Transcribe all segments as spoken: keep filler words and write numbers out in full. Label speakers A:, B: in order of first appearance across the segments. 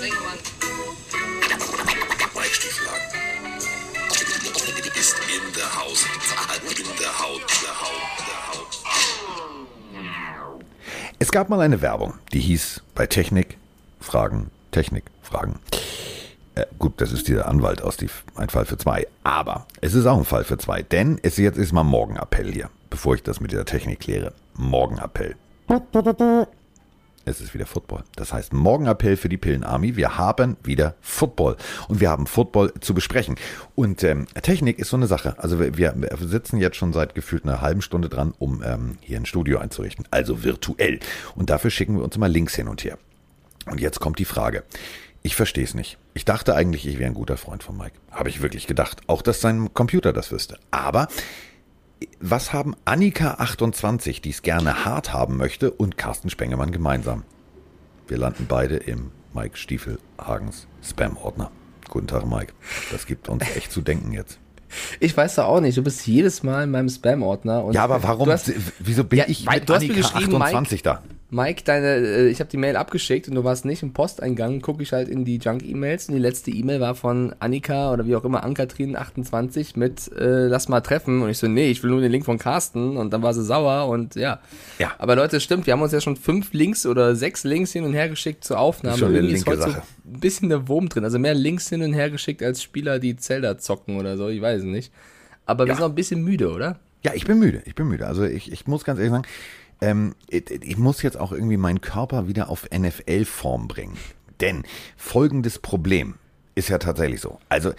A: Sprengemann.
B: Mike Stieflagen ist in der Haus, in der Haut, der Haut, der Haut.
C: Es gab mal eine Werbung, die hieß bei Technik Fragen, Technik Fragen. Äh, gut, das ist dieser Anwalt aus die, ein Fall für zwei, aber es ist auch ein Fall für zwei, denn es jetzt ist mal Morgenappell hier, bevor ich das mit der Technik kläre. Morgenappell. Es ist wieder Football. Das heißt Morgenappell für die Pillen-Army. Wir haben wieder Football und wir haben Football zu besprechen. Und ähm, Technik ist so eine Sache. Also wir, wir sitzen jetzt schon seit gefühlt einer halben Stunde dran, um ähm, hier ein Studio einzurichten, also virtuell. Und dafür schicken wir uns immer Links hin und her. Und jetzt kommt die Frage. Ich verstehe es nicht. Ich dachte eigentlich, ich wäre ein guter Freund von Mike. Habe ich wirklich gedacht. Auch, dass sein Computer das wüsste. Aber was haben Annika achtundzwanzig, die es gerne hart haben möchte, und Carsten Spengemann gemeinsam? Wir landen beide im Mike Stiefelhagens Spam-Ordner. Guten Tag, Mike. Das gibt uns echt zu denken jetzt.
D: Ich weiß doch auch nicht. Du bist jedes Mal in meinem Spam-Ordner.
C: Ja, aber warum?
D: Hast,
C: wieso bin
D: ja,
C: ich
D: du
C: mit
D: hast mir
C: Annika
D: geschrieben,
C: achtundzwanzig
D: Mike,
C: da?
D: Mike, deine, äh, ich habe die Mail abgeschickt und du warst nicht im Posteingang. Gucke ich halt in die Junk-E-Mails und die letzte E-Mail war von Annika oder wie auch immer, Ankatrin achtundzwanzig mit äh, lass mal treffen. Und ich so, nee, ich will nur den Link von Carsten. Und dann war sie sauer und ja.
C: Ja.
D: Aber Leute, es stimmt, wir haben uns ja schon fünf Links oder sechs Links hin und her geschickt zur Aufnahme.
C: Ist schon eine
D: Irgendwie
C: linke
D: ist heute
C: Sache.
D: so ein bisschen der Wurm drin. Also mehr Links hin und her geschickt als Spieler, die Zelda zocken oder so. Ich weiß es nicht. Aber wir
C: Ja.
D: sind auch ein bisschen müde, oder?
C: Ja, ich bin müde. Ich bin müde. Also ich, ich muss ganz ehrlich sagen, ähm, ich, ich muss jetzt auch irgendwie meinen Körper wieder auf N F L-Form bringen. Denn folgendes Problem ist ja tatsächlich so. Also,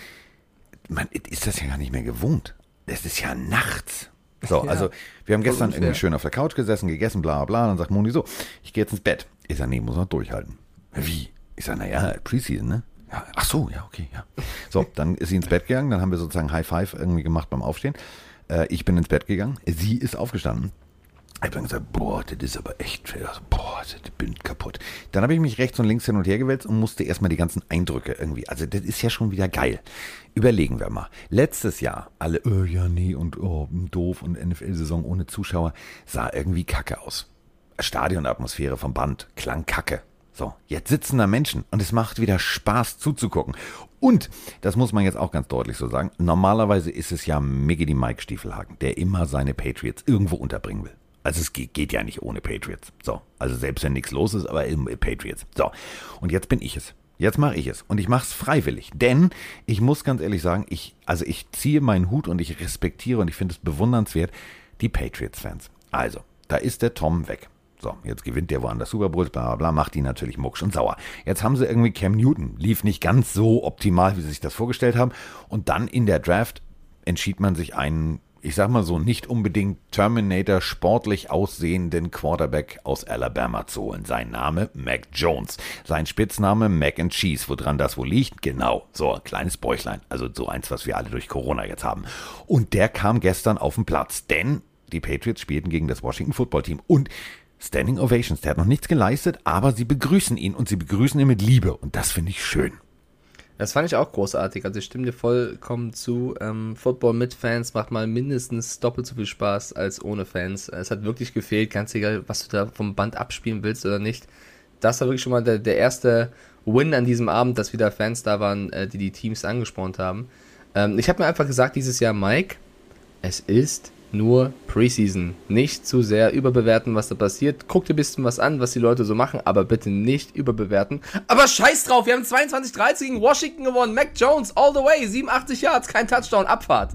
C: man ist das ja gar nicht mehr gewohnt. Es ist ja nachts. So,
D: Ja,
C: also wir haben gestern
D: unfair.
C: irgendwie schön auf der Couch gesessen, gegessen, bla bla. Dann sagt Moni so, ich gehe jetzt ins Bett. Ich sage, nee, muss noch durchhalten. Wie? Ich sage, naja, Preseason, ne? Ja, ach so, ja, okay, ja. So, dann ist sie ins Bett gegangen, dann haben wir sozusagen High Five irgendwie gemacht beim Aufstehen. Äh, ich bin ins Bett gegangen, sie ist aufgestanden. Ich habe dann gesagt, boah, das ist aber echt schwer. Boah, ich bin kaputt. Dann habe ich mich rechts und links hin und her gewälzt und musste erstmal die ganzen Eindrücke irgendwie. Also das ist ja schon wieder geil. Überlegen wir mal. Letztes Jahr, alle, oh ja, nee und oh, doof und N F L-Saison ohne Zuschauer, sah irgendwie kacke aus. Stadionatmosphäre vom Band, klang kacke. So, jetzt sitzen da Menschen und es macht wieder Spaß zuzugucken. Und, das muss man jetzt auch ganz deutlich so sagen, normalerweise ist es ja Miggy die Mike Stiefelhagen, der immer seine Patriots irgendwo unterbringen will. Also es geht, geht ja nicht ohne Patriots. So, also selbst wenn nichts los ist, aber eben Patriots. So, und jetzt bin ich es. Jetzt mache ich es. Und ich mache es freiwillig. Denn ich muss ganz ehrlich sagen, ich, also ich ziehe meinen Hut und ich respektiere und ich finde es bewundernswert, die Patriots-Fans. Also, da ist der Tom weg. So, jetzt gewinnt der woanders Super Bowl, bla bla bla, macht die natürlich mucksch und sauer. Jetzt haben sie irgendwie Cam Newton, lief nicht ganz so optimal, wie sie sich das vorgestellt haben. Und dann in der Draft entschied man sich einen, ich sag mal so, nicht unbedingt Terminator sportlich aussehenden Quarterback aus Alabama zu holen. Sein Name Mac Jones. Sein Spitzname Mac and Cheese. Woran das wohl liegt? Genau, so ein kleines Bäuchlein. Also so eins, was wir alle durch Corona jetzt haben. Und der kam gestern auf den Platz, denn die Patriots spielten gegen das Washington Football Team. Und Standing Ovations, der hat noch nichts geleistet, aber sie begrüßen ihn und sie begrüßen ihn mit Liebe und das finde ich schön.
D: Das fand ich auch großartig. Also ich stimme dir vollkommen zu. Ähm, Football mit Fans macht mal mindestens doppelt so viel Spaß als ohne Fans. Es hat wirklich gefehlt, ganz egal, was du da vom Band abspielen willst oder nicht. Das war wirklich schon mal der, der erste Win an diesem Abend, dass wieder Fans da waren, äh, die die Teams angespornt haben. Ähm, ich habe mir einfach gesagt dieses Jahr, Mike, es ist nur Preseason. Nicht zu sehr überbewerten, was da passiert. Guck dir ein bisschen was an, was die Leute so machen, aber bitte nicht überbewerten. Aber scheiß drauf, wir haben zweiundzwanzig dreizehn gegen Washington gewonnen. Mac Jones, all the way, siebenundachtzig Yards, kein Touchdown, Abfahrt.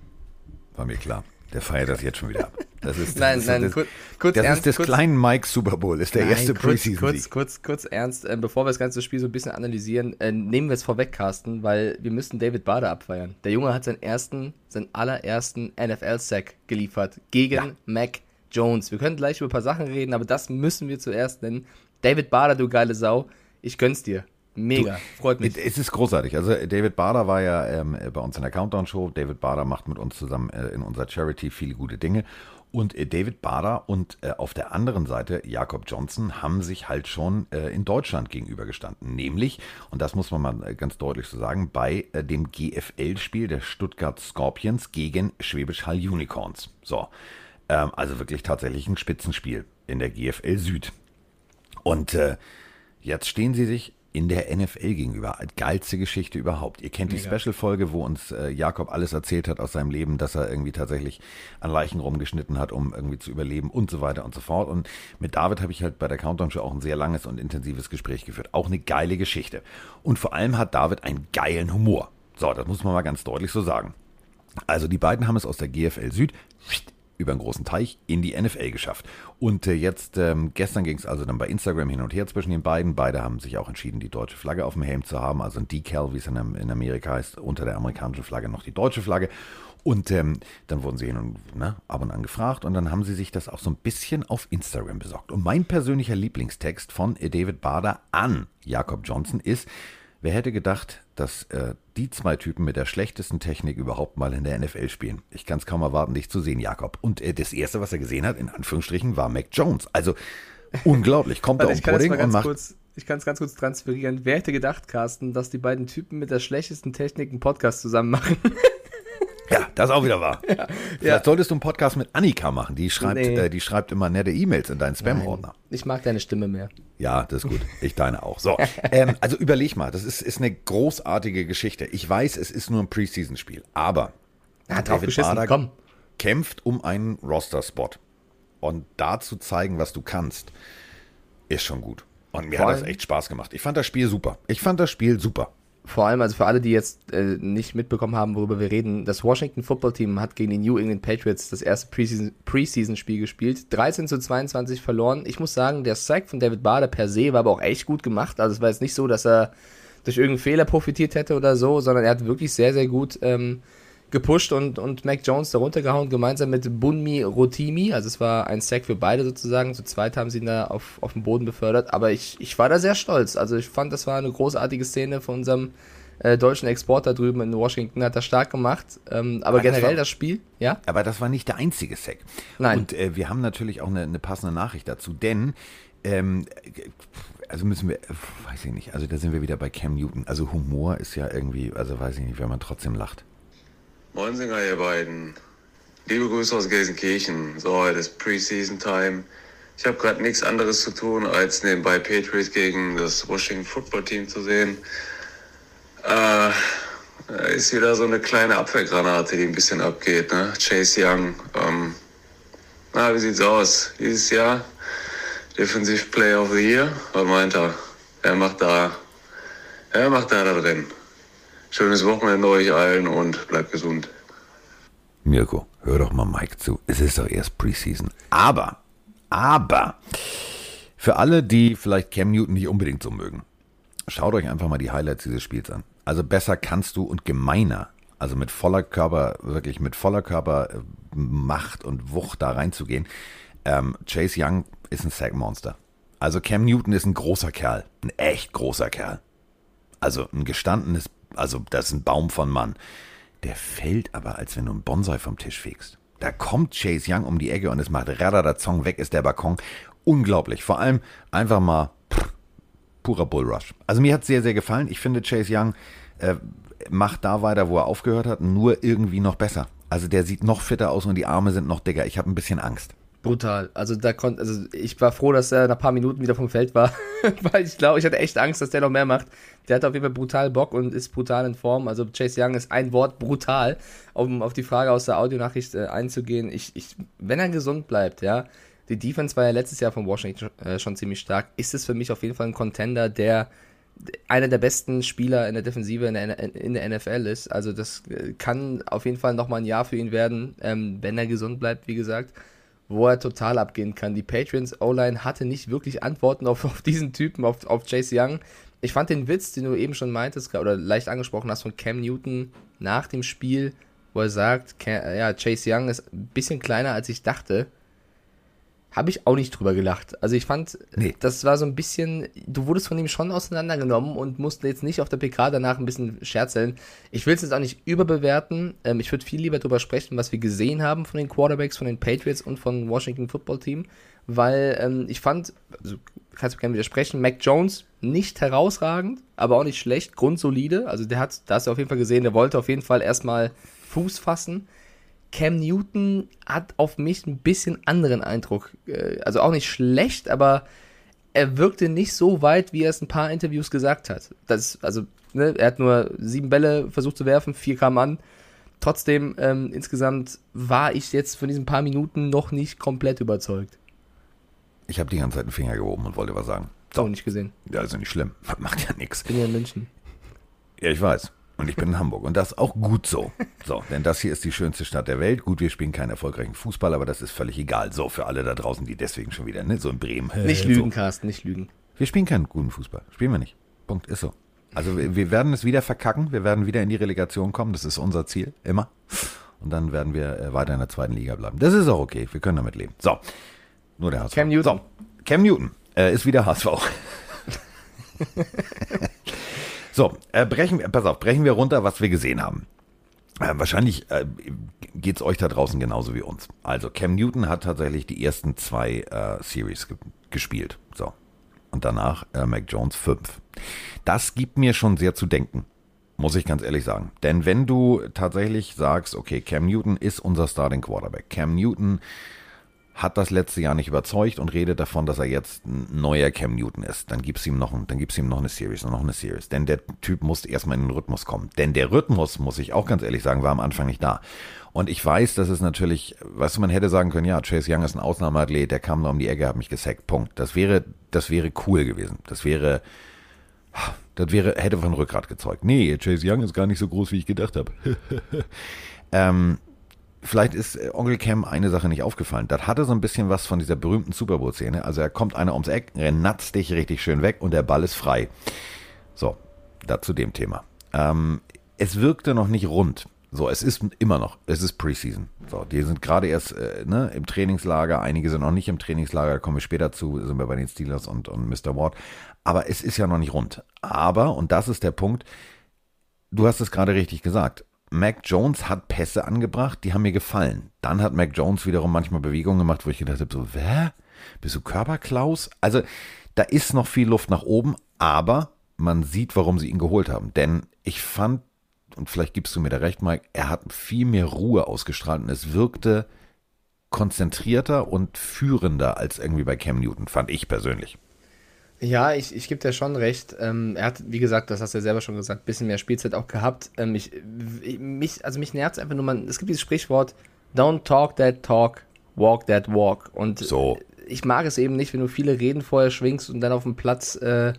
C: War mir klar. Der feiert das jetzt schon wieder ab. Das ist, das
D: Nein,
C: ist,
D: nein,
C: das,
D: kurz, kurz
C: das
D: ernst.
C: ist des
D: kurz,
C: kleinen Mike Super Bowl, ist der
D: nein,
C: erste
D: kurz,
C: Preseason-Sieg.
D: kurz, kurz, kurz ernst, äh, bevor wir das ganze Spiel so ein bisschen analysieren, äh, nehmen wir es vorweg, Carsten, weil wir müssten David Bader abfeiern. Der Junge hat seinen ersten, seinen allerersten N F L-Sack geliefert gegen ja. Mac Jones. Wir können gleich über ein paar Sachen reden, aber das müssen wir zuerst nennen. David Bader, du geile Sau, ich gönn's dir. Mega, du, freut mich.
C: Es ist großartig. Also David Bader war ja ähm, bei uns in der Countdown-Show. David Bader macht mit uns zusammen äh, in unserer Charity viele gute Dinge. Und äh, David Bader und äh, auf der anderen Seite Jakob Johnson haben sich halt schon äh, in Deutschland gegenübergestanden. Nämlich, und das muss man mal äh, ganz deutlich so sagen, bei äh, dem G F L-Spiel der Stuttgart Scorpions gegen Schwäbisch Hall Unicorns. So, ähm, also wirklich tatsächlich ein Spitzenspiel in der G F L Süd. Und äh, jetzt stehen sie sich in der N F L gegenüber. Geilste Geschichte überhaupt. Ihr kennt die
D: Mega.
C: Special-Folge, wo uns äh, Jakob alles erzählt hat aus seinem Leben, dass er irgendwie tatsächlich an Leichen rumgeschnitten hat, um irgendwie zu überleben und so weiter und so fort. Und mit David habe ich halt bei der Countdown-Show auch ein sehr langes und intensives Gespräch geführt. Auch eine geile Geschichte. Und vor allem hat David einen geilen Humor. So, das muss man mal ganz deutlich so sagen. Also die beiden haben es aus der G F L Süd über einen großen Teich in die N F L geschafft. Und äh, jetzt, ähm, gestern ging es also dann bei Instagram hin und her zwischen den beiden. Beide haben sich auch entschieden, die deutsche Flagge auf dem Helm zu haben, also ein Decal, wie es in, in Amerika heißt, unter der amerikanischen Flagge noch die deutsche Flagge. Und ähm, dann wurden sie hin und ne, ab und an gefragt und dann haben sie sich das auch so ein bisschen auf Instagram besorgt. Und mein persönlicher Lieblingstext von äh, David Bader an Jakob Johnson ist: Wer hätte gedacht, dass äh, die zwei Typen mit der schlechtesten Technik überhaupt mal in der N F L spielen? Ich kann es kaum erwarten, dich zu sehen, Jakob. Und äh, das Erste, was er gesehen hat, in Anführungsstrichen, war Mac Jones. Also unglaublich. Kommt er um Pudding und macht...
D: Kurz, ich kann es ganz kurz transferieren. Wer hätte gedacht, Carsten, dass die beiden Typen mit der schlechtesten Technik einen Podcast zusammen machen?
C: Ja, das ist auch wieder wahr. Ja, Vielleicht
D: ja.
C: solltest du einen Podcast mit Annika machen. Die schreibt,
D: Nee.
C: äh, die schreibt immer nette E-Mails in deinen Spam-Ordner.
D: Ich mag deine Stimme mehr.
C: Ja, das ist gut. Ich deine auch. So, ähm, also überleg mal, das ist, ist eine großartige Geschichte. Ich weiß, es ist nur ein Preseason-Spiel, aber
D: Ja, drauf
C: David
D: geschissen,
C: Bader
D: komm.
C: kämpft um einen Roster-Spot. Und da zu zeigen, was du kannst, ist schon gut. Und mir
D: Vor
C: hat das
D: allem-
C: echt Spaß gemacht. Ich fand das Spiel super. Ich fand das Spiel super.
D: Vor allem, also für alle, die jetzt äh, nicht mitbekommen haben, worüber wir reden, das Washington Football Team hat gegen die New England Patriots das erste Preseason- Preseason-Spiel gespielt, dreizehn zu zweiundzwanzig verloren. Ich muss sagen, der Sack von David Bader per se war aber auch echt gut gemacht. Also es war jetzt nicht so, dass er durch irgendeinen Fehler profitiert hätte oder so, sondern er hat wirklich sehr, sehr gut ähm, gepusht und, und Mac Jones darunter gehauen, gemeinsam mit Bunmi Rotimi. Also es war ein Sack für beide sozusagen. Zu zweit haben sie ihn da auf, auf den Boden befördert. Aber ich, ich war da sehr stolz. Also ich fand, das war eine großartige Szene von unserem äh, deutschen Exporter drüben in Washington. Hat das stark gemacht. Ähm, aber
C: Aber das
D: generell
C: war-
D: das Spiel, ja?
C: Aber das war nicht der einzige Sack.
D: Nein.
C: Und äh, wir haben natürlich auch eine, eine passende Nachricht dazu, denn, ähm, also müssen wir, äh, weiß ich nicht, also da sind wir wieder bei Cam Newton. Also Humor ist ja irgendwie, also weiß ich nicht, wenn man trotzdem lacht.
B: Moinsinger, ihr beiden. Liebe Grüße aus Gelsenkirchen. So, heute ist Preseason-Time. Ich habe gerade nichts anderes zu tun, als nebenbei Patriots gegen das Washington Football Team zu sehen. Äh, da ist wieder so eine kleine Abwehrgranate, die ein bisschen abgeht, ne? Chase Young. Ähm, na, wie sieht's aus? Dieses Jahr Defensive Player of the Year? Was meint er? Er macht da, er macht da da drin. Schönes Wochenende euch allen und bleibt gesund.
C: Mirko, hör doch mal Mike zu. Es ist doch erst Preseason. Aber, aber, für alle, die vielleicht Cam Newton nicht unbedingt so mögen, schaut euch einfach mal die Highlights dieses Spiels an. Also besser kannst du und gemeiner, also mit voller Körper, wirklich mit voller Körpermacht und Wucht da reinzugehen. Ähm, Chase Young ist ein Sack-Monster. Also Cam Newton ist ein großer Kerl, ein echt großer Kerl. Also ein gestandenes, also das ist ein Baum von Mann. Der fällt aber, als wenn du einen Bonsai vom Tisch fegst. Da kommt Chase Young um die Ecke und es macht Radadazong, weg ist der Balkon. Unglaublich. Vor allem einfach mal pff, purer Bullrush. Also mir hat es sehr, sehr gefallen. Ich finde, Chase Young äh, macht da weiter, wo er aufgehört hat, nur irgendwie noch besser. Also der sieht noch fitter aus und die Arme sind noch dicker. Ich habe ein bisschen Angst.
D: Brutal. Also da konnte, also ich war froh, dass er nach ein paar Minuten wieder vom Feld war, weil ich glaube, ich hatte echt Angst, dass der noch mehr macht. Der hat auf jeden Fall brutal Bock und ist brutal in Form. Also Chase Young ist ein Wort brutal, um auf die Frage aus der Audionachricht äh, einzugehen. Ich, ich, wenn er gesund bleibt, ja, die Defense war ja letztes Jahr von Washington äh, schon ziemlich stark, ist es für mich auf jeden Fall ein Contender, der einer der besten Spieler in der Defensive in der, in der N F L ist. Also das kann auf jeden Fall nochmal ein Jahr für ihn werden, ähm, wenn er gesund bleibt, wie gesagt, wo er total abgehen kann. Die Patriots O-Line hatte nicht wirklich Antworten auf, auf diesen Typen, auf, auf Chase Young. Ich fand den Witz, den du eben schon meintest, oder leicht angesprochen hast, von Cam Newton nach dem Spiel, wo er sagt, ja, Chase Young ist ein bisschen kleiner, als ich dachte, habe ich auch nicht drüber gelacht. Also ich fand,
C: Nee.
D: das war so ein bisschen, du wurdest von ihm schon auseinandergenommen und musst jetzt nicht auf der P K danach ein bisschen scherzeln. Ich will es jetzt auch nicht überbewerten. Ähm, ich würde viel lieber drüber sprechen, was wir gesehen haben von den Quarterbacks, von den Patriots und von Washington Football Team, weil ähm, ich fand, also kannst du gerne widersprechen, Mac Jones nicht herausragend, aber auch nicht schlecht, grundsolide. Also der hat, da hast du auf jeden Fall gesehen, der wollte auf jeden Fall erstmal Fuß fassen. Cam Newton hat auf mich ein bisschen anderen Eindruck. Also auch nicht schlecht, aber er wirkte nicht so weit, wie er es in ein paar Interviews gesagt hat. Das, also, ne, er hat nur sieben Bälle versucht zu werfen, vier kamen an. Trotzdem, ähm, insgesamt war ich jetzt von diesen paar Minuten noch nicht komplett überzeugt.
C: Ich habe die ganze Zeit den Finger gehoben und wollte was sagen.
D: So, nicht gesehen.
C: Ja, also nicht schlimm. Macht ja nichts.
D: Ich bin ja in München.
C: Ja, ich weiß. Und ich bin in Hamburg. Und das ist auch gut so. So, denn das hier ist die schönste Stadt der Welt. Gut, wir spielen keinen erfolgreichen Fußball, aber das ist völlig egal. So, für alle da draußen, die deswegen schon wieder, ne, so in Bremen.
D: Nicht
C: so.
D: lügen, Carsten, nicht lügen.
C: Wir spielen keinen guten Fußball. Spielen wir nicht. Punkt, ist so. Also wir, wir werden es wieder verkacken. Wir werden wieder in die Relegation kommen. Das ist unser Ziel, immer. Und dann werden wir äh, weiter in der zweiten Liga bleiben. Das ist auch okay. Wir können damit leben. So, nur der H S V.
D: Cam Newton.
C: So, Cam Newton äh, ist wieder H S V. So, äh, brechen wir, pass auf, brechen wir runter, was wir gesehen haben. Äh, wahrscheinlich äh, geht es euch da draußen genauso wie uns. Also Cam Newton hat tatsächlich die ersten zwei äh, Series ge- gespielt. So. Und danach äh, Mac Jones fünf. Das gibt mir schon sehr zu denken, muss ich ganz ehrlich sagen. Denn wenn du tatsächlich sagst, okay, Cam Newton ist unser Starting Quarterback. Cam Newton hat das letzte Jahr nicht überzeugt und redet davon, dass er jetzt ein neuer Cam Newton ist. Dann gibt's ihm noch, ein, dann gibt's ihm noch eine Series und noch eine Series. Denn der Typ muss erstmal in den Rhythmus kommen. Denn der Rhythmus, muss ich auch ganz ehrlich sagen, war am Anfang nicht da. Und ich weiß, dass es natürlich, weißt du, man hätte sagen können, ja, Chase Young ist ein Ausnahmeathlet, der kam nur um die Ecke, hat mich gesackt. Punkt. Das wäre, das wäre cool gewesen. Das wäre, das wäre, hätte von Rückgrat gezeugt. Nee, Chase Young ist gar nicht so groß, wie ich gedacht habe. ähm, Vielleicht ist Onkel Cam eine Sache nicht aufgefallen. Das hatte so ein bisschen was von dieser berühmten Super Bowl-Szene. Also er kommt einer ums Eck, renatzt dich richtig schön weg und der Ball ist frei. So, da zu dem Thema. Ähm, es wirkte noch nicht rund. So, es ist immer noch, es ist Preseason. So, die sind gerade erst äh, ne, im Trainingslager. Einige sind noch nicht im Trainingslager, da kommen wir später zu, sind wir bei den Steelers und, und Mister Ward. Aber es ist ja noch nicht rund. Aber, und das ist der Punkt, du hast es gerade richtig gesagt, Mac Jones hat Pässe angebracht, die haben mir gefallen. Dann hat Mac Jones wiederum manchmal Bewegungen gemacht, wo ich gedacht habe, so, wer? Bist du Körperklaus? Also, da ist noch viel Luft nach oben, aber man sieht, warum sie ihn geholt haben. Denn ich fand, und vielleicht gibst du mir da recht, Mike, er hat viel mehr Ruhe ausgestrahlt und es wirkte konzentrierter und führender als irgendwie bei Cam Newton, fand ich persönlich.
D: Ja, ich, ich gebe dir schon recht. Ähm, er hat, wie gesagt, das hast du ja selber schon gesagt, ein bisschen mehr Spielzeit auch gehabt. Ähm, ich, mich, also mich nervt es einfach nur, man, es gibt dieses Sprichwort, don't talk that talk, walk that walk. Und
C: so.
D: Ich mag es eben nicht, wenn du viele Reden vorher schwingst und dann auf dem Platz äh,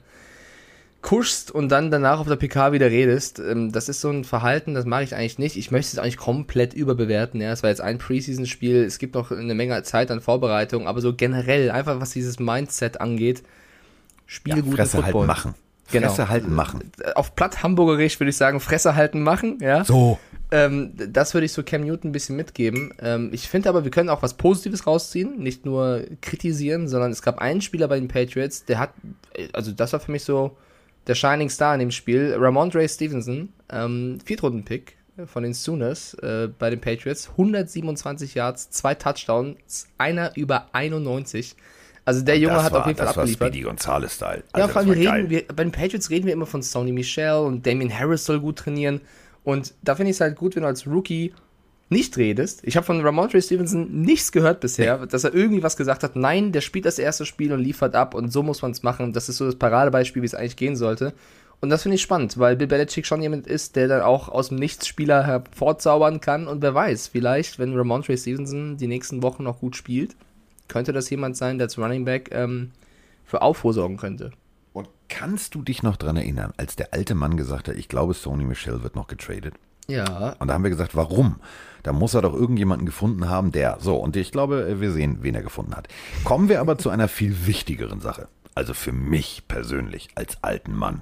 D: kuschst und dann danach auf der P K wieder redest. Ähm, das ist so ein Verhalten, das mag ich eigentlich nicht. Ich möchte es eigentlich komplett überbewerten. Ja, es war jetzt ein Preseason-Spiel, es gibt noch eine Menge Zeit an Vorbereitung, aber so generell, einfach was dieses Mindset angeht, Spiele
C: ja,
D: guten
C: Fresse
D: Football.
C: Halten machen.
D: Genau.
C: Fresse halten machen.
D: Auf platt Hamburgerisch würde ich sagen, Fresse halten machen. Ja.
C: So.
D: Ähm, das würde ich so Cam Newton ein bisschen mitgeben. Ähm, ich finde aber, wir können auch was Positives rausziehen, nicht nur kritisieren, sondern es gab einen Spieler bei den Patriots, der hat, also das war für mich so der Shining Star in dem Spiel, Ramondre Stevenson, ähm, Viertrunden-Pick von den Sooners äh, bei den Patriots, hundertsiebenundzwanzig Yards, zwei Touchdowns, einer über einundneunzig. Also der Junge
C: das
D: hat
C: war,
D: auf jeden Fall
C: das
D: abgeliefert.
C: Das war Speedy Gonzales-Style. Also
D: ja, vor allem, wir
C: geil.
D: reden, wir, bei den Patriots reden wir immer von Sony Michel und Damien Harris soll gut trainieren. Und da finde ich es halt gut, wenn du als Rookie nicht redest. Ich habe von Ramondre Stevenson nichts gehört bisher, nee. dass er irgendwie was gesagt hat. Nein, der spielt das erste Spiel und liefert ab und so muss man es machen. Das ist so das Paradebeispiel, wie es eigentlich gehen sollte. Und das finde ich spannend, weil Bill Belichick schon jemand ist, der dann auch aus dem Nichts-Spieler hervorzaubern kann. Und wer weiß, vielleicht, wenn Ramondre Stevenson die nächsten Wochen noch gut spielt, könnte das jemand sein, der als Running Back ähm, für Aufruhr sorgen könnte.
C: Und kannst du dich noch dran erinnern, als der alte Mann gesagt hat, ich glaube, Sony Michel wird noch getradet?
D: Ja.
C: Und da haben wir gesagt, warum? Da muss er doch irgendjemanden gefunden haben, der... So, und ich glaube, wir sehen, wen er gefunden hat. Kommen wir aber zu einer viel wichtigeren Sache. Also für mich persönlich, als alten Mann.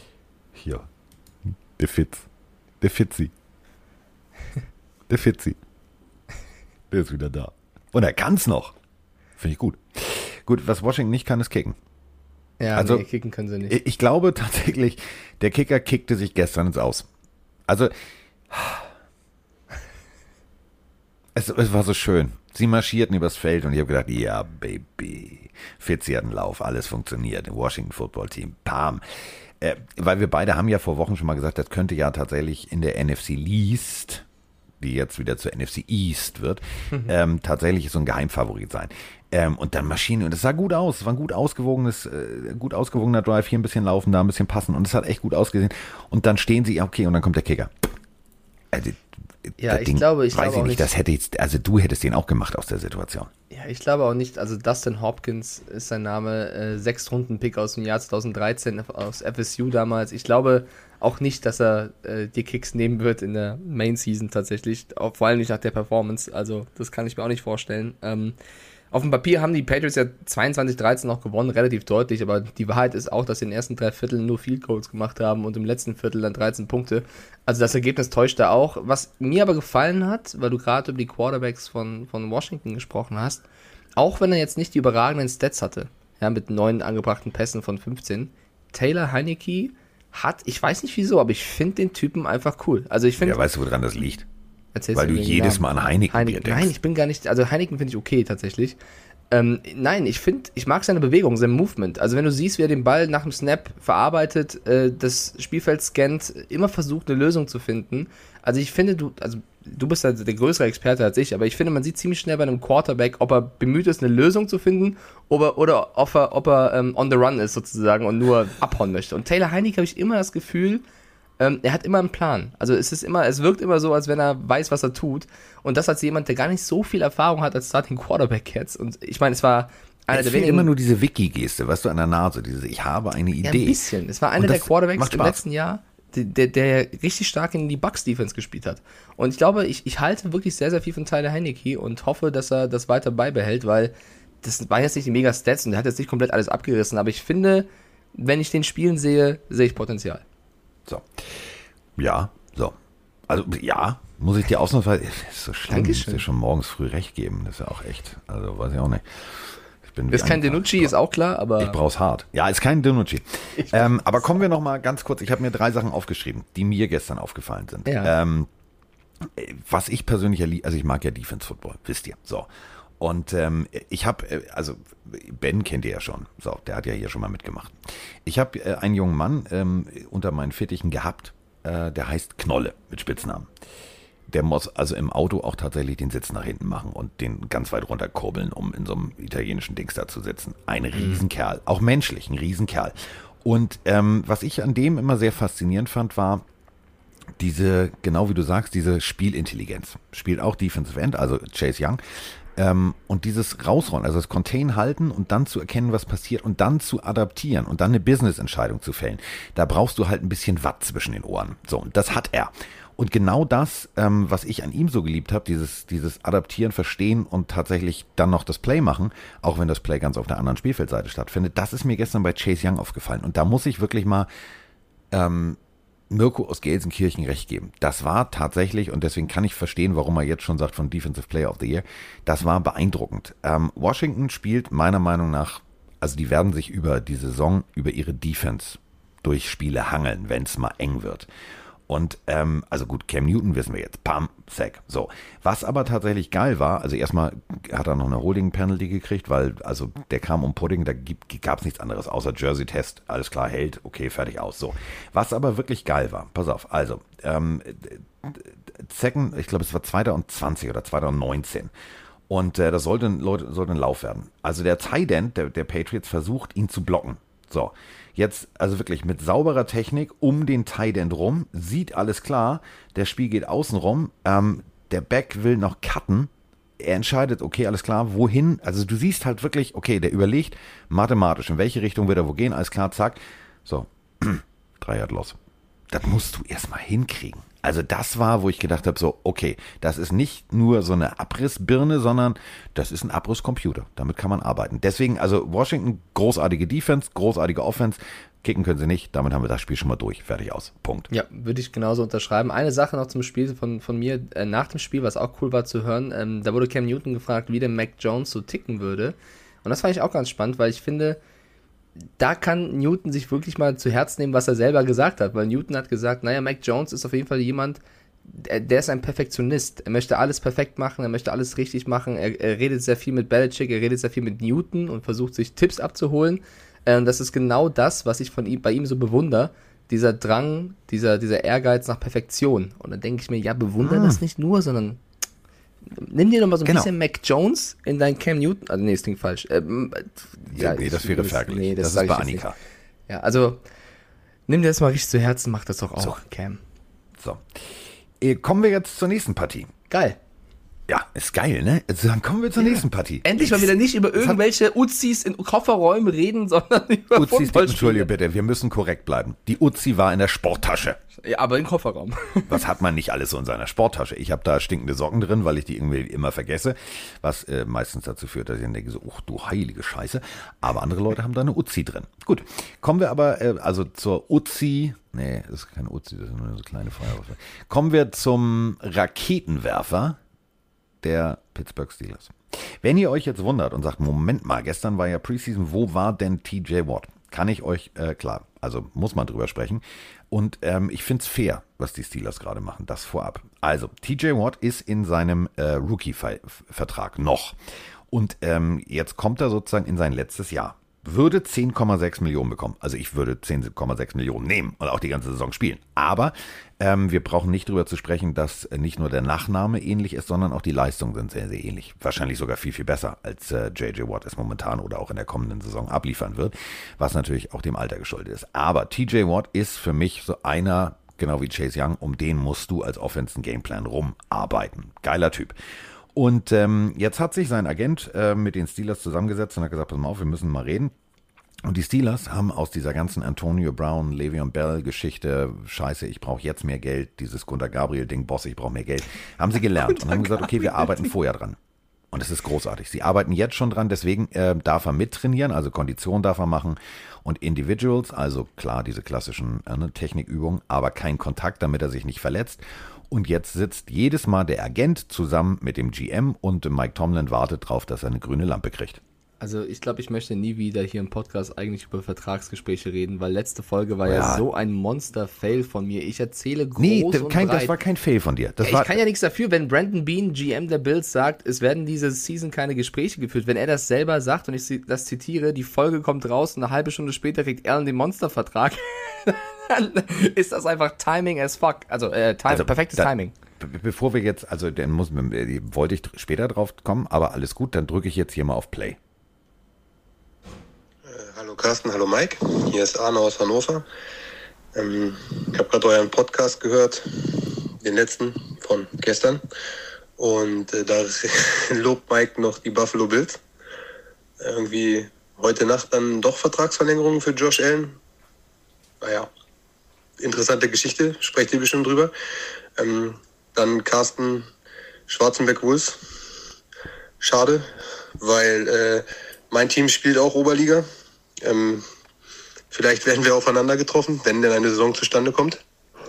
C: Hier, der Fitz. Der Fitzi. Der Fitzi. Der ist wieder da. Und er kann's noch. Finde ich gut. Gut, was Washington nicht kann, ist kicken.
D: Ja,
C: also,
D: nee, kicken können sie nicht.
C: Ich glaube tatsächlich, der Kicker kickte sich gestern ins Aus. Also, es, es war so schön. Sie marschierten übers Feld und ich habe gedacht, ja, Baby. Fitzi hat einen Lauf, alles funktioniert. Im Washington Football Team, bam. Äh, weil wir beide haben ja vor Wochen schon mal gesagt, das könnte ja tatsächlich in der N F C Least die jetzt wieder zur N F C East wird, ähm, tatsächlich so ein Geheimfavorit sein. Ähm, und dann Maschine, und es sah gut aus, es war ein gut ausgewogenes, äh, gut ausgewogener Drive, hier ein bisschen laufen, da ein bisschen passen, und es hat echt gut ausgesehen. Und dann stehen sie, okay, und dann kommt der Kicker. Also,
D: Ja,
C: das
D: ich
C: Ding,
D: glaube, ich
C: weiß
D: glaube
C: ich
D: auch
C: nicht,
D: nicht.
C: das hätte jetzt, also du hättest den auch gemacht aus der Situation.
D: Ja, ich glaube auch nicht. Also Dustin Hopkins ist sein Name, äh, Sechstrunden-Pick aus dem Jahr zweitausenddreizehn aus F S U damals. Ich glaube auch nicht, dass er äh, die Kicks nehmen wird in der Main-Season tatsächlich. Auch, vor allem nicht nach der Performance. Also das kann ich mir auch nicht vorstellen. Ähm, auf dem Papier haben die Patriots ja zweiundzwanzig dreizehn noch gewonnen, relativ deutlich, aber die Wahrheit ist auch, dass sie in den ersten drei Vierteln nur Field Goals gemacht haben und im letzten Viertel dann dreizehn Punkte. Also das Ergebnis täuscht da auch. Was mir aber gefallen hat, weil du gerade über die Quarterbacks von, von Washington gesprochen hast, auch wenn er jetzt nicht die überragenden Stats hatte, ja, mit neun angebrachten Pässen von fünfzehn, Taylor Heinicke hat, ich weiß nicht wieso, aber ich finde den Typen einfach cool. Also ich finde...
C: Ja, weißt du, woran das liegt?
D: Erzählst
C: Weil du
D: mir den
C: jedes
D: Namen?
C: Mal an Heineken,
D: Heineken
C: denkst.
D: Nein, ich bin gar nicht, also Heineken finde ich okay tatsächlich. Ähm, nein, ich finde, ich mag seine Bewegung, sein Movement. Also wenn du siehst, wie er den Ball nach dem Snap verarbeitet, äh, das Spielfeld scannt, immer versucht, eine Lösung zu finden. Also ich finde, du, also du bist halt der größere Experte als ich, aber ich finde, man sieht ziemlich schnell bei einem Quarterback, ob er bemüht ist, eine Lösung zu finden, oder, oder ob er, ob er ähm, on the run ist sozusagen und nur abhauen möchte. Und Taylor Heinicke habe ich immer das Gefühl, Ähm, er hat immer einen Plan. Also es ist immer, es wirkt immer so, als wenn er weiß, was er tut. Und das als jemand, der gar nicht so viel Erfahrung hat als Starting Quarterback jetzt. Und ich meine, es war einer
C: Es
D: der
C: fehlt
D: wenigen.
C: immer nur diese Wiki-Geste, weißt du, an der Nase, diese ich habe eine Idee.
D: Ja, ein bisschen. Es war einer
C: Und
D: der
C: das
D: Quarterbacks
C: macht
D: im
C: Spaß.
D: letzten Jahr, der, der, der richtig stark in die Bucks-Defense gespielt hat. Und ich glaube, ich, ich halte wirklich sehr, sehr viel von Tyler Heinicke und hoffe, dass er das weiter beibehält, weil das waren jetzt nicht die Mega-Stats und der hat jetzt nicht komplett alles abgerissen. Aber ich finde, wenn ich den spielen sehe, sehe ich Potenzial.
C: So. Ja, so. Also, ja, muss ich dir ausnahmsweise, ist so schlimm, ich muss
D: Dankeschön.
C: dir schon morgens früh recht geben, das ist ja auch echt, also weiß ich auch nicht. Ich bin
D: Ist kein
C: einfach-
D: Denucci, ist auch klar, aber.
C: Ich brauch's hart. Ja, ist kein Denucci. Ähm, aber kommen wir noch mal ganz kurz, ich habe mir drei Sachen aufgeschrieben, die mir gestern aufgefallen sind.
D: Ja.
C: Ähm, was ich persönlich, erlie- also ich mag ja Defense Football, wisst ihr. So. Und ähm, ich habe, äh, also Ben kennt ihr ja schon, so, der hat ja hier schon mal mitgemacht. Ich habe äh, einen jungen Mann ähm, unter meinen Fittichen gehabt, äh, der heißt Knolle mit Spitznamen. Der muss also im Auto auch tatsächlich den Sitz nach hinten machen und den ganz weit runter kurbeln, um in so einem italienischen Dings da zu sitzen. Ein Riesenkerl, auch menschlich, ein Riesenkerl. Und ähm, was ich an dem immer sehr faszinierend fand, war diese, genau wie du sagst, diese Spielintelligenz. Spielt auch Defensive End, also Chase Young. Ähm, und dieses Rausrollen, also das Contain halten und dann zu erkennen, was passiert und dann zu adaptieren und dann eine Business-Entscheidung zu fällen. Da brauchst du halt ein bisschen Watt zwischen den Ohren. So, und das hat er. Und genau das, ähm, was ich an ihm so geliebt habe, dieses, dieses Adaptieren, Verstehen und tatsächlich dann noch das Play machen, auch wenn das Play ganz auf der anderen Spielfeldseite stattfindet, das ist mir gestern bei Chase Young aufgefallen. Und da muss ich wirklich mal ähm, Mirko aus Gelsenkirchen recht geben. Das war tatsächlich, und deswegen kann ich verstehen, warum er jetzt schon sagt von Defensive Player of the Year, das war beeindruckend. Ähm, Washington spielt meiner Meinung nach, also die werden sich über die Saison, über ihre Defense durch Spiele hangeln, wenn es mal eng wird. Und, ähm, also gut, Cam Newton wissen wir jetzt, pam, sack, so. Was aber tatsächlich geil war, also erstmal hat er noch eine Holding-Penalty gekriegt, weil, also der kam um Pudding, da gab es nichts anderes, außer Jersey-Test, alles klar, hält, okay, fertig, aus, so. Was aber wirklich geil war, pass auf, also, ähm, Second, ich glaube, es war zweitausendzwanzig oder zweitausendneunzehn. Und äh, das sollte, Leute, sollte ein Lauf werden. Also der Tight End der, der Patriots versucht, ihn zu blocken. So, jetzt also wirklich mit sauberer Technik um den Tight End rum, sieht alles klar, der Spiel geht außen rum, ähm, der Back will noch cutten, er entscheidet, okay, alles klar, wohin, also du siehst halt wirklich, okay, der überlegt mathematisch, in welche Richtung wird er wo gehen, alles klar, zack, so, drei Yard los. Das musst du erstmal hinkriegen. Also das war, wo ich gedacht habe, so, okay, das ist nicht nur so eine Abrissbirne, sondern das ist ein Abrisscomputer. Damit kann man arbeiten. Deswegen, also Washington, großartige Defense, großartige Offense. Kicken können sie nicht. Damit haben wir das Spiel schon mal durch. Fertig aus. Punkt.
D: Ja, würde ich genauso unterschreiben. Eine Sache noch zum Spiel von, von mir äh, nach dem Spiel, was auch cool war zu hören. Ähm, da wurde Cam Newton gefragt, wie der Mac Jones so ticken würde. Und das fand ich auch ganz spannend, weil ich finde, da kann Newton sich wirklich mal zu Herzen nehmen, was er selber gesagt hat. Weil Newton hat gesagt, naja, Mac Jones ist auf jeden Fall jemand, der, der ist ein Perfektionist. Er möchte alles perfekt machen, er möchte alles richtig machen. Er, er redet sehr viel mit Belichick, er redet sehr viel mit Newton und versucht sich Tipps abzuholen. Und das ist genau das, was ich von ihm, bei ihm so bewundere. dieser Drang, dieser, dieser Ehrgeiz nach Perfektion. Und dann denke ich mir, ja, bewundere
C: Ah.
D: das nicht nur, sondern nimm dir doch mal so ein
C: Genau.
D: bisschen Mac Jones in dein Cam Newton. Also, nee, das klingt falsch. Ähm,
C: Ja, nee, das wäre verkehrt.
D: Nee, das,
C: das
D: sag
C: ist bei
D: ich jetzt
C: Annika.
D: nicht. Ja, also, nimm dir das mal richtig zu Herzen, mach das doch auch,
C: So.
D: Cam.
C: So. Äh, Kommen wir jetzt zur nächsten Partie.
D: Geil.
C: Ja, ist geil, ne? Also, dann kommen wir zur nächsten Partie.
D: Endlich mal wieder nicht über irgendwelche Uzis in Kofferräumen reden, sondern über
C: Uzis,
D: Footballspiele.
C: Entschuldige bitte, wir müssen korrekt bleiben. Die Uzi war in der Sporttasche.
D: Ja, aber im Kofferraum.
C: Was hat man nicht alles so in seiner Sporttasche? Ich habe da stinkende Socken drin, weil ich die irgendwie immer vergesse, was äh, meistens dazu führt, dass ich dann denke so, ach du heilige Scheiße. Aber andere Leute haben da eine Uzi drin. Gut, kommen wir aber äh, also zur Uzi. Nee, das ist keine Uzi, das ist nur so eine kleine Feuerwaffe. Kommen wir zum Raketenwerfer der Pittsburgh Steelers. Wenn ihr euch jetzt wundert und sagt, Moment mal, gestern war ja Preseason, wo war denn T J Watt? Kann ich euch, äh, klar, also muss man drüber sprechen. Und ähm, ich finde es fair, was die Steelers gerade machen, das vorab. Also, T J Watt ist in seinem äh, Rookie-Vertrag noch. Und ähm, jetzt kommt er sozusagen in sein letztes Jahr. Würde zehn Komma sechs Millionen bekommen. Also ich würde zehn Komma sechs Millionen nehmen und auch die ganze Saison spielen. Aber ähm, wir brauchen nicht drüber zu sprechen, dass nicht nur der Nachname ähnlich ist, sondern auch die Leistungen sind sehr, sehr ähnlich. Wahrscheinlich sogar viel, viel besser, als äh, J J Watt es momentan oder auch in der kommenden Saison abliefern wird. Was natürlich auch dem Alter geschuldet ist. Aber T J Watt ist für mich so einer, genau wie Chase Young, um den musst du als Offensive Gameplan rumarbeiten. Geiler Typ. Und ähm, jetzt hat sich sein Agent äh, mit den Steelers zusammengesetzt und hat gesagt, pass mal auf, wir müssen mal reden. Und die Steelers haben aus dieser ganzen Antonio Brown, Le'Veon Bell Geschichte, scheiße, ich brauche jetzt mehr Geld, dieses Gunter Gabriel Ding, Boss, ich brauche mehr Geld, haben sie gelernt und haben gesagt, okay, wir arbeiten vorher dran. Und es ist großartig. Sie arbeiten jetzt schon dran, deswegen äh, darf er mittrainieren, also Kondition darf er machen und Individuals, also klar, diese klassischen äh, ne, Technikübungen, aber kein Kontakt, damit er sich nicht verletzt. Und jetzt sitzt jedes Mal der Agent zusammen mit dem G M und Mike Tomlin wartet drauf, dass er eine grüne Lampe kriegt.
D: Also ich glaube, ich möchte nie wieder hier im Podcast eigentlich über Vertragsgespräche reden, weil letzte Folge war ja,
C: Ja.
D: so ein Monster-Fail von mir. Ich erzähle groß
C: Nee,
D: und
C: das, kein,
D: breit.
C: das war kein Fail von dir. Das
D: Ja,
C: war,
D: ich kann ja nichts dafür, wenn Brandon Beane, G M der Bills, sagt, es werden diese Season keine Gespräche geführt. Wenn er das selber sagt und ich das zitiere, die Folge kommt raus und eine halbe Stunde später kriegt Allen den Monster-Vertrag, dann ist das einfach Timing as fuck. Also, äh, time,
C: Also,
D: perfektes
C: da-
D: Timing.
C: be- bevor wir jetzt, also dann muss, äh, wollte ich dr- später drauf kommen, aber alles gut, dann drücke ich jetzt hier mal auf Play.
A: Hallo Carsten, hallo Mike, hier ist Arne aus Hannover. Ähm, ich habe gerade euren Podcast gehört, den letzten von gestern. Und äh, da lobt Mike noch die Buffalo Bills. Irgendwie heute Nacht dann doch Vertragsverlängerung für Josh Allen. Naja, interessante Geschichte, sprecht ihr bestimmt drüber. Ähm, dann Carsten Schwarzenbeck-Wolves. Schade, weil äh, mein Team spielt auch Oberliga. Ähm, vielleicht werden wir aufeinander getroffen, wenn denn eine Saison zustande kommt.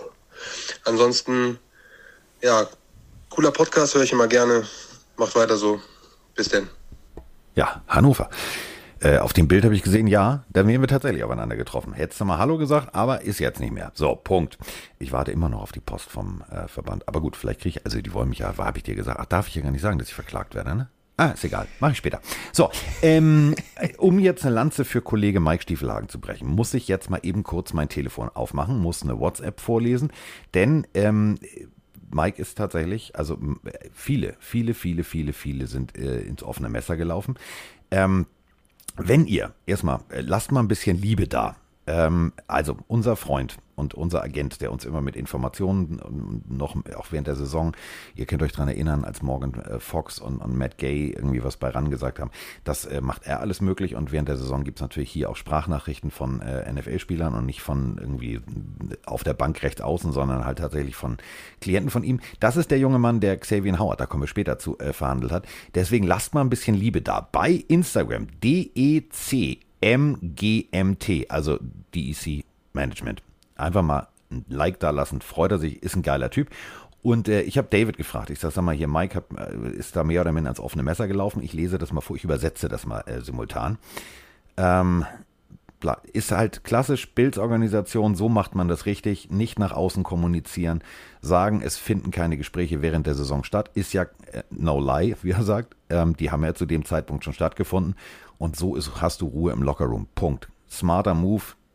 A: Ansonsten, ja, cooler Podcast, höre ich immer gerne. Macht weiter so. Bis denn.
C: Ja, Hannover. Äh, auf dem Bild habe ich gesehen, ja, da wären wir tatsächlich aufeinander getroffen. Hättest du mal Hallo gesagt, aber ist jetzt nicht mehr. So, Punkt. Ich warte immer noch auf die Post vom äh, Verband. Aber gut, vielleicht kriege ich, also die wollen mich ja, habe ich dir gesagt, ach, darf ich ja gar nicht sagen, dass ich verklagt werde, ne? Ah, ist egal, mache ich später. So, ähm, um jetzt eine Lanze für Kollege Mike Stiefelhagen zu brechen, muss ich jetzt mal eben kurz mein Telefon aufmachen, muss eine WhatsApp vorlesen, denn ähm, Mike ist tatsächlich, also m- viele, viele, viele, viele, viele sind äh, ins offene Messer gelaufen. Ähm, wenn ihr, erstmal, äh, lasst mal ein bisschen Liebe da. Ähm, also unser Freund und unser Agent, der uns immer mit Informationen ähm, noch, auch während der Saison, ihr könnt euch dran erinnern, als Morgan äh, Fox und, und Matt Gay irgendwie was bei RAN gesagt haben, das äh, macht er alles möglich und während der Saison gibt es natürlich hier auch Sprachnachrichten von äh, N F L-Spielern und nicht von irgendwie auf der Bank rechts außen, sondern halt tatsächlich von Klienten von ihm. Das ist der junge Mann, der Xavier Howard, da kommen wir später zu, äh, verhandelt hat. Deswegen lasst mal ein bisschen Liebe da. Bei Instagram, D E C M G M T, also D E C Management. Einfach mal ein Like da lassen, freut er sich, ist ein geiler Typ. Und äh, ich habe David gefragt, ich sag, sag mal hier, Mike hab, äh, ist da mehr oder minder ans offene Messer gelaufen. Ich lese das mal vor, ich übersetze das mal äh, simultan. Ähm, bla- ist halt klassisch Bildsorganisation, so macht man das richtig, nicht nach außen kommunizieren, sagen, es finden keine Gespräche während der Saison statt, ist ja äh, no lie, wie er sagt, ähm, die haben ja zu dem Zeitpunkt schon stattgefunden und so ist, hast du Ruhe im Lockerroom, Punkt. Smarter Move,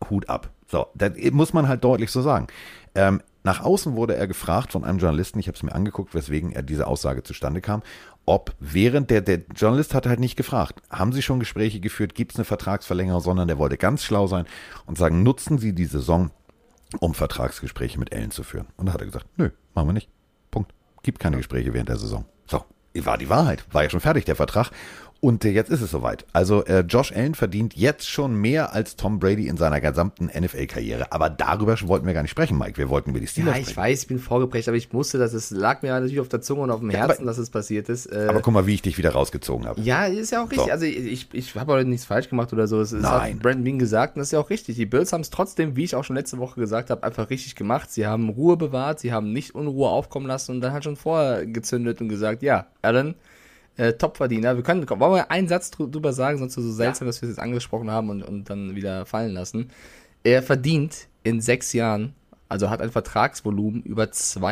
C: Hut ab. So, das muss man halt deutlich so sagen. Ähm, nach außen wurde er gefragt von einem Journalisten, ich habe es mir angeguckt, weswegen er diese Aussage zustande kam, ob während der, der Journalist hat halt nicht gefragt, haben Sie schon Gespräche geführt, gibt es eine Vertragsverlängerung, sondern der wollte ganz schlau sein und sagen, nutzen Sie die Saison, um Vertragsgespräche mit Allen zu führen. Und da hat er gesagt, nö, machen wir nicht. Punkt. Gibt keine Gespräche während der Saison. So, war die Wahrheit. War ja schon fertig, der Vertrag. Und äh, jetzt ist es soweit. Also äh, Josh Allen verdient jetzt schon mehr als Tom Brady in seiner gesamten N F L-Karriere. Aber darüber wollten wir gar nicht sprechen, Mike. Wir wollten über die Steelers
D: Ja, ich
C: sprechen.
D: weiß, ich bin vorgeprägt, aber ich musste, dass es lag mir natürlich auf der Zunge und auf dem
C: Ja,
D: Herzen,
C: aber,
D: dass es passiert ist. Äh,
C: aber guck mal, wie ich dich wieder rausgezogen habe.
D: Ja, ist ja auch richtig.
C: So.
D: Also ich, ich habe heute nichts falsch gemacht oder so. Es, es
C: Nein.
D: hat Brandon Beane gesagt und das ist ja auch richtig. Die Bills haben es trotzdem, wie ich auch schon letzte Woche gesagt habe, einfach richtig gemacht. Sie haben Ruhe bewahrt, sie haben nicht Unruhe aufkommen lassen und dann hat schon vorher gezündet und gesagt, ja, Allen, Äh, Topverdiener. Wir können, wollen wir einen Satz drüber sagen, sonst ist es so seltsam, ja. dass wir es jetzt angesprochen haben und, und dann wieder fallen lassen. Er verdient in sechs Jahren, also hat ein Vertragsvolumen über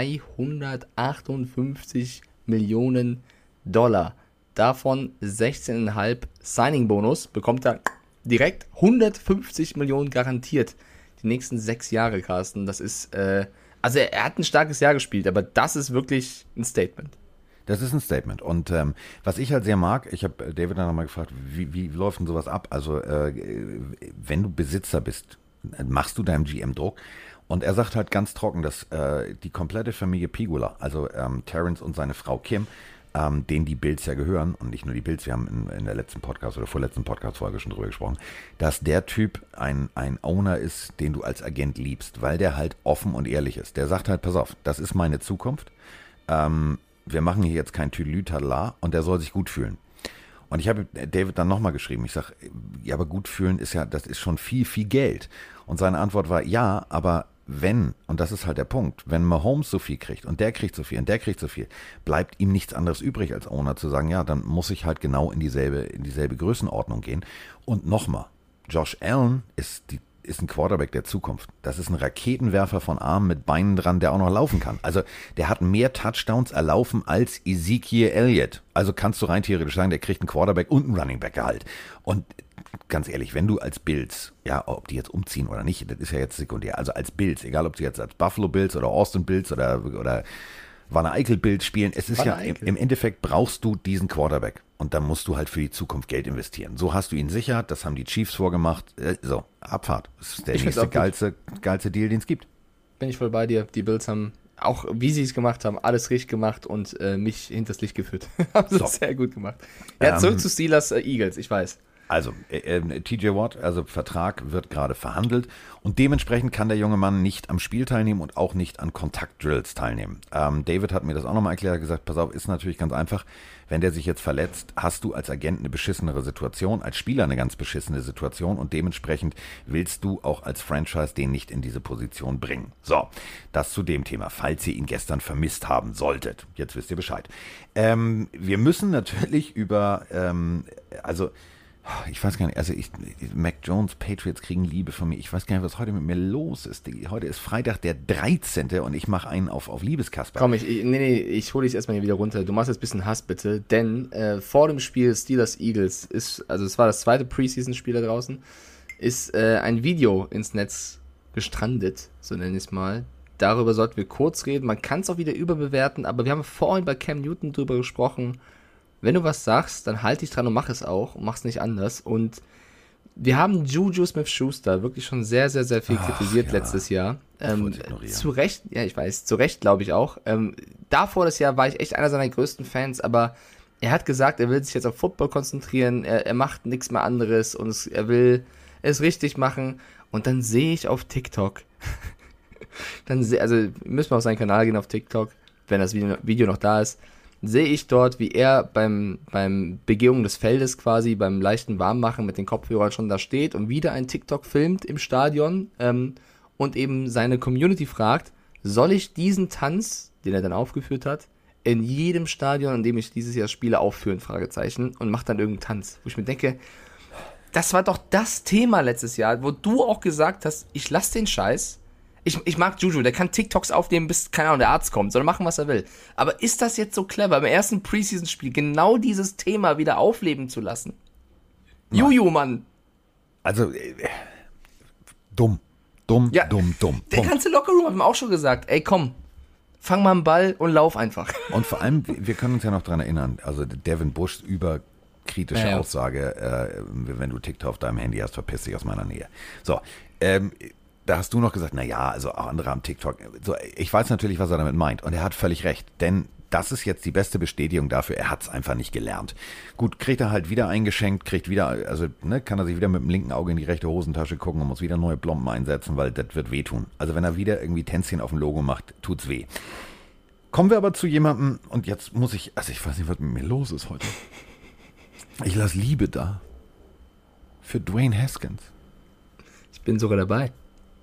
D: zweihundertachtundfünfzig Millionen Dollar. Davon sechzehn Komma fünf Signing-Bonus, bekommt er direkt hundertfünfzig Millionen garantiert. Die nächsten sechs Jahre, Carsten. Das ist, äh, also er, er hat ein starkes Jahr gespielt, aber das ist wirklich ein Statement.
C: Das ist ein Statement. Und ähm, was ich halt sehr mag, ich habe David dann nochmal gefragt, wie, wie läuft denn sowas ab? Also äh, wenn du Besitzer bist, machst du deinem G M Druck? Und er sagt halt ganz trocken, dass äh, die komplette Familie Pegula, also ähm, Terrence und seine Frau Kim, ähm, denen die Bills ja gehören, und nicht nur die Bills, wir haben in, in der letzten Podcast oder vorletzten Podcast-Folge schon drüber gesprochen, dass der Typ ein, ein Owner ist, den du als Agent liebst, weil der halt offen und ehrlich ist. Der sagt halt, pass auf, das ist meine Zukunft, ähm, wir machen hier jetzt kein Tüdelü-Tadala und der soll sich gut fühlen. Und ich habe David dann nochmal geschrieben, ich sage, ja, aber gut fühlen ist ja, das ist schon viel, viel Geld. Und seine Antwort war, ja, aber wenn, und das ist halt der Punkt, wenn Mahomes so viel kriegt und der kriegt so viel und der kriegt so viel, bleibt ihm nichts anderes übrig als Owner zu sagen, ja, dann muss ich halt genau in dieselbe, in dieselbe Größenordnung gehen. Und nochmal, Josh Allen ist die ist ein Quarterback der Zukunft. Das ist ein Raketenwerfer von Armen mit Beinen dran, der auch noch laufen kann. Also der hat mehr Touchdowns erlaufen als Ezekiel Elliott. Also kannst du rein theoretisch sagen, der kriegt einen Quarterback und einen Running Back Gehalt. Und ganz ehrlich, wenn du als Bills, ja, ob die jetzt umziehen oder nicht, das ist ja jetzt sekundär. Also als Bills, egal ob sie jetzt als Buffalo Bills oder Austin Bills oder, oder Wanne Eickel Bills spielen, es ist Wanne ja, im, im Endeffekt brauchst du diesen Quarterback. Und dann musst du halt für die Zukunft Geld investieren. So hast du ihn sicher, das haben die Chiefs vorgemacht. So, Abfahrt. Das ist der ich nächste geilste, geilste Deal, den es gibt.
D: Bin ich voll bei dir. Die Bills haben, auch wie sie es gemacht haben, alles richtig gemacht und äh, mich hinters Licht geführt. haben sie so. Sehr gut gemacht. Ja, zurück ähm, zu Steelers äh, Eagles, ich weiß.
C: Also, äh, T J Watt, also Vertrag wird gerade verhandelt und dementsprechend kann der junge Mann nicht am Spiel teilnehmen und auch nicht an Kontaktdrills teilnehmen. Ähm, David hat mir das auch nochmal erklärt, gesagt, pass auf, ist natürlich ganz einfach, wenn der sich jetzt verletzt, hast du als Agent eine beschissenere Situation, als Spieler eine ganz beschissene Situation und dementsprechend willst du auch als Franchise den nicht in diese Position bringen. So, das zu dem Thema, falls ihr ihn gestern vermisst haben solltet. Jetzt wisst ihr Bescheid. Ähm, wir müssen natürlich über, ähm, also ich weiß gar nicht, also ich, Mac Jones, Patriots kriegen Liebe von mir. Ich weiß gar nicht, was heute mit mir los ist. Heute ist Freitag der dreizehnte und ich mache einen auf, auf Liebeskasper.
D: Komm, ich, ich, nee, nee, ich hole dich erstmal hier wieder runter. Du machst jetzt ein bisschen Hass, bitte. Denn äh, vor dem Spiel Steelers-Eagles ist, also es war das zweite Preseason-Spiel da draußen, ist äh, ein Video ins Netz gestrandet, so nenne ich es mal. Darüber sollten wir kurz reden. Man kann es auch wieder überbewerten, aber wir haben vorhin bei Cam Newton drüber gesprochen. Wenn du was sagst, dann halt dich dran und mach es auch und mach es nicht anders. Und wir haben Juju Smith-Schuster wirklich schon sehr, sehr, sehr viel Ach, kritisiert ja. letztes Jahr. Ähm, zu Recht, ja, ich weiß, zu Recht glaube ich auch. Ähm, davor das Jahr war ich echt einer seiner größten Fans, aber er hat gesagt, er will sich jetzt auf Football konzentrieren, er, er macht nichts mehr anderes und es, er will es richtig machen. Und dann sehe ich auf TikTok, dann seh, also müssen wir auf seinen Kanal gehen auf TikTok, wenn das Video, Video noch da ist, sehe ich dort, wie er beim, beim Begehung des Feldes quasi, beim leichten Warmmachen mit den Kopfhörern schon da steht und wieder ein TikTok filmt im Stadion ähm, und eben seine Community fragt, soll ich diesen Tanz, den er dann aufgeführt hat, in jedem Stadion, in dem ich dieses Jahr spiele, aufführen, Fragezeichen, und macht dann irgendeinen Tanz, wo ich mir denke, das war doch das Thema letztes Jahr, wo du auch gesagt hast, ich lass den Scheiß. Ich, ich mag Juju, der kann TikToks aufnehmen, bis, keine Ahnung, der Arzt kommt, soll machen, was er will. Aber ist das jetzt so clever, im ersten Preseason-Spiel genau dieses Thema wieder aufleben zu lassen? Juju, Mann!
C: Also, äh, dumm. Dumm,
D: Ja,
C: dumm, dumm.
D: Der
C: Punkt.
D: ganze Lockerroom hat ihm auch schon gesagt, ey komm, fang mal einen Ball und lauf einfach.
C: Und vor allem, wir können uns ja noch dran erinnern, also Devin Bushs überkritische
D: Ja, ja.
C: Aussage, äh, wenn du TikTok auf deinem Handy hast, verpiss dich aus meiner Nähe. So, ähm, da hast du noch gesagt, naja, also auch andere haben TikTok. So, ich weiß natürlich, was er damit meint. Und er hat völlig recht, denn das ist jetzt die beste Bestätigung dafür, er hat es einfach nicht gelernt. Gut, kriegt er halt wieder eingeschenkt, kriegt wieder, also ne, kann er sich wieder mit dem linken Auge in die rechte Hosentasche gucken und muss wieder neue Plomben einsetzen, weil das wird wehtun. Also wenn er wieder irgendwie Tänzchen auf dem Logo macht, tut's weh. Kommen wir aber zu jemandem, und jetzt muss ich, also ich weiß nicht, was mit mir los ist heute. Ich lasse Liebe da. Für Dwayne Haskins.
D: Ich bin sogar dabei.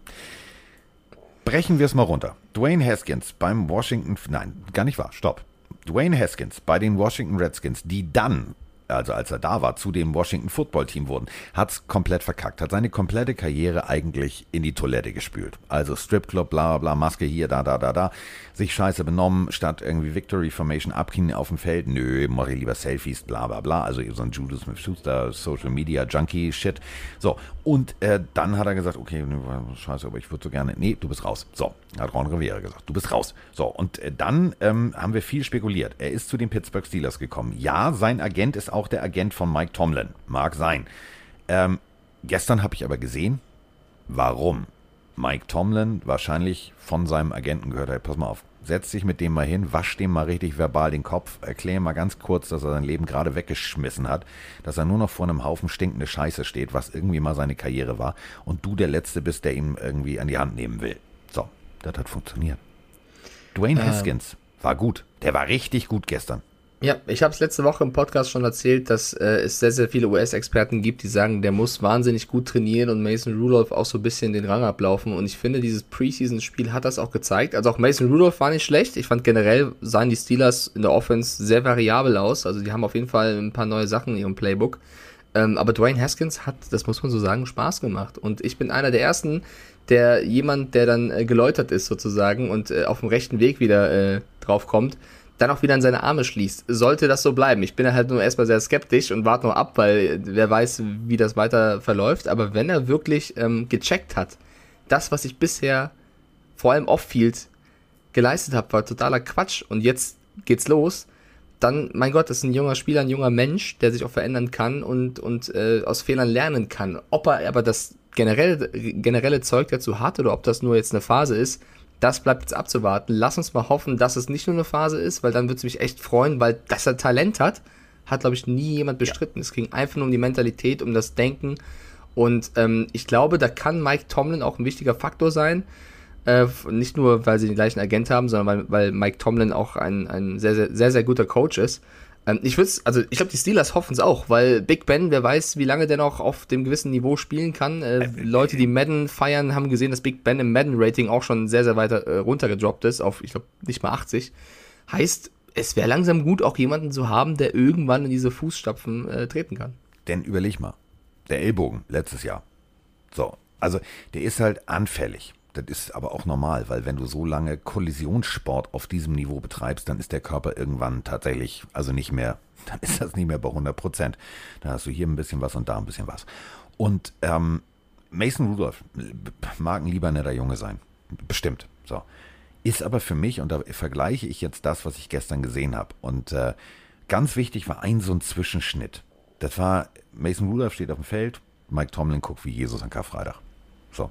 C: Brechen wir es mal runter. Dwayne Haskins beim Washington, nein, gar nicht wahr, stopp. Dwayne Haskins bei den Washington Redskins, die dann, also als er da war, zu dem Washington Football Team wurden, hat es komplett verkackt, hat seine komplette Karriere eigentlich in die Toilette gespült. Also Stripclub, bla bla, Maske hier, da, da, da, da, sich scheiße benommen, statt irgendwie Victory Formation abknien auf dem Feld, nö, mache ich lieber Selfies, bla bla bla, also so ein Judas Smith-Schuster, Social Media Junkie Shit. So, und äh, dann hat er gesagt, okay, nö, scheiße, aber ich würde so gerne, nee, du bist raus. So, hat Ron Rivera gesagt, du bist raus. So, und äh, dann ähm, haben wir viel spekuliert. Er ist zu den Pittsburgh Steelers gekommen. Ja, sein Agent ist auch der Agent von Mike Tomlin. Mag sein. Ähm, gestern habe ich aber gesehen, warum Mike Tomlin wahrscheinlich von seinem Agenten gehört hat. Pass mal auf, setz dich mit dem mal hin, wasch dem mal richtig verbal den Kopf, erklär mal ganz kurz, dass er sein Leben gerade weggeschmissen hat, dass er nur noch vor einem Haufen stinkende Scheiße steht, was irgendwie mal seine Karriere war, und du der Letzte bist, der ihn irgendwie an die Hand nehmen will. So, das hat funktioniert. Dwayne
D: Ähm.
C: Haskins war gut. Der war richtig gut gestern.
D: Ja, ich habe es letzte Woche im Podcast schon erzählt, dass äh, es sehr, sehr viele U S-Experten gibt, die sagen, der muss wahnsinnig gut trainieren und Mason Rudolph auch so ein bisschen den Rang ablaufen. Und ich finde, dieses Preseason-Spiel hat das auch gezeigt. Also auch Mason Rudolph war nicht schlecht. Ich fand generell sahen die Steelers in der Offense sehr variabel aus. Also die haben auf jeden Fall ein paar neue Sachen in ihrem Playbook. Ähm, aber Dwayne Haskins hat, das muss man so sagen, Spaß gemacht. Und ich bin einer der Ersten, der jemand, der dann äh, geläutert ist sozusagen und äh, auf dem rechten Weg wieder äh, drauf kommt, dann auch wieder in seine Arme schließt. Sollte das so bleiben. Ich bin halt nur erstmal sehr skeptisch und warte noch ab, weil wer weiß, wie das weiter verläuft. Aber wenn er wirklich ähm, gecheckt hat, das, was ich bisher vor allem off-field geleistet habe, war totaler Quatsch und jetzt geht's los, dann, mein Gott, das ist ein junger Spieler, ein junger Mensch, der sich auch verändern kann und, und äh, aus Fehlern lernen kann. Ob er aber das generelle, generelle Zeug dazu hat oder ob das nur jetzt eine Phase ist, das bleibt jetzt abzuwarten. Lass uns mal hoffen, dass es nicht nur eine Phase ist, weil dann würde es mich echt freuen, weil dass er Talent hat, hat, glaube ich, nie jemand bestritten. Es ging einfach nur um die Mentalität, um das Denken. Und ähm, ich glaube, da kann Mike Tomlin auch ein wichtiger Faktor sein. Äh, nicht nur, weil sie den gleichen Agent haben, sondern weil, weil Mike Tomlin auch ein, ein sehr, sehr, sehr, sehr guter Coach ist. Ähm, ich würde also ich glaube, die Steelers hoffen es auch, weil Big Ben, wer weiß, wie lange der noch auf dem gewissen Niveau spielen kann. Äh, äh, Leute, die Madden feiern, haben gesehen, dass Big Ben im Madden-Rating auch schon sehr, sehr weiter äh, runtergedroppt ist, auf, ich glaube, nicht mal achtzig. Heißt, es wäre langsam gut, auch jemanden zu haben, der irgendwann in diese Fußstapfen äh, treten kann.
C: Denn überleg mal, der Ellbogen letztes Jahr. So, also der ist halt anfällig. Das ist aber auch normal, weil wenn du so lange Kollisionssport auf diesem Niveau betreibst, dann ist der Körper irgendwann tatsächlich, also nicht mehr, dann ist das nicht mehr bei hundert Prozent. Dann hast du hier ein bisschen was und da ein bisschen was. Und ähm, Mason Rudolph mag ein lieber netter Junge sein. Bestimmt. So. Ist aber für mich, und da vergleiche ich jetzt das, was ich gestern gesehen habe. Und äh, ganz wichtig war ein so ein Zwischenschnitt. Das war, Mason Rudolph steht auf dem Feld, Mike Tomlin guckt wie Jesus an Karfreitag. So.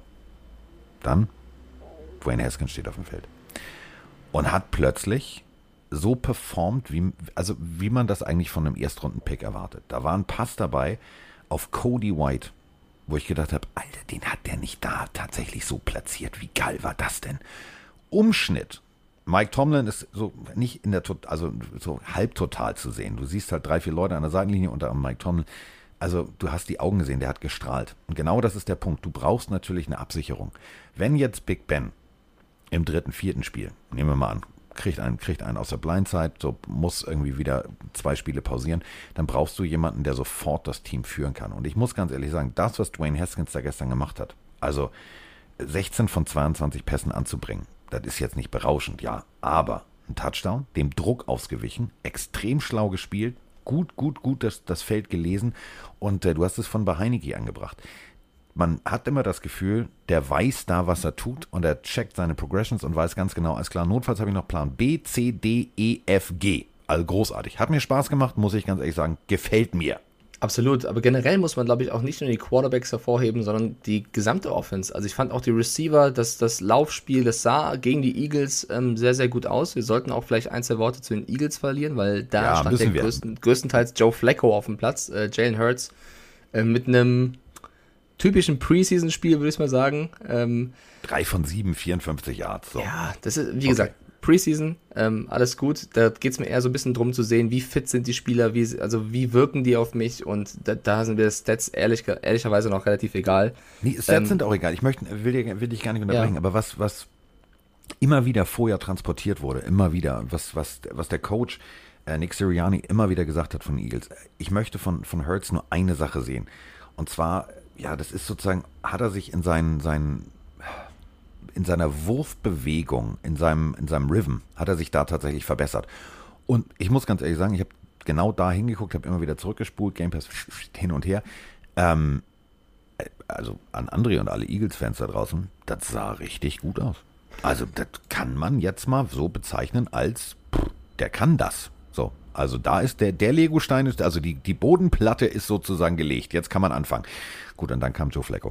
C: Dann Dwayne Haskins steht auf dem Feld und hat plötzlich so performt, wie, also wie man das eigentlich von einem Erstrunden-Pick erwartet. Da war ein Pass dabei auf Cody White, wo ich gedacht habe, Alter, den hat der nicht da tatsächlich so platziert. Wie geil war das denn? Umschnitt. Mike Tomlin ist so nicht in der, also so halbtotal zu sehen. Du siehst halt drei, vier Leute an der Seitenlinie unter Mike Tomlin. Also du hast die Augen gesehen, der hat gestrahlt. Und genau das ist der Punkt. Du brauchst natürlich eine Absicherung. Wenn jetzt Big Ben im dritten, vierten Spiel, nehmen wir mal an, kriegt einen, kriegt einen aus der Blindside, so muss irgendwie wieder zwei Spiele pausieren, dann brauchst du jemanden, der sofort das Team führen kann. Und ich muss ganz ehrlich sagen, das, was Dwayne Haskins da gestern gemacht hat, also sechzehn von zweiundzwanzig Pässen anzubringen, das ist jetzt nicht berauschend, ja, aber ein Touchdown, dem Druck ausgewichen, extrem schlau gespielt, gut, gut, gut das, das Feld gelesen und äh, du hast es von Heineke angebracht. man hat immer das Gefühl, der weiß da, was er tut und er checkt seine Progressions und weiß ganz genau, alles klar, notfalls habe ich noch Plan B, C, D, E, F, G. Also großartig. Hat mir Spaß gemacht, muss ich ganz ehrlich sagen, gefällt mir.
D: Absolut, aber generell muss man, glaube ich, auch nicht nur die Quarterbacks hervorheben, sondern die gesamte Offense. Also ich fand auch die Receiver, das, das Laufspiel, das sah gegen die Eagles ähm, sehr, sehr gut aus. Wir sollten auch vielleicht ein, zwei Worte zu den Eagles verlieren, weil da
C: ja,
D: stand der größten, größtenteils Joe Flacco auf dem Platz, äh, Jalen Hurts, äh, mit einem typischen Preseason-Spiel, würde ich mal sagen. Ähm,
C: Drei von sieben, vierundfünfzig Yards. So.
D: Ja, das ist, wie
C: okay.
D: gesagt, Preseason, ähm, alles gut. Da geht es mir eher so ein bisschen drum zu sehen, wie fit sind die Spieler, wie, also wie wirken die auf mich und da, da sind mir Stats ehrlich, ehrlicherweise noch relativ egal.
C: Nee, Stats ähm, sind auch egal. Ich möchte, will, dir, will dich gar nicht unterbrechen, ja. aber was, was immer wieder vorher transportiert wurde, immer wieder, was, was, was der Coach äh, Nick Sirianni immer wieder gesagt hat von den Eagles, ich möchte von, von Hurts nur eine Sache sehen. Und zwar, ja, das ist sozusagen, hat er sich in seinen, seinen in seiner Wurfbewegung, in seinem, in seinem Rhythm, hat er sich da tatsächlich verbessert. Und ich muss ganz ehrlich sagen, ich habe genau da hingeguckt, habe immer wieder zurückgespult, Game Pass hin und her. Ähm, also an André und alle Eagles-Fans da draußen, das sah richtig gut aus. Also das kann man jetzt mal so bezeichnen als, pff, der kann das. So, also da ist der, der Legostein, ist, also die, die Bodenplatte ist sozusagen gelegt. Jetzt kann man anfangen. Gut, und dann kam Joe Flacco.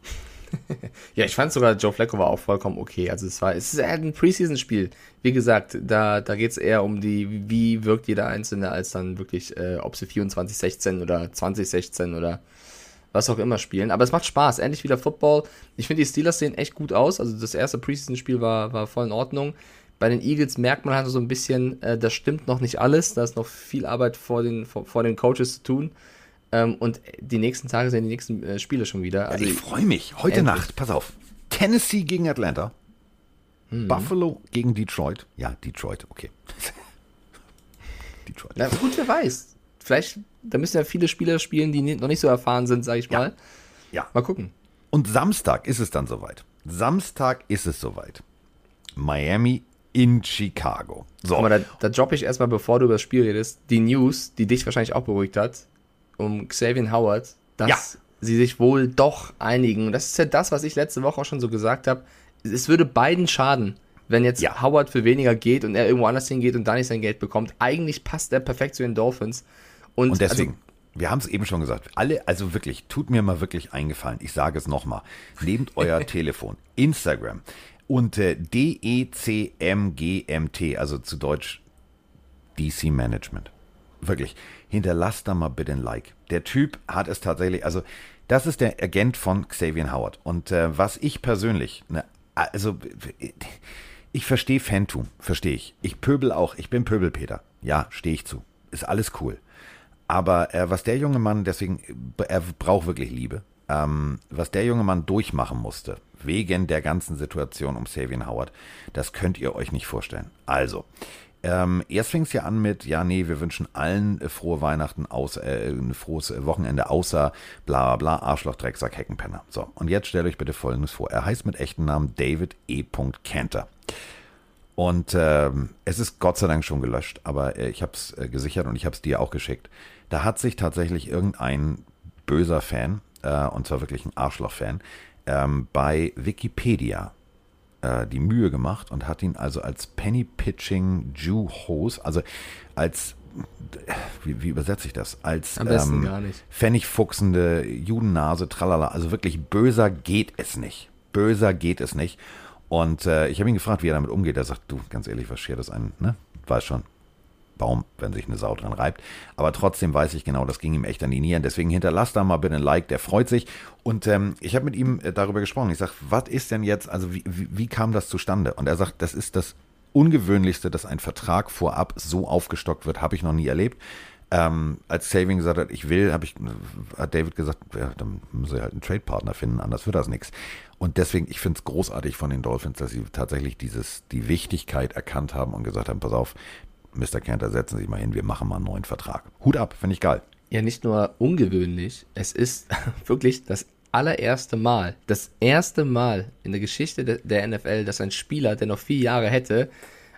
D: Ja, ich fand sogar, Joe Flacco war auch vollkommen okay. Also es war, es ist ein Preseason-Spiel. Wie gesagt, da, da geht es eher um die, wie wirkt jeder Einzelne, als dann wirklich, äh, ob sie vierundzwanzig sechzehn oder zwanzig sechzehn oder was auch immer spielen. Aber es macht Spaß, endlich wieder Football. Ich finde, die Steelers sehen echt gut aus. Also das erste Preseason-Spiel war, war voll in Ordnung. Bei den Eagles merkt man halt so ein bisschen, äh, das stimmt noch nicht alles. Da ist noch viel Arbeit vor den, vor, vor den Coaches zu tun. Ähm, und die nächsten Tage sind die nächsten äh, Spiele schon wieder. Also
C: ja, ich freue mich. Heute endlich. Nacht, pass auf. Tennessee gegen Atlanta. Hm. Buffalo gegen Detroit. Ja, Detroit, okay.
D: Detroit. Na gut, wer weiß. Vielleicht, da müssen ja viele Spieler spielen, die noch nicht so erfahren sind, sag ich mal.
C: Ja. ja.
D: Mal gucken.
C: Und Samstag ist es dann soweit. Samstag ist es soweit. Miami in Chicago. So.
D: Aber da, da droppe ich erstmal, bevor du über das Spiel redest, die News, die dich wahrscheinlich auch beruhigt hat, um Xavier Howard, dass
C: ja.
D: sie sich wohl doch einigen. Und das ist ja das, was ich letzte Woche auch schon so gesagt habe. Es würde beiden schaden, wenn jetzt ja. Howard für weniger geht und er irgendwo anders hingeht und da nicht sein Geld bekommt. Eigentlich passt er perfekt zu den Dolphins. Und,
C: und deswegen,
D: also,
C: wir haben es eben schon gesagt, alle, also wirklich, tut mir mal wirklich eingefallen, ich sage es nochmal, nehmt euer Telefon, Instagram und äh, D E C M G M T, also zu Deutsch D C Management. Wirklich, hinterlasst da mal bitte ein Like. Der Typ hat es tatsächlich, also das ist der Agent von Xavier Howard. Und äh, was ich persönlich, ne, also ich verstehe Fantum, verstehe ich. Ich pöbel auch, ich bin Pöbelpeter. Ja, stehe ich zu. Ist alles cool. Aber äh, was der junge Mann, deswegen, er braucht wirklich Liebe, ähm, was der junge Mann durchmachen musste, wegen der ganzen Situation um Xavier Howard, das könnt ihr euch nicht vorstellen. Also, Ähm, erst fing es ja an mit, ja, nee, wir wünschen allen äh, frohe Weihnachten, außer, äh, ein frohes Wochenende, außer bla bla bla, Arschloch, Drecksack, Heckenpenner. So, und jetzt stellt euch bitte Folgendes vor. Er heißt mit echten Namen David E. Cantor. Und ähm, es ist Gott sei Dank schon gelöscht, aber äh, ich habe es äh, gesichert und ich habe es dir auch geschickt. Da hat sich tatsächlich irgendein böser Fan, äh, und zwar wirklich ein Arschloch-Fan, ähm, bei Wikipedia die Mühe gemacht und hat ihn also als Penny-Pitching Jew-Hose, also als, wie, wie übersetze ich das? Als
D: Am besten
C: ähm,
D: gar nicht.
C: Pfennigfuchsende Judennase, tralala, also wirklich böser geht es nicht. Böser geht es nicht. Und äh, ich habe ihn gefragt, wie er damit umgeht. Er sagt, du, ganz ehrlich, was schert das einen, ne? Weiß schon. Baum, wenn sich eine Sau dran reibt. Aber trotzdem weiß ich genau, das ging ihm echt an die Nieren. Deswegen hinterlasst da mal bitte ein Like, der freut sich. Und ähm, ich habe mit ihm äh, darüber gesprochen. Ich sage, was ist denn jetzt, also wie, wie, wie kam das zustande? Und er sagt, das ist das Ungewöhnlichste, dass ein Vertrag vorab so aufgestockt wird, habe ich noch nie erlebt. Ähm, als Saving gesagt hat, ich will, habe ich, hat David gesagt, ja, dann muss er halt einen Trade-Partner finden, anders wird das nichts. Und deswegen, ich finde es großartig von den Dolphins, dass sie tatsächlich dieses, die Wichtigkeit erkannt haben und gesagt haben, pass auf, Mister Cantor, setzen Sie sich mal hin, wir machen mal einen neuen Vertrag. Hut ab, finde ich geil.
D: Ja, nicht nur ungewöhnlich, es ist wirklich das allererste Mal, das erste Mal in der Geschichte der N F L, dass ein Spieler, der noch vier Jahre hätte,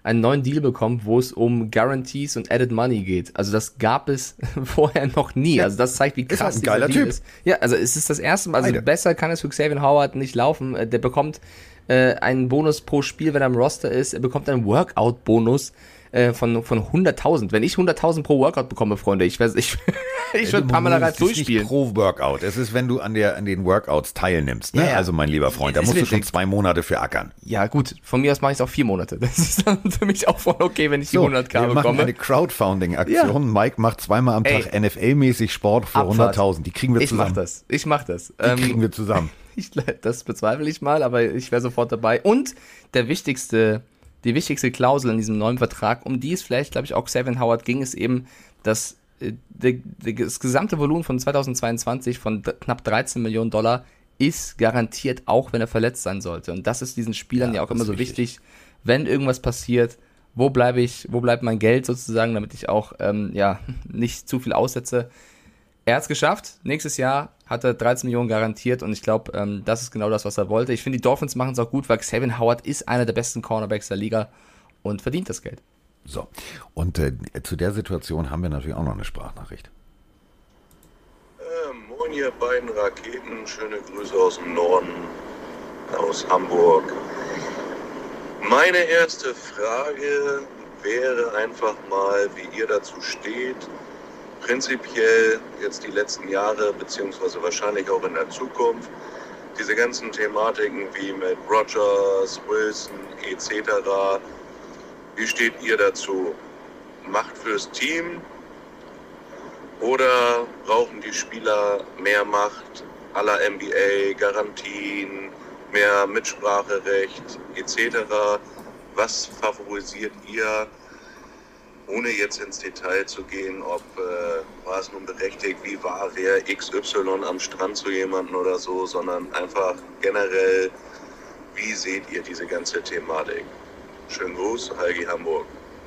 D: einen neuen Deal bekommt, wo es um Guarantees und Added Money geht. Also das gab es vorher noch nie. Also das zeigt, wie
C: Ist
D: krass
C: ein
D: dieser
C: geiler
D: Deal
C: Typ.
D: ist. Ja, also es ist das erste Mal, also
C: Beide.
D: besser kann es für Xavier Howard nicht laufen. Der bekommt äh, einen Bonus pro Spiel, wenn er im Roster ist. Er bekommt einen Workout-Bonus äh, von, von hunderttausend. Wenn ich hunderttausend pro Workout bekomme, Freunde, ich weiß, ich, ich würde Pamela Reif
C: Es ist nicht
D: durchspielen.
C: pro Workout. Es ist, wenn du an, der, an den Workouts teilnimmst. Ne?
D: Ja, ja.
C: Also mein lieber Freund, da
D: Ist
C: musst du
D: richtig.
C: schon zwei Monate für ackern.
D: Ja gut, von mir aus mache ich es auch vier Monate. Das ist dann für mich auch voll okay, wenn ich die
C: So,
D: hunderttausend
C: wir machen
D: bekomme.
C: eine Crowdfunding-Aktion. Mike macht zweimal am
D: Ey.
C: Tag N F L-mäßig Sport für
D: Abfahrt.
C: hunderttausend. Die kriegen wir
D: Ich
C: zusammen.
D: mach das, ich mach das.
C: Die kriegen wir zusammen.
D: Ich, das bezweifle ich mal, aber ich wäre sofort dabei. Und der wichtigste, die wichtigste Klausel in diesem neuen Vertrag, um die es vielleicht, glaube ich, auch Xavier Howard ging, ist eben, dass äh, de, de, das gesamte Volumen von zweitausendzweiundzwanzig von d- knapp dreizehn Millionen Dollar ist garantiert, auch wenn er verletzt sein sollte. Und das ist diesen Spielern ja,
C: Ja,
D: auch
C: das
D: immer
C: ist
D: so
C: wichtig.
D: wichtig, wenn irgendwas passiert, wo bleibe ich, wo bleibt mein Geld sozusagen, damit ich auch ähm, ja, nicht zu viel aussetze. Er hat es geschafft. Nächstes Jahr hat er dreizehn Millionen garantiert und ich glaube, ähm, das ist genau das, was er wollte. Ich finde, die Dolphins machen es auch gut, weil Xavier Howard ist einer der besten Cornerbacks der Liga und verdient das Geld.
C: So. Und äh, zu der Situation haben wir natürlich auch noch eine Sprachnachricht.
E: Äh, moin ihr beiden Raketen, schöne Grüße aus dem Norden, aus Hamburg. Meine erste Frage wäre einfach mal, wie ihr dazu steht, prinzipiell jetzt die letzten Jahre, beziehungsweise wahrscheinlich auch in der Zukunft, diese ganzen Thematiken wie mit Rodgers, Wilson et cetera. Wie steht ihr dazu? Macht fürs Team oder brauchen die Spieler mehr Macht à la N B A, Garantien, mehr Mitspracherecht et cetera? Was favorisiert ihr, ohne jetzt ins Detail zu gehen, ob äh, war es nun berechtigt, wie war wer X Y am Strand zu jemandem oder so, sondern einfach generell, wie seht ihr diese ganze Thematik? Schönen Gruß, Heigi Hamburg.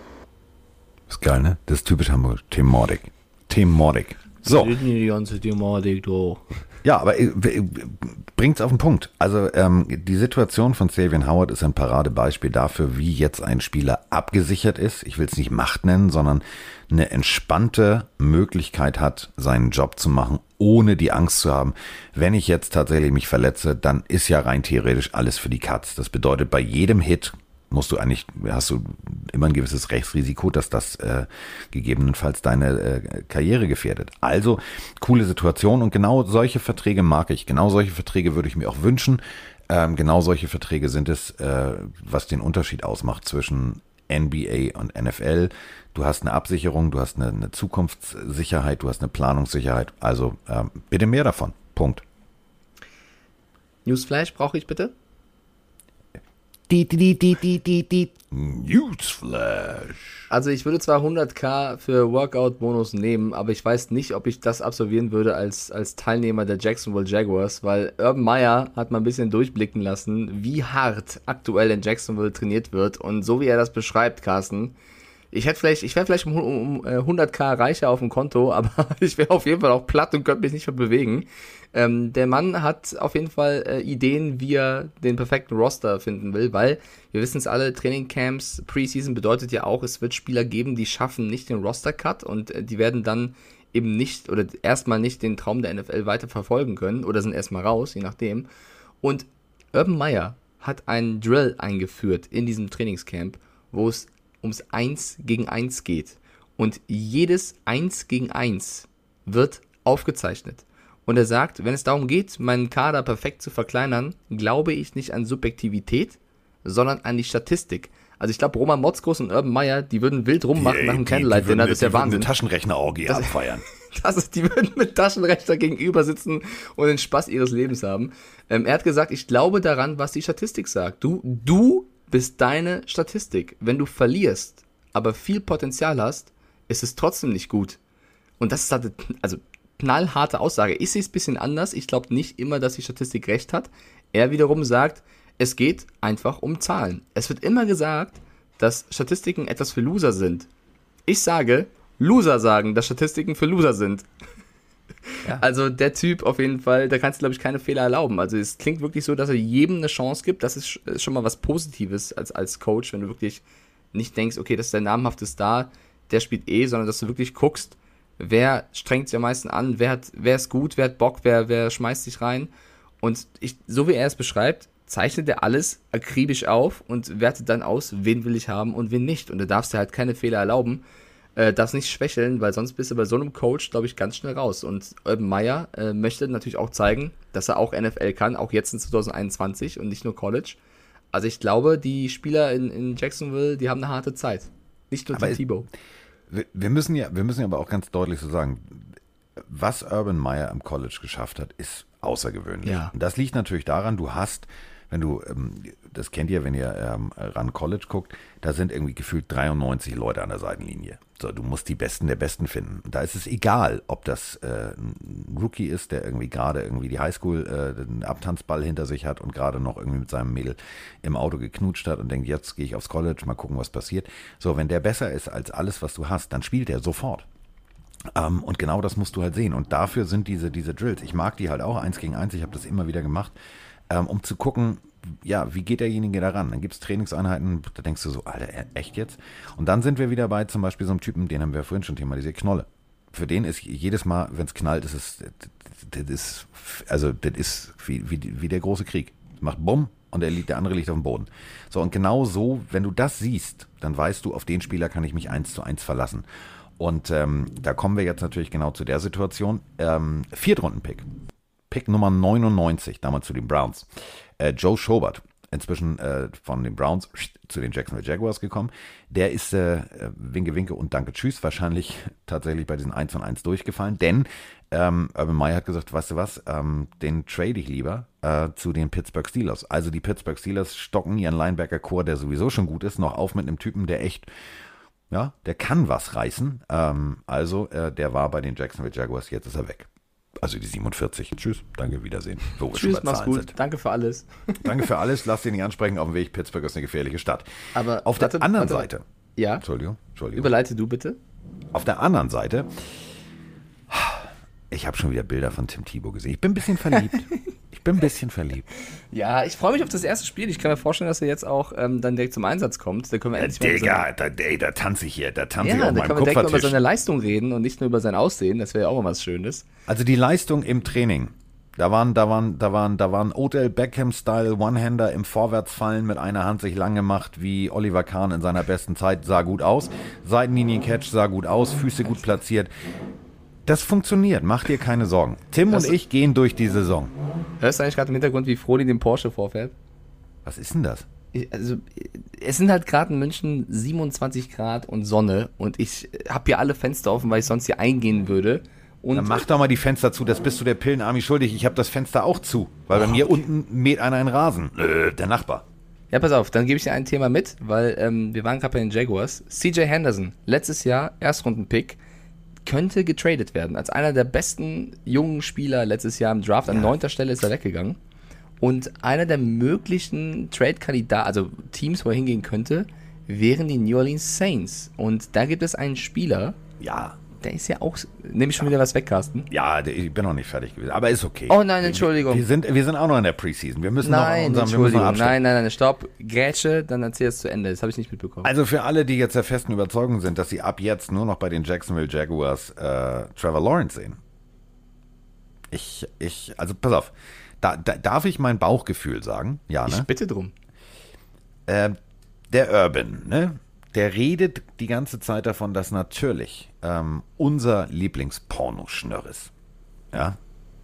C: Ist geil, ne? Das ist typisch Hamburg. Thematik. Thematik. So.
D: Die ganze Thematik, du.
C: Ja, aber äh, bringt's auf den Punkt. Also ähm, die Situation von Xavier Howard ist ein Paradebeispiel dafür, wie jetzt ein Spieler abgesichert ist. Ich will es nicht Macht nennen, sondern eine entspannte Möglichkeit hat, seinen Job zu machen, ohne die Angst zu haben, wenn ich jetzt tatsächlich mich verletze, dann ist ja rein theoretisch alles für die Katz. Das bedeutet, bei jedem Hit musst du eigentlich, hast du immer ein gewisses Rechtsrisiko, dass das äh, gegebenenfalls deine äh, Karriere gefährdet. Also, coole Situation und genau solche Verträge mag ich. Genau solche Verträge würde ich mir auch wünschen. Ähm, genau solche Verträge sind es, äh, was den Unterschied ausmacht zwischen N B A und N F L. Du hast eine Absicherung, du hast eine, eine Zukunftssicherheit, du hast eine Planungssicherheit. Also ähm, bitte mehr davon. Punkt.
D: Newsflash brauche ich bitte?
C: Die, die, die, die, die, die. Newsflash.
D: Also ich würde zwar hunderttausend für Workout-Bonus nehmen, aber ich weiß nicht, ob ich das absolvieren würde als, als Teilnehmer der Jacksonville Jaguars, weil Urban Meyer hat mal ein bisschen durchblicken lassen, wie hart aktuell in Jacksonville trainiert wird und so wie er das beschreibt, Carsten, ich hätte vielleicht, ich wäre vielleicht um, um, um hunderttausend reicher auf dem Konto, aber ich wäre auf jeden Fall auch platt und könnte mich nicht mehr bewegen. Ähm, der Mann hat auf jeden Fall äh, Ideen, wie er den perfekten Roster finden will, weil wir wissen es alle, Trainingcamps, Preseason bedeutet ja auch, es wird Spieler geben, die schaffen nicht den Roster-Cut und äh, die werden dann eben nicht oder erstmal nicht den Traum der N F L weiter verfolgen können oder sind erstmal raus, je nachdem. Und Urban Meyer hat einen Drill eingeführt in diesem Trainingscamp, wo es ums eins gegen eins geht. Und jedes eins gegen eins wird aufgezeichnet. Und er sagt, wenn es darum geht, meinen Kader perfekt zu verkleinern, glaube ich nicht an Subjektivität, sondern an die Statistik. Also ich glaube, Roman Motzkos und Urban Meyer, die würden wild rummachen
C: Die,
D: nach dem
C: die-
D: Candlelight
C: die würden-
D: Dinner, das ist ja
C: die würden
D: Wahnsinn.
C: eine Taschenrechner-Orgie abfeiern.
D: Das ist, die würden mit Taschenrechner gegenüber sitzen und den Spaß ihres Lebens haben. Ähm, er hat gesagt, ich glaube daran, was die Statistik sagt. Du, du bist deine Statistik. Wenn du verlierst, aber viel Potenzial hast, ist es trotzdem nicht gut. Und das ist halt, also knallharte Aussage. Ich sehe es ein bisschen anders. Ich glaube nicht immer, dass die Statistik recht hat. Er wiederum sagt, es geht einfach um Zahlen. Es wird immer gesagt, dass Statistiken etwas für Loser sind. Ich sage, Loser sagen, dass Statistiken für Loser sind.
C: Ja.
D: Also der Typ auf jeden Fall, da kannst du, glaube ich, keine Fehler erlauben. Also es klingt wirklich so, dass er jedem eine Chance gibt. Das ist schon mal was Positives als, als Coach, wenn du wirklich nicht denkst, okay, das ist der namhafte Star, der spielt eh, sondern dass du wirklich guckst, wer strengt sich am meisten an, wer hat, wer ist gut, wer hat Bock, wer, wer schmeißt sich rein. Und ich, so wie er es beschreibt, zeichnet er alles akribisch auf und wertet dann aus, wen will ich haben und wen nicht. Und du darfst dir halt keine Fehler erlauben, äh, darfst nicht schwächeln, weil sonst bist du bei so einem Coach, glaube ich, ganz schnell raus. Und Urban Meyer äh, möchte natürlich auch zeigen, dass er auch N F L kann, auch jetzt in zwanzig einundzwanzig und nicht nur College. Also ich glaube, die Spieler in, in Jacksonville, die haben eine harte Zeit. Nicht nur Tim Tebow.
C: Wir, wir müssen ja, wir müssen ja aber auch ganz deutlich so sagen, was Urban Meyer am College geschafft hat, ist außergewöhnlich.
D: Ja.
C: Und das liegt natürlich daran, du hast, wenn du, ähm, das kennt ihr, wenn ihr ähm, ran College guckt, da sind irgendwie gefühlt dreiundneunzig Leute an der Seitenlinie. So, du musst die Besten der Besten finden. Da ist es egal, ob das äh, ein Rookie ist, der irgendwie gerade irgendwie die Highschool äh, einen Abtanzball hinter sich hat und gerade noch irgendwie mit seinem Mädel im Auto geknutscht hat und denkt, jetzt gehe ich aufs College, mal gucken, was passiert. So, wenn der besser ist als alles, was du hast, dann spielt er sofort. Um, und genau das musst du halt sehen. Und dafür sind diese, diese Drills. Ich mag die halt auch eins gegen eins. Ich habe das immer wieder gemacht, um, um zu gucken, ja, wie geht derjenige da ran? Dann gibt es Trainingseinheiten, da denkst du so, Alter, echt jetzt? Und dann sind wir wieder bei zum Beispiel so einem Typen, den haben wir vorhin schon thematisiert, Knolle. Für den ist jedes Mal, wenn es knallt, ist es, das ist, also das ist wie, wie, wie der große Krieg. Macht Bumm und der, liegt, der andere liegt auf dem Boden. So, und genau so, wenn du das siehst, dann weißt du, auf den Spieler kann ich mich eins zu eins verlassen. Und ähm, da kommen wir jetzt natürlich genau zu der Situation. Ähm, Viertrunden-Pick. Pick Nummer neunundneunzig, damals zu den Browns. Äh, Joe Schobert, inzwischen äh, von den Browns zu den Jacksonville Jaguars gekommen. Der ist äh, Winke, Winke und Danke, Tschüss wahrscheinlich tatsächlich bei diesen eins von eins durchgefallen. Denn ähm, Urban Meyer hat gesagt, weißt du was, ähm, den trade ich lieber äh, zu den Pittsburgh Steelers. Also die Pittsburgh Steelers stocken ihren Linebacker-Core, der sowieso schon gut ist, noch auf mit einem Typen, der echt... Ja, der kann was reißen. Ähm, also, äh, der war bei den Jacksonville Jaguars, jetzt ist er weg. Also die siebenundvierzig. Tschüss, danke, Wiedersehen. Wo wir
D: Tschüss,
C: schon bei
D: mach's
C: Zahlen
D: gut.
C: sind.
D: Danke für alles.
C: Danke für alles. Lass dich nicht ansprechen auf dem Weg. Pittsburgh ist eine gefährliche Stadt.
D: Aber
C: auf
D: warte,
C: der anderen
D: warte,
C: Seite.
D: Ja.
C: Entschuldigung, Entschuldigung.
D: Überleite du bitte.
C: Auf der anderen Seite. Ich habe schon wieder Bilder von Tim Tebow gesehen. Ich bin ein bisschen verliebt. Ich bin ein bisschen verliebt.
D: Ja, ich freue mich auf das erste Spiel. Ich kann mir vorstellen, dass er jetzt auch ähm, dann direkt zum Einsatz kommt. Da können wir endlich
C: Digga,
D: mal über seine,
C: da, ey, da tanze ich hier. Da tanze
D: ja,
C: ich auf
D: da
C: meinem
D: können wir direkt mal über
C: Kupfertisch.
D: seine Leistung reden und nicht nur über sein Aussehen. Das wäre ja auch mal was Schönes.
C: Also die Leistung im Training. Da waren, da waren, da waren, da waren Odell Beckham-Style One-Hander im Vorwärtsfallen mit einer Hand sich lang gemacht wie Oliver Kahn in seiner besten Zeit, sah gut aus. Seitenlinien-Catch sah gut aus, Füße gut platziert. Das funktioniert, mach dir keine Sorgen. Tim
D: Das-
C: und ich gehen durch die Saison.
D: Hörst du eigentlich gerade im Hintergrund, wie Frodi den Porsche vorfährt?
C: Was ist denn das?
D: Ich- Also, es sind halt gerade in München siebenundzwanzig Grad und Sonne und ich habe hier alle Fenster offen, weil ich sonst hier eingehen würde. Und
C: Dann mach doch mal die Fenster zu, das bist du der Pillenarmy schuldig. Ich habe das Fenster auch zu, weil bei mir unten mäht einer einen Rasen. Nö, der Nachbar.
D: Ja, pass auf, dann gebe ich dir ein Thema mit, weil ähm, wir waren gerade bei den Jaguars. C J Henderson, letztes Jahr Erstrunden-Pick, könnte getradet werden. Als einer der besten jungen Spieler letztes Jahr im Draft. An neunter Stelle ist er weggegangen. Und einer der möglichen Trade-Kandidaten, also Teams, wo er hingehen könnte, wären die New Orleans Saints. Und da gibt es einen Spieler,
C: Ja,
D: der ist ja auch... Nehme ich schon wieder was weg, Carsten?
C: ja, der- ich bin noch nicht fertig gewesen, aber ist okay.
D: Oh nein, Entschuldigung.
C: Wir sind, wir sind auch noch in der Preseason. Wir müssen noch
D: Nein,
C: unseren, wir müssen noch
D: Entschuldigung.
C: abstimmen.
D: Nein, nein, nein, stopp. Grätsche, dann erzähl es zu Ende. Das habe ich nicht mitbekommen.
C: Also für alle, die jetzt der festen Überzeugung sind, dass sie ab jetzt nur noch bei den Jacksonville Jaguars äh, Trevor Lawrence sehen. Ich, ich, also pass auf, da, da, darf ich mein Bauchgefühl sagen? Ja,
D: Ich
C: ne?
D: bitte drum.
C: Äh, der Urban, ne? Der redet die ganze Zeit davon, dass natürlich ähm, unser Lieblingspornoschnörr ist. Ja?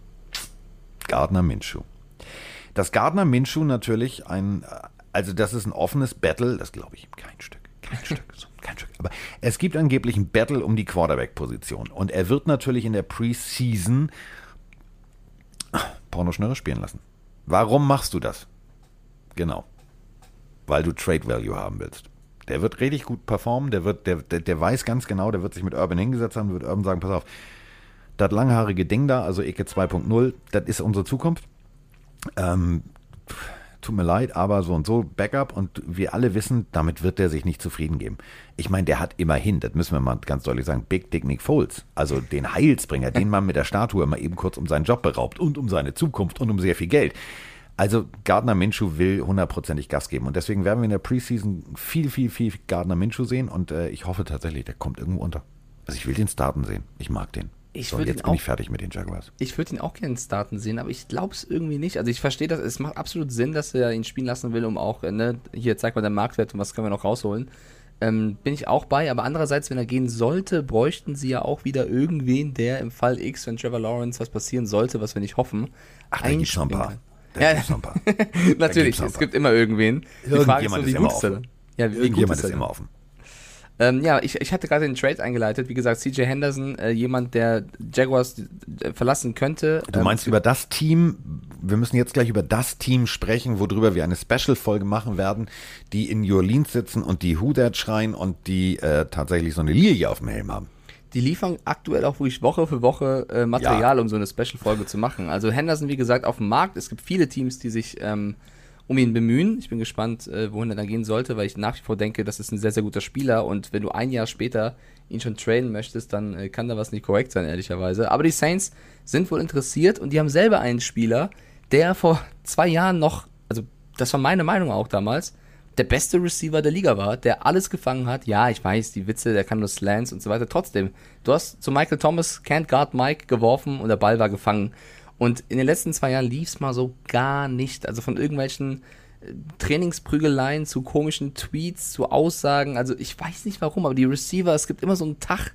C: Gardner Minshew. Dass Gardner Minshew natürlich ein, also das ist ein offenes Battle, das glaube ich ihm kein Stück, kein Stück, so, kein Stück. Aber es gibt angeblich ein Battle um die Quarterback-Position und er wird natürlich in der Preseason Pornoschnörre spielen lassen. Warum machst du das? Genau. Weil du Trade Value haben willst. Der wird richtig gut performen, der wird, der, der, der weiß ganz genau, der wird sich mit Urban hingesetzt haben, wird Urban sagen, pass auf, das langhaarige Ding da, also Eke zwei Punkt null, das ist unsere Zukunft. Ähm, tut mir leid, aber so und so Backup und wir alle wissen, damit wird der sich nicht zufrieden geben. Ich meine, der hat immerhin, das müssen wir mal ganz deutlich sagen, Big Dick Nick Foles, also den Heilsbringer, den man mit der Statue mal eben kurz um seinen Job beraubt und um seine Zukunft und um sehr viel Geld. Also Gardner Minshew will hundertprozentig Gas geben und deswegen werden wir in der Preseason viel, viel, viel Gardner Minshew sehen und äh, ich hoffe tatsächlich, der kommt irgendwo unter. Also ich will den starten sehen. Ich mag den.
D: Ich
C: so,
D: würde
C: jetzt
D: ihn
C: bin
D: auch-
C: ich fertig mit den Jaguars.
D: Ich würde ihn auch gerne starten sehen, aber ich glaube es irgendwie nicht. Also ich verstehe das, es macht absolut Sinn, dass er ihn spielen lassen will, um auch, äh, ne, hier zeigt mal den Marktwert und was können wir noch rausholen. Ähm, bin ich auch bei, aber andererseits, wenn er gehen sollte, bräuchten sie ja auch wieder irgendwen, der im Fall X, wenn Trevor Lawrence was passieren sollte, was wir nicht hoffen,
C: Ach, da gibt's noch ein paar.
D: einspringen
C: Da
D: Ja.
C: gibt's noch ein paar.
D: kann. Natürlich,
C: gibt's noch ein
D: es
C: paar.
D: gibt immer irgendwen. Die Frage ist
C: Irgendjemand
D: nur, wie
C: ist
D: gut
C: immer
D: ist er
C: offen.
D: denn? Ja, wie, wie gut
C: Irgendjemand
D: ist er
C: ist
D: denn?
C: immer offen.
D: Ähm, ja, ich, ich hatte gerade den Trade eingeleitet. Wie gesagt, C J Henderson, äh, jemand, der Jaguars äh, verlassen könnte.
C: Du meinst über das Team, wir müssen jetzt gleich über das Team sprechen, worüber wir eine Special-Folge machen werden, die in New Orleans sitzen und die Who Dat schreien und die äh, tatsächlich so eine Lilie auf dem Helm haben.
D: Die liefern aktuell auch wirklich Woche für Woche äh, Material, um so eine Special-Folge zu machen. Also Henderson, wie gesagt, auf dem Markt. Es gibt viele Teams, die sich ähm, um ihn bemühen. Ich bin gespannt, äh, wohin er dann gehen sollte, weil ich nach wie vor denke, das ist ein sehr, sehr guter Spieler. Und wenn du ein Jahr später ihn schon traden möchtest, dann äh, kann da was nicht korrekt sein, ehrlicherweise. Aber die Saints sind wohl interessiert und die haben selber einen Spieler, der vor zwei Jahren noch, also das war meine Meinung auch damals, der beste Receiver der Liga war, der alles gefangen hat. Ja, ich weiß, die Witze, der kann nur Slants und so weiter. Trotzdem, du hast zu Michael Thomas Can't Guard Mike geworfen und der Ball war gefangen. Und in den letzten zwei Jahren lief es mal so gar nicht. Also von irgendwelchen äh, Trainingsprügeleien zu komischen Tweets, zu Aussagen. Also ich weiß nicht warum, aber die Receiver, es gibt immer so einen Tag,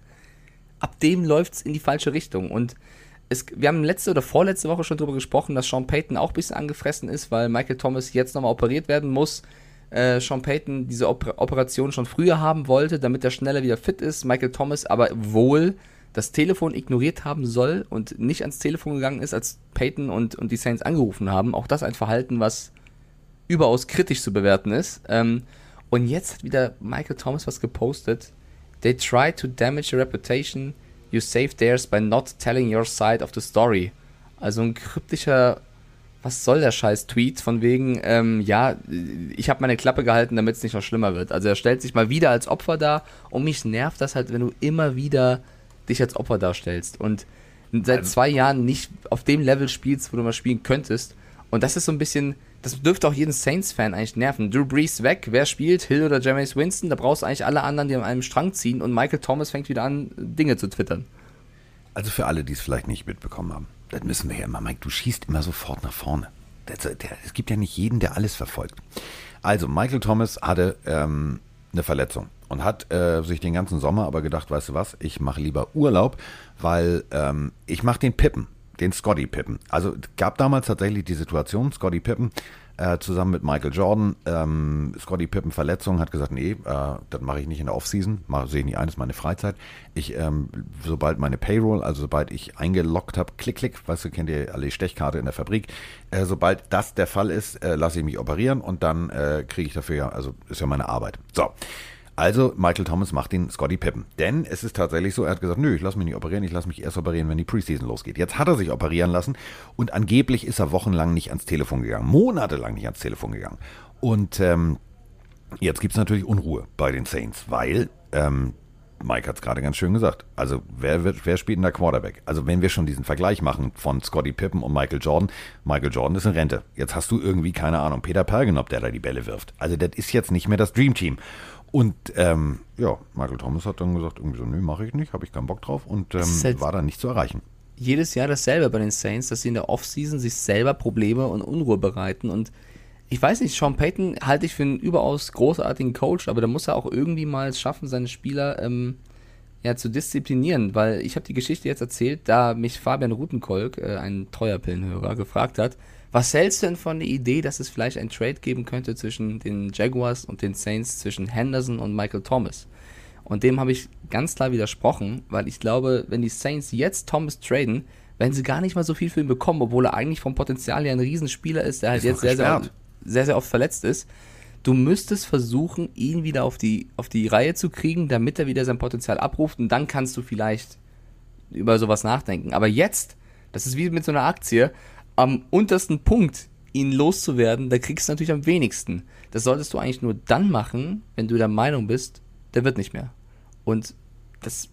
D: ab dem läuft es in die falsche Richtung. Und es, wir haben letzte oder vorletzte Woche schon darüber gesprochen, dass Sean Payton auch ein bisschen angefressen ist, weil Michael Thomas jetzt nochmal operiert werden muss. Äh, Sean Payton diese Oper- Operation schon früher haben wollte, damit er schneller wieder fit ist. Michael Thomas aber wohl das Telefon ignoriert haben soll und nicht ans Telefon gegangen ist, als Payton und, und die Saints angerufen haben. Auch das ein Verhalten, was überaus kritisch zu bewerten ist. Ähm, und jetzt hat wieder Michael Thomas was gepostet. They try to damage your reputation. You saved theirs by not telling your side of the story. Also ein kryptischer, was soll der scheiß Tweet von wegen, ähm, ja, ich habe meine Klappe gehalten, damit es nicht noch schlimmer wird. Also er stellt sich mal wieder als Opfer dar und mich nervt das halt, wenn du immer wieder dich als Opfer darstellst und seit
C: Also,
D: zwei Jahren nicht auf dem Level spielst, wo du mal spielen könntest. Und das ist so ein bisschen, das dürfte auch jeden Saints-Fan eigentlich nerven. Drew Brees weg, wer spielt? Hill oder Jameis Winston? Da brauchst du eigentlich alle anderen, die an einem Strang ziehen und Michael Thomas fängt wieder an, Dinge zu twittern.
C: Also für alle, die es vielleicht nicht mitbekommen haben, das müssen wir ja immer, Mike, du schießt immer sofort nach vorne. Das, der, es gibt ja nicht jeden, der alles verfolgt. Also Michael Thomas hatte ähm, eine Verletzung und hat äh, sich den ganzen Sommer aber gedacht, weißt du was, ich mache lieber Urlaub, weil ähm, ich mache den Pippen, den Scottie Pippen. Also gab damals tatsächlich die Situation, Scottie Pippen äh, zusammen mit Michael Jordan, ähm, Scottie Pippen Verletzung, hat gesagt, nee, äh, das mache ich nicht in der Offseason, sehe ich nicht ein, das ist meine Freizeit. Ich, ähm, sobald meine Payroll, also sobald ich eingeloggt habe, klick, klick, weißt du, kennt ihr alle die Stechkarte in der Fabrik, äh, sobald das der Fall ist, äh, lasse ich mich operieren und dann äh, kriege ich dafür ja, also ist ja meine Arbeit. So. Also Michael Thomas macht den Scottie Pippen. Denn es ist tatsächlich so, er hat gesagt, nö, ich lasse mich nicht operieren, ich lasse mich erst operieren, wenn die Preseason losgeht. Jetzt hat er sich operieren lassen und angeblich ist er wochenlang nicht ans Telefon gegangen, monatelang nicht ans Telefon gegangen. Und ähm, jetzt gibt es natürlich Unruhe bei den Saints, weil, ähm, Mike hat es gerade ganz schön gesagt, also wer, wird, wer spielt denn da Quarterback? Also wenn wir schon diesen Vergleich machen von Scottie Pippen und Michael Jordan, Michael Jordan ist in Rente. Jetzt hast du irgendwie, keine Ahnung, Peter Pergenop, der da die Bälle wirft. Also das ist jetzt nicht mehr das Dream Team. Und ähm, ja, Michael Thomas hat dann gesagt, irgendwie so, nö, mache ich nicht, habe ich keinen Bock drauf und ähm,
D: halt
C: war dann nicht zu erreichen.
D: Jedes Jahr dasselbe bei den Saints, dass sie in der Offseason sich selber Probleme und Unruhe bereiten und ich weiß nicht, Sean Payton halte ich für einen überaus großartigen Coach, aber da muss er auch irgendwie mal es schaffen, seine Spieler ähm, ja, zu disziplinieren, weil ich habe die Geschichte jetzt erzählt, da mich Fabian Rutenkolk, äh, ein treuer Pillenhörer, gefragt hat, was hältst du denn von der Idee, dass es vielleicht ein Trade geben könnte zwischen den Jaguars und den Saints, zwischen Henderson und Michael Thomas? Und dem habe ich ganz klar widersprochen, weil ich glaube, wenn die Saints jetzt Thomas traden, werden sie gar nicht mal so viel für ihn bekommen, obwohl er eigentlich vom Potenzial her ein Riesenspieler ist, der halt
C: Ist
D: jetzt
C: noch
D: sehr, sehr,
C: gesperrt.
D: sehr, sehr oft verletzt ist. Du müsstest versuchen, ihn wieder auf die, auf die Reihe zu kriegen, damit er wieder sein Potenzial abruft und dann kannst du vielleicht über sowas nachdenken. Aber jetzt, das ist wie mit so einer Aktie, am untersten Punkt ihn loszuwerden, da kriegst du natürlich am wenigsten. Das solltest du eigentlich nur dann machen, wenn du der Meinung bist, der wird nicht mehr. Und das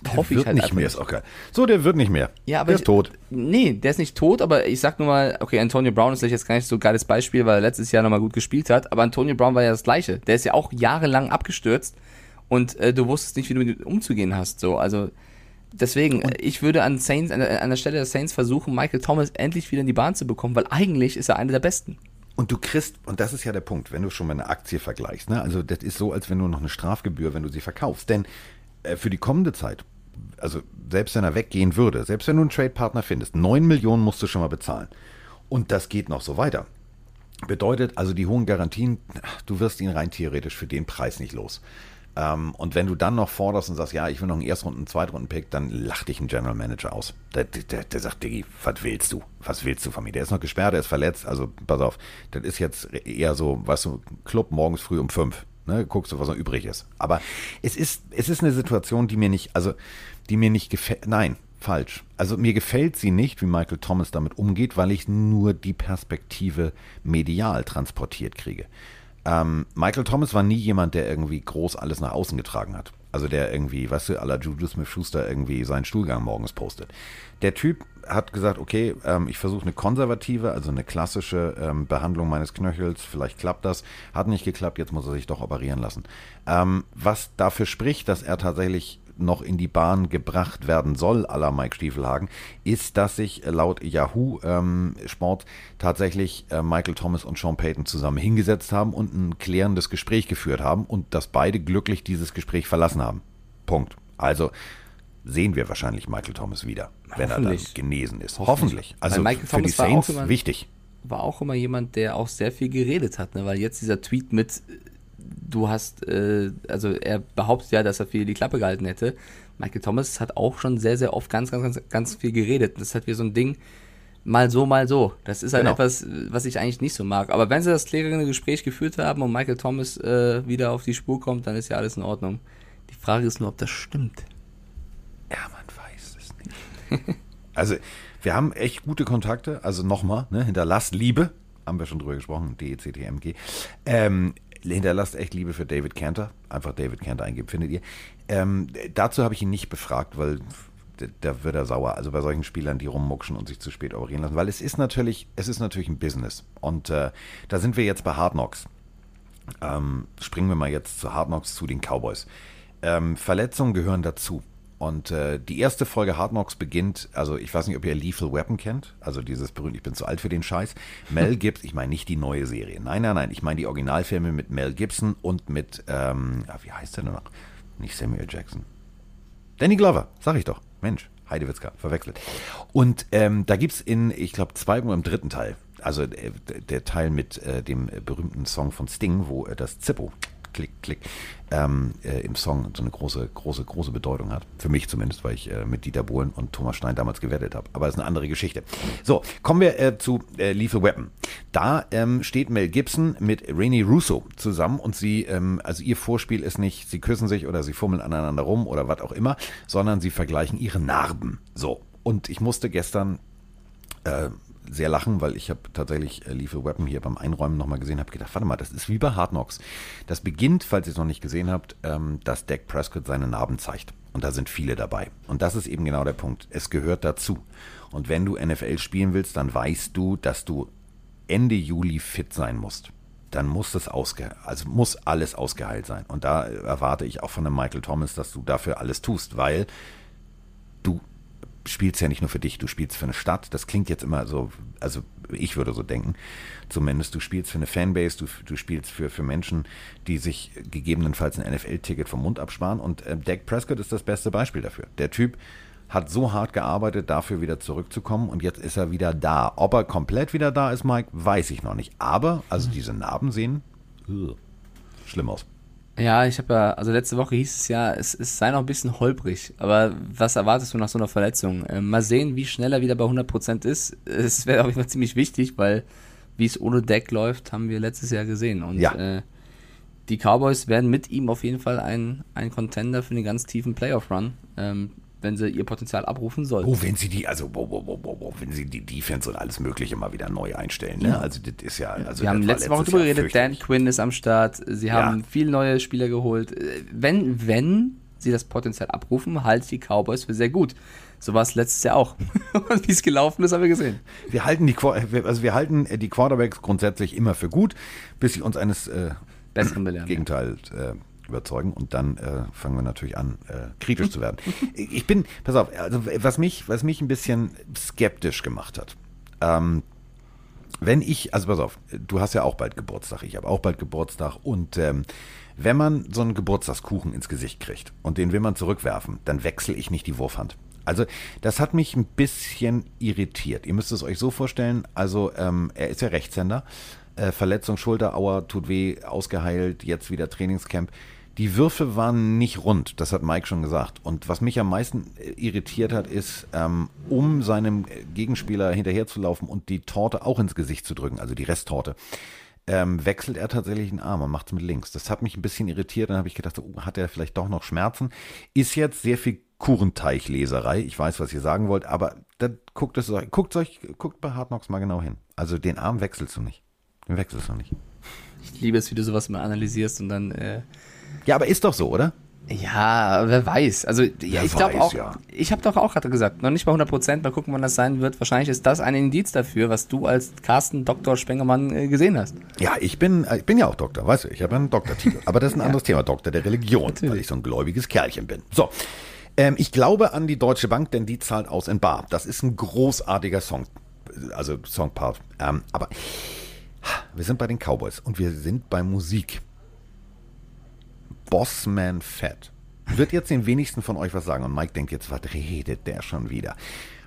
D: hoffe ich
C: wird
D: halt
C: nicht
D: einfach
C: mehr, ist auch geil. So, der wird nicht mehr.
D: Ja, aber
C: der ist
D: ich,
C: tot.
D: Nee, der ist nicht tot, aber ich sag nur mal, okay, Antonio Brown ist vielleicht jetzt gar nicht so ein geiles Beispiel, weil er letztes Jahr nochmal gut gespielt hat, aber Antonio Brown war ja das Gleiche. Der ist ja auch jahrelang abgestürzt und äh, du wusstest nicht, wie du mit ihm umzugehen hast. So, also deswegen, und ich würde an Saints, an der, an der Stelle der Saints versuchen, Michael Thomas endlich wieder in die Bahn zu bekommen, weil eigentlich ist er einer der Besten.
C: Und du kriegst, und das ist ja der Punkt, wenn du schon mal eine Aktie vergleichst, ne? Also das ist so, als wenn du noch eine Strafgebühr, wenn du sie verkaufst. Denn äh, für die kommende Zeit, also selbst wenn er weggehen würde, selbst wenn du einen Trade-Partner findest, neun Millionen musst du schon mal bezahlen. Und das geht noch so weiter. Bedeutet also die hohen Garantien, du wirst ihn rein theoretisch für den Preis nicht los. Ähm, und wenn du dann noch forderst und sagst, ja, ich will noch einen Erstrunden-, einen Zweitrunden-Pick, dann lacht dich ein General Manager aus. Der, der, der sagt, Diggi, was willst du? Was willst du von mir? Der ist noch gesperrt, der ist verletzt, also pass auf, das ist jetzt eher so, weißt du, Club morgens früh um fünf. Ne, guckst du, was noch übrig ist. Aber es ist, es ist eine Situation, die mir nicht, also die mir nicht gefällt. Nein, falsch. Also mir gefällt sie nicht, wie Michael Thomas damit umgeht, weil ich nur die Perspektive medial transportiert kriege. Ähm, Michael Thomas war nie jemand, der irgendwie groß alles nach außen getragen hat. Also der irgendwie, weißt du, à la Juju Smith-Schuster irgendwie seinen Stuhlgang morgens postet. Der Typ hat gesagt, okay, ähm, ich versuche eine konservative, also eine klassische ähm, Behandlung meines Knöchels, vielleicht klappt das, hat nicht geklappt, jetzt muss er sich doch operieren lassen. Ähm, was dafür spricht, dass er tatsächlich noch in die Bahn gebracht werden soll, à la Mike Stiefelhagen, ist, dass sich laut Yahoo ähm, Sport tatsächlich äh, Michael Thomas und Sean Payton zusammen hingesetzt haben und ein klärendes Gespräch geführt haben und dass beide glücklich dieses Gespräch verlassen haben. Punkt. Also sehen wir wahrscheinlich Michael Thomas wieder, wenn er dann genesen ist. Hoffentlich. Hoffentlich. Also
D: Michael
C: für die
D: Thomas war
C: Saints
D: auch jemand,
C: wichtig.
D: War auch immer jemand, der auch sehr viel geredet hat, ne? Weil jetzt dieser Tweet mit du hast, äh, also er behauptet ja, dass er viel die Klappe gehalten hätte. Michael Thomas hat auch schon sehr, sehr oft ganz, ganz, ganz, ganz viel geredet. Das ist halt wie so ein Ding, mal so, mal so. Das ist halt genau. etwas, was ich eigentlich nicht so mag. Aber wenn sie das klärende Gespräch geführt haben und Michael Thomas äh, wieder auf die Spur kommt, dann ist ja alles in Ordnung. Die Frage ist nur, ob das stimmt.
C: Ja, man weiß es nicht. Also, wir haben echt gute Kontakte. Also nochmal, ne, hinterlasst Liebe. Haben wir schon drüber gesprochen, D E C T M G. Ähm, hinterlasst echt Liebe für David Cantor. Einfach David Cantor eingeben, findet ihr. Ähm, dazu habe ich ihn nicht befragt, weil da wird er sauer. Also bei solchen Spielern, die rummukschen und sich zu spät operieren lassen. Weil es ist natürlich, es ist natürlich ein Business. Und äh, da sind wir jetzt bei Hard Knocks. Ähm, springen wir mal jetzt zu Hard Knocks, zu den Cowboys. Ähm, Verletzungen gehören dazu. Und äh, die erste Folge Hard Knocks beginnt, also ich weiß nicht, ob ihr Lethal Weapon kennt, also dieses berühmte, ich bin zu alt für den Scheiß. Mel Gibson, ich meine nicht die neue Serie, nein, nein, nein, ich meine die Originalfilme mit Mel Gibson und mit, ähm, wie heißt der denn noch? Nicht Samuel Jackson. Danny Glover, sag ich doch. Mensch, Heidewitzka, verwechselt. Und ähm, da gibt's in, ich glaube, zweiten oder im dritten Teil, also äh, der Teil mit äh, dem berühmten Song von Sting, wo äh, das Zippo, klick, klick, ähm, äh, im Song so eine große, große, große Bedeutung hat. Für mich zumindest, weil ich äh, mit Dieter Bohlen und Thomas Stein damals gewettet habe. Aber das ist eine andere Geschichte. So, kommen wir äh, zu äh, Lethal Weapon. Da ähm, steht Mel Gibson mit Rene Russo zusammen und sie, ähm, also ihr Vorspiel ist nicht, sie küssen sich oder sie fummeln aneinander rum oder was auch immer, sondern sie vergleichen ihre Narben. So, und ich musste gestern äh, sehr lachen, weil ich habe tatsächlich äh, Lethal Weapon hier beim Einräumen nochmal gesehen, habe gedacht, warte mal, das ist wie bei Hard Knocks. Das beginnt, falls ihr es noch nicht gesehen habt, ähm, dass Dak Prescott seine Narben zeigt. Und da sind viele dabei. Und das ist eben genau der Punkt. Es gehört dazu. Und wenn du N F L spielen willst, dann weißt du, dass du Ende Juli fit sein musst. Dann muss das ausge, also muss alles ausgeheilt sein. Und da erwarte ich auch von einem Michael Thomas, dass du dafür alles tust, weil du spielst ja nicht nur für dich, du spielst für eine Stadt. Das klingt jetzt immer so, also ich würde so denken, zumindest du spielst für eine Fanbase, du, du spielst für, für Menschen, die sich gegebenenfalls ein N F L-Ticket vom Mund absparen. Und äh, Dak Prescott ist das beste Beispiel dafür. Der Typ hat so hart gearbeitet, dafür wieder zurückzukommen und jetzt ist er wieder da. Ob er komplett wieder da ist, Mike, weiß ich noch nicht. Aber, also diese Narben sehen uh, schlimm aus.
D: Ja, ich habe ja, also letzte Woche hieß es ja, es, es sei noch ein bisschen holprig, aber was erwartest du nach so einer Verletzung? Äh, mal sehen, wie schnell er wieder bei hundert Prozent ist. Es wäre auf jeden Fall ziemlich wichtig, weil wie es ohne Deck läuft, haben wir letztes Jahr gesehen. Und
C: ja.
D: äh, die Cowboys werden mit ihm auf jeden Fall ein, ein Contender für einen ganz tiefen Playoff-Run, ähm, wenn sie ihr Potenzial abrufen sollten.
C: Oh, wenn sie die, also wow, wow, wow, wow, wenn sie die Defense und alles Mögliche mal wieder neu einstellen, ne? Ja. Also das ist ja, also
D: wir haben letzte Woche drüber geredet, Dan Quinn ist am Start, sie haben ja. viele neue Spieler geholt. Wenn, wenn sie das potenziell abrufen, halte ich die Cowboys für sehr gut. So war es letztes Jahr auch. Und wie es gelaufen ist, haben wir gesehen.
C: Wir halten die, also wir halten die Quarterbacks grundsätzlich immer für gut, bis sie uns eines äh,
D: Besseren belehren.
C: Gegenteils äh, überzeugen und dann äh, fangen wir natürlich an, äh, kritisch zu werden. Ich bin, pass auf, also was mich, was mich ein bisschen skeptisch gemacht hat, ähm, wenn ich, also pass auf, du hast ja auch bald Geburtstag, ich habe auch bald Geburtstag und ähm, wenn man so einen Geburtstagskuchen ins Gesicht kriegt und den will man zurückwerfen, dann wechsle ich nicht die Wurfhand. Also das hat mich ein bisschen irritiert. Ihr müsst es euch so vorstellen, also ähm, er ist ja Rechtshänder, äh, Verletzung, Schulter, Aua, tut weh, ausgeheilt, jetzt wieder Trainingscamp. Die Würfe waren nicht rund, das hat Mike schon gesagt. Und was mich am meisten irritiert hat, ist, ähm, um seinem Gegenspieler hinterherzulaufen und die Torte auch ins Gesicht zu drücken, also die Resttorte, ähm, wechselt er tatsächlich den Arm und macht es mit links. Das hat mich ein bisschen irritiert, dann habe ich gedacht, oh, hat er vielleicht doch noch Schmerzen? Ist jetzt sehr viel Kuchenteichleserei, ich weiß, was ihr sagen wollt, aber dann guckt es euch, guckt euch, guckt bei Hard Knocks mal genau hin. Also den Arm wechselst du nicht. Den wechselst du nicht.
D: Ich liebe es, wie du sowas mal analysierst und dann... Äh
C: Ja, aber ist doch so, oder?
D: Ja, wer weiß. Also ja, ich glaube auch, ja. Ich habe doch auch gerade gesagt, noch nicht mal hundert Prozent, mal gucken, wann das sein wird. Wahrscheinlich ist das ein Indiz dafür, was du als Carsten Doktor Spengemann äh, gesehen hast.
C: Ja, ich bin, ich bin ja auch Doktor, weißt du, ich habe einen Doktortitel. Aber das ist ein ja. anderes Thema, Doktor der Religion, Natürlich. weil ich so ein gläubiges Kerlchen bin. So, ähm, ich glaube an die Deutsche Bank, denn die zahlt aus in bar. Das ist ein großartiger Song, also Songpart. Ähm, aber wir sind bei den Cowboys und wir sind bei Musik. Bossman Fett. Wird jetzt den wenigsten von euch was sagen. Und Mike denkt jetzt, was redet der schon wieder?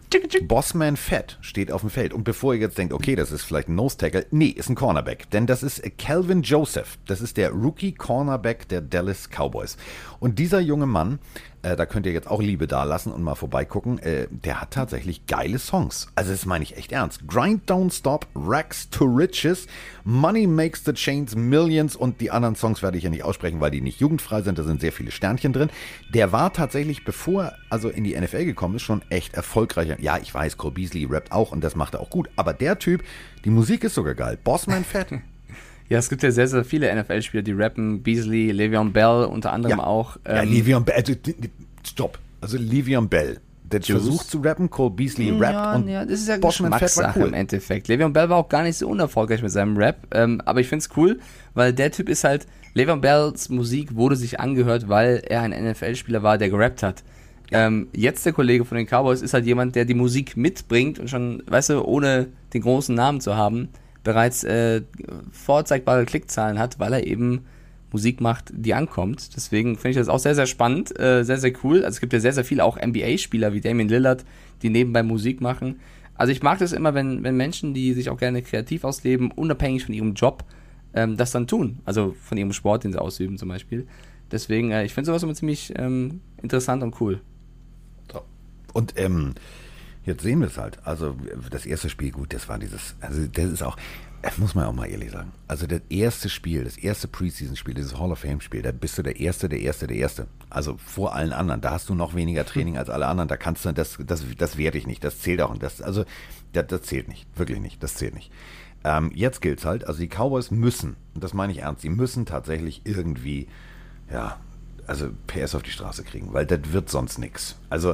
C: Bossman Fett steht auf dem Feld. Und bevor ihr jetzt denkt, okay, das ist vielleicht ein Nose-Tackle, nee, ist ein Cornerback. Denn das ist Calvin Joseph. Das ist der Rookie-Cornerback der Dallas Cowboys. Und dieser junge Mann, äh, da könnt ihr jetzt auch Liebe dalassen und mal vorbeigucken, äh, der hat tatsächlich geile Songs. Also das meine ich echt ernst. Grind Don't Stop, Rags to Riches, Money Makes the Chains Millions und die anderen Songs werde ich ja nicht aussprechen, weil die nicht jugendfrei sind. Da sind sehr viele Sternchen drin. Der war tatsächlich, bevor er also in die N F L gekommen ist, schon echt erfolgreicher. Ja, ich weiß, Cole Beasley rappt auch und das macht er auch gut. Aber der Typ, die Musik ist sogar geil. Bossman Fett.
D: Ja, es gibt ja sehr, sehr viele N F L-Spieler, die rappen. Beasley, Le'Veon Bell unter anderem
C: ja.
D: auch.
C: Ähm, ja, Le'Veon Bell, also, stopp. Also Le'Veon Bell, der Juice. versucht zu rappen, Cole Beasley rappt
D: ja,
C: und
D: ja, das ist ja
C: Bossman Fett war cool.
D: Im Endeffekt. Le'Veon Bell war auch gar nicht so unerfolgreich mit seinem Rap, ähm, aber ich finde es cool, weil der Typ ist halt, Le'Veon Bells Musik wurde sich angehört, weil er ein N F L-Spieler war, der gerappt hat. Ja. Ähm, jetzt der Kollege von den Cowboys ist halt jemand, der die Musik mitbringt und schon, weißt du, ohne den großen Namen zu haben, bereits äh, vorzeigbare Klickzahlen hat, weil er eben Musik macht, die ankommt. Deswegen finde ich das auch sehr, sehr spannend, äh, sehr, sehr cool. Also es gibt ja sehr, sehr viele auch N B A-Spieler wie Damian Lillard, die nebenbei Musik machen. Also ich mag das immer, wenn, wenn Menschen, die sich auch gerne kreativ ausleben, unabhängig von ihrem Job, ähm, das dann tun. Also von ihrem Sport, den sie ausüben zum Beispiel. Deswegen, äh, ich finde sowas immer ziemlich ähm, interessant und cool.
C: So. Und ähm, jetzt sehen wir es halt. Also das erste Spiel, gut, das war dieses, also das ist auch, das muss man auch mal ehrlich sagen. Also das erste Spiel, das erste Preseason-Spiel, dieses Hall of Fame-Spiel, da bist du der Erste, der Erste, der Erste. Also vor allen anderen. Da hast du noch weniger Training als alle anderen. Da kannst du, das, das, das werte ich nicht. Das zählt auch nicht. Das, also das, das zählt nicht. Wirklich nicht. Das zählt nicht. Ähm, jetzt gilt's halt. Also die Cowboys müssen, und das meine ich ernst, die müssen tatsächlich irgendwie, ja, also P S auf die Straße kriegen, weil das wird sonst nichts. Also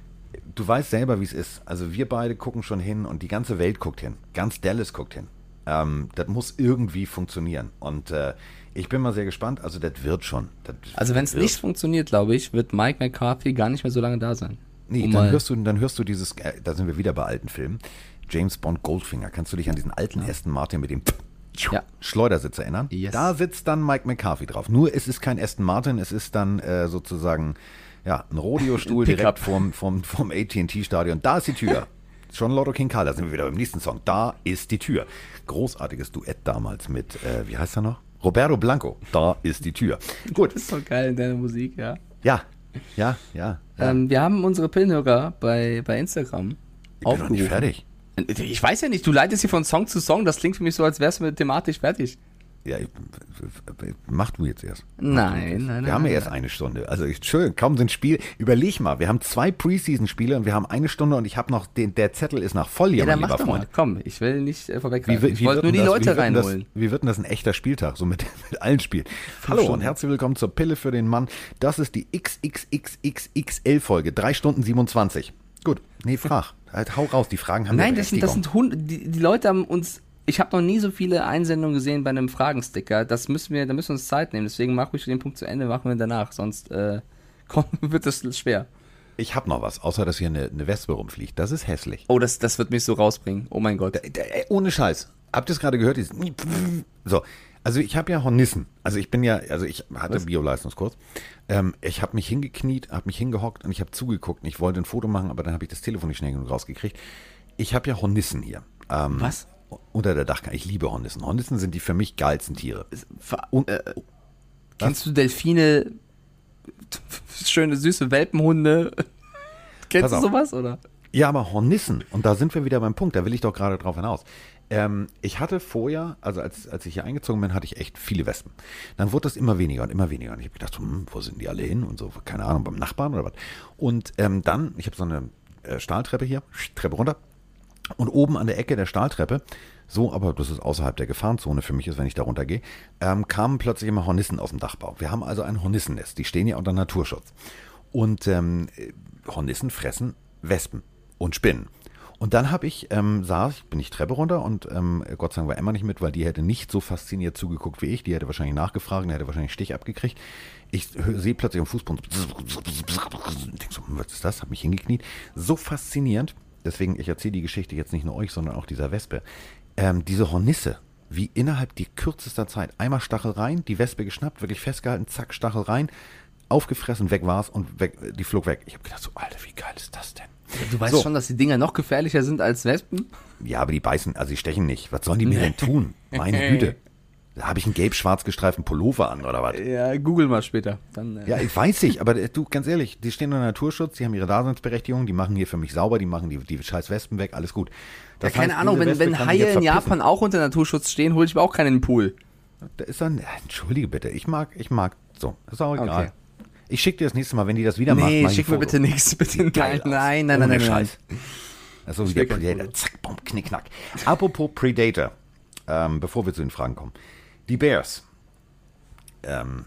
C: du weißt selber, wie es ist. Also wir beide gucken schon hin und die ganze Welt guckt hin. Ganz Dallas guckt hin. Ähm, das muss irgendwie funktionieren. Und äh, ich bin mal sehr gespannt. Also das wird schon. Das
D: also wenn es nicht funktioniert, glaube ich, wird Mike McCarthy gar nicht mehr so lange da sein.
C: Nee, um dann, hörst du, dann hörst du dieses, äh, da sind wir wieder bei alten Filmen, James Bond Goldfinger. Kannst du dich an diesen alten Aston Martin mit dem ja. Schleudersitz erinnern?
D: Yes.
C: Da sitzt dann Mike McCarthy drauf. Nur es ist kein Aston Martin, es ist dann äh, sozusagen ja, ein Rodeostuhl direkt vorm, vorm, vorm A T and T-Stadion. Da ist die Tür. Schon Lotto King Karl, da sind wir wieder beim nächsten Song. Da ist die Tür. Großartiges Duett damals mit, äh, wie heißt er noch? Roberto Blanco. Da ist die Tür. Gut.
D: Das ist so geil in deiner Musik, ja.
C: Ja, ja, ja. ja.
D: Ähm, wir haben unsere Pillenhörer bei, bei Instagram
C: ich bin noch nicht fertig.
D: Ich weiß ja nicht, du leitest hier von Song zu Song. Das klingt für mich so, als wärst du thematisch fertig.
C: Ja, mach du jetzt erst.
D: Nein, nein, nein.
C: Wir haben ja
D: nein,
C: erst
D: nein.
C: eine Stunde. Also ich, schön, kaum sind Spiel. Überleg mal, wir haben zwei Preseason-Spiele und wir haben eine Stunde und ich habe noch, den, der Zettel ist noch voll hier,
D: Ja,
C: mein
D: dann mach
C: lieber
D: doch
C: Freund.
D: mal. Komm, ich will nicht äh,
C: Wie,
D: vorweggreifen.
C: wie,
D: Ich
C: wie
D: wollte
C: wird
D: nur die
C: denn das-
D: Leute
C: wie wird denn
D: reinholen.
C: Das, wie wird denn das ein echter Spieltag, so mit, mit allen Spielen? Hallo
D: Stunden.
C: und herzlich willkommen zur Pille für den Mann. Das ist die X X X X X L-Folge, drei Stunden siebenundzwanzig. Gut, nee, frag. Halt, hau raus, die Fragen haben
D: Nein,
C: wir
D: das sind, das sind Hund, die, die Leute haben uns, ich habe noch nie so viele Einsendungen gesehen bei einem Fragensticker. Das müssen wir, da müssen wir uns Zeit nehmen. Deswegen mach ruhig den Punkt zu Ende, machen wir danach. Sonst äh, komm, wird das schwer.
C: Ich habe noch was, außer dass hier eine, eine Wespe rumfliegt. Das ist hässlich.
D: Oh, das, das wird mich so rausbringen. Oh mein Gott.
C: Da, da, ey, ohne Scheiß. Habt ihr es gerade gehört? Dieses so, also ich habe ja Hornissen. Also ich bin ja, also ich hatte
D: Was?
C: Bio-Leistungskurs. Ähm, ich habe mich hingekniet, habe mich hingehockt und ich habe zugeguckt. Und ich wollte ein Foto machen, aber dann habe ich das Telefon nicht schnell genug rausgekriegt. Ich habe ja Hornissen hier. Ähm,
D: Was?
C: Unter der Dachkante. Ich liebe Hornissen. Hornissen sind die für mich geilsten Tiere.
D: Ver-
C: Und,
D: äh, kennst du Delfine, schöne süße Welpenhunde? Kennst
C: Pass
D: du
C: auf.
D: sowas, oder?
C: Ja, aber Hornissen, und da sind wir wieder beim Punkt, da will ich doch gerade drauf hinaus. Ähm, ich hatte vorher, also als, als ich hier eingezogen bin, hatte ich echt viele Wespen. Dann wurde das immer weniger und immer weniger. Und ich habe gedacht, hm, wo sind die alle hin? Und so, keine Ahnung, beim Nachbarn oder was. Und ähm, dann, ich habe so eine äh, Stahltreppe hier, Treppe runter. Und oben an der Ecke der Stahltreppe, so, aber das ist außerhalb der Gefahrenzone für mich ist, wenn ich da runtergehe, ähm, kamen plötzlich immer Hornissen aus dem Dachbau. Wir haben also ein Hornissennest, die stehen ja unter Naturschutz. Und ähm, Hornissen fressen Wespen und Spinnen. Und dann habe ich, ähm, saß ich, bin ich Treppe runter und ähm, Gott sei Dank war Emma nicht mit, weil die hätte nicht so fasziniert zugeguckt wie ich. Die hätte wahrscheinlich nachgefragt, die hätte wahrscheinlich Stich abgekriegt. Ich hö- sehe plötzlich am Fußboden, denk so, was ist das? Hab mich hingekniet. So faszinierend. Deswegen, ich erzähle die Geschichte jetzt nicht nur euch, sondern auch dieser Wespe. Ähm, diese Hornisse, wie innerhalb die kürzester Zeit, einmal Stachel rein, die Wespe geschnappt, wirklich festgehalten, zack, Stachel rein, aufgefressen, weg war's und weg, die flog weg. Ich habe gedacht so, Alter, wie geil ist das denn?
D: Du weißt
C: So.
D: schon, dass die Dinger noch gefährlicher sind als Wespen?
C: Ja, aber die beißen, also die stechen nicht. Was sollen die mir denn tun? Meine Güte. Da habe ich einen gelb-schwarz gestreiften Pullover an oder was?
D: Ja, google mal später. Dann, äh,
C: Ja, ich weiß ich, aber äh, du, ganz ehrlich, die stehen unter Naturschutz, die haben ihre Daseinsberechtigung, die machen hier für mich sauber, die machen die, die scheiß Wespen weg, alles gut.
D: ja,
C: Das
D: keine
C: heißt,
D: Ahnung,
C: diese
D: wenn,
C: Wespe
D: wenn
C: kann sich
D: Haie
C: jetzt
D: in
C: verpissen.
D: Japan auch unter Naturschutz stehen, hole ich mir auch keinen in den Pool.
C: Da ist dann, äh, entschuldige bitte, ich mag, ich mag, so, ist auch egal.
D: Okay.
C: Ich schicke dir das nächste Mal, wenn die das wieder macht,
D: Nee,
C: mach ich
D: schick
C: ein
D: mir
C: Foto.
D: bitte nichts, bitte
C: Sieht geil
D: nein,
C: aus.
D: nein, nein,
C: Ohne
D: nein, nein,
C: Scheiß. Das ist so wie
D: Ich
C: der
D: will kein
C: Predator.
D: Foto.
C: Zack, bumm, knick, knack. Apropos Predator, ähm, bevor wir zu den Fragen kommen. Die Bears. Ähm,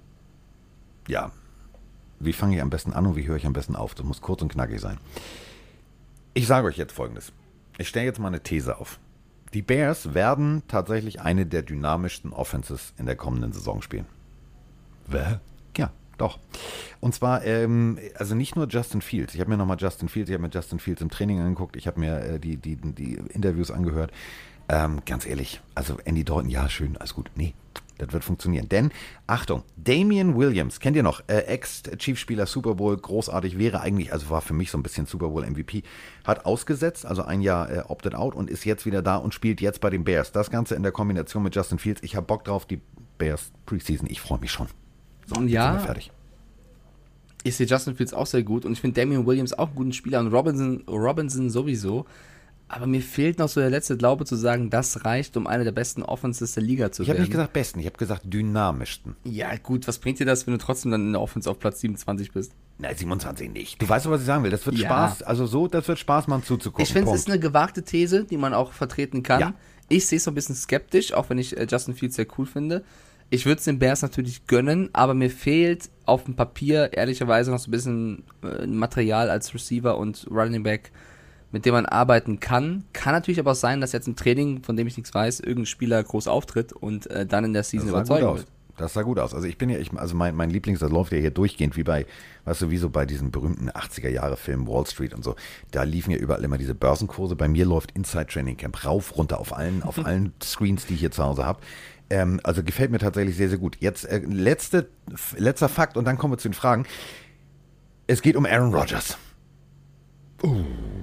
C: ja, wie fange ich am besten an und wie höre ich am besten auf? Das muss kurz und knackig sein. Ich sage euch jetzt Folgendes. Ich stelle jetzt mal eine These auf. Die Bears werden tatsächlich eine der dynamischsten Offenses in der kommenden Saison spielen. Wer? Ja, doch. Und zwar, ähm, also nicht nur Justin Fields. Ich habe mir nochmal Justin Fields, ich habe mir Justin Fields im Training angeguckt, ich habe mir äh, die, die, die Interviews angehört. Ähm, ganz ehrlich, also Andy Dalton, ja, schön, alles gut. Nee, das wird funktionieren. Denn, Achtung, Damian Williams, kennt ihr noch, äh, Ex-Chiefs-Spieler, Super Bowl, großartig, wäre eigentlich, also war für mich so ein bisschen Super Bowl M V P, hat ausgesetzt, also ein Jahr äh, opted out und ist jetzt wieder da und spielt jetzt bei den Bears. Das Ganze in der Kombination mit Justin Fields. Ich habe Bock drauf, die Bears Preseason, ich freue mich schon. So,
D: Und
C: jetzt
D: ja,
C: sind wir fertig.
D: ich sehe Justin Fields auch sehr gut und ich finde Damian Williams auch einen guten Spieler und Robinson, Robinson sowieso. Aber mir fehlt noch so der letzte Glaube zu sagen, das reicht, um eine der besten Offenses der Liga zu
C: Ich habe
D: werden.
C: nicht gesagt besten, ich habe gesagt dynamischsten.
D: Ja, gut, was bringt dir das, wenn du trotzdem dann in der Offense auf Platz siebenundzwanzig bist?
C: Nein, siebenundzwanzig nicht. Du weißt doch, was ich sagen will. Das wird
D: Ja.
C: Spaß, also so, das wird Spaß machen zuzugucken.
D: Ich finde, es
C: Punkt.
D: ist eine gewagte These, die man auch vertreten kann.
C: Ja.
D: Ich sehe es so ein bisschen skeptisch, auch wenn ich äh, Justin Fields sehr cool finde. Ich würde es den Bears natürlich gönnen, aber mir fehlt auf dem Papier ehrlicherweise noch so ein bisschen äh, Material als Receiver und Running Back, mit dem man arbeiten kann. Kann natürlich aber auch sein, dass jetzt im Training, von dem ich nichts weiß, irgendein Spieler groß auftritt und äh, dann in der Season
C: Das sah gut
D: überzeugen
C: aus.
D: wird.
C: Das sah gut aus. Also ich bin ja, ich, also mein, mein Lieblings, das läuft ja hier durchgehend, wie bei, weißt du, wie so bei diesen berühmten achtziger-Jahre-Filmen Wall Street und so. Da liefen ja überall immer diese Börsenkurse. Bei mir läuft Inside Training Camp rauf, runter auf allen, auf allen Screens, die ich hier zu Hause habe. Ähm, also gefällt mir tatsächlich sehr, sehr gut. Jetzt äh, letzte, f- letzter Fakt und dann kommen wir zu den Fragen. Es geht um Aaron Rodgers. Uh.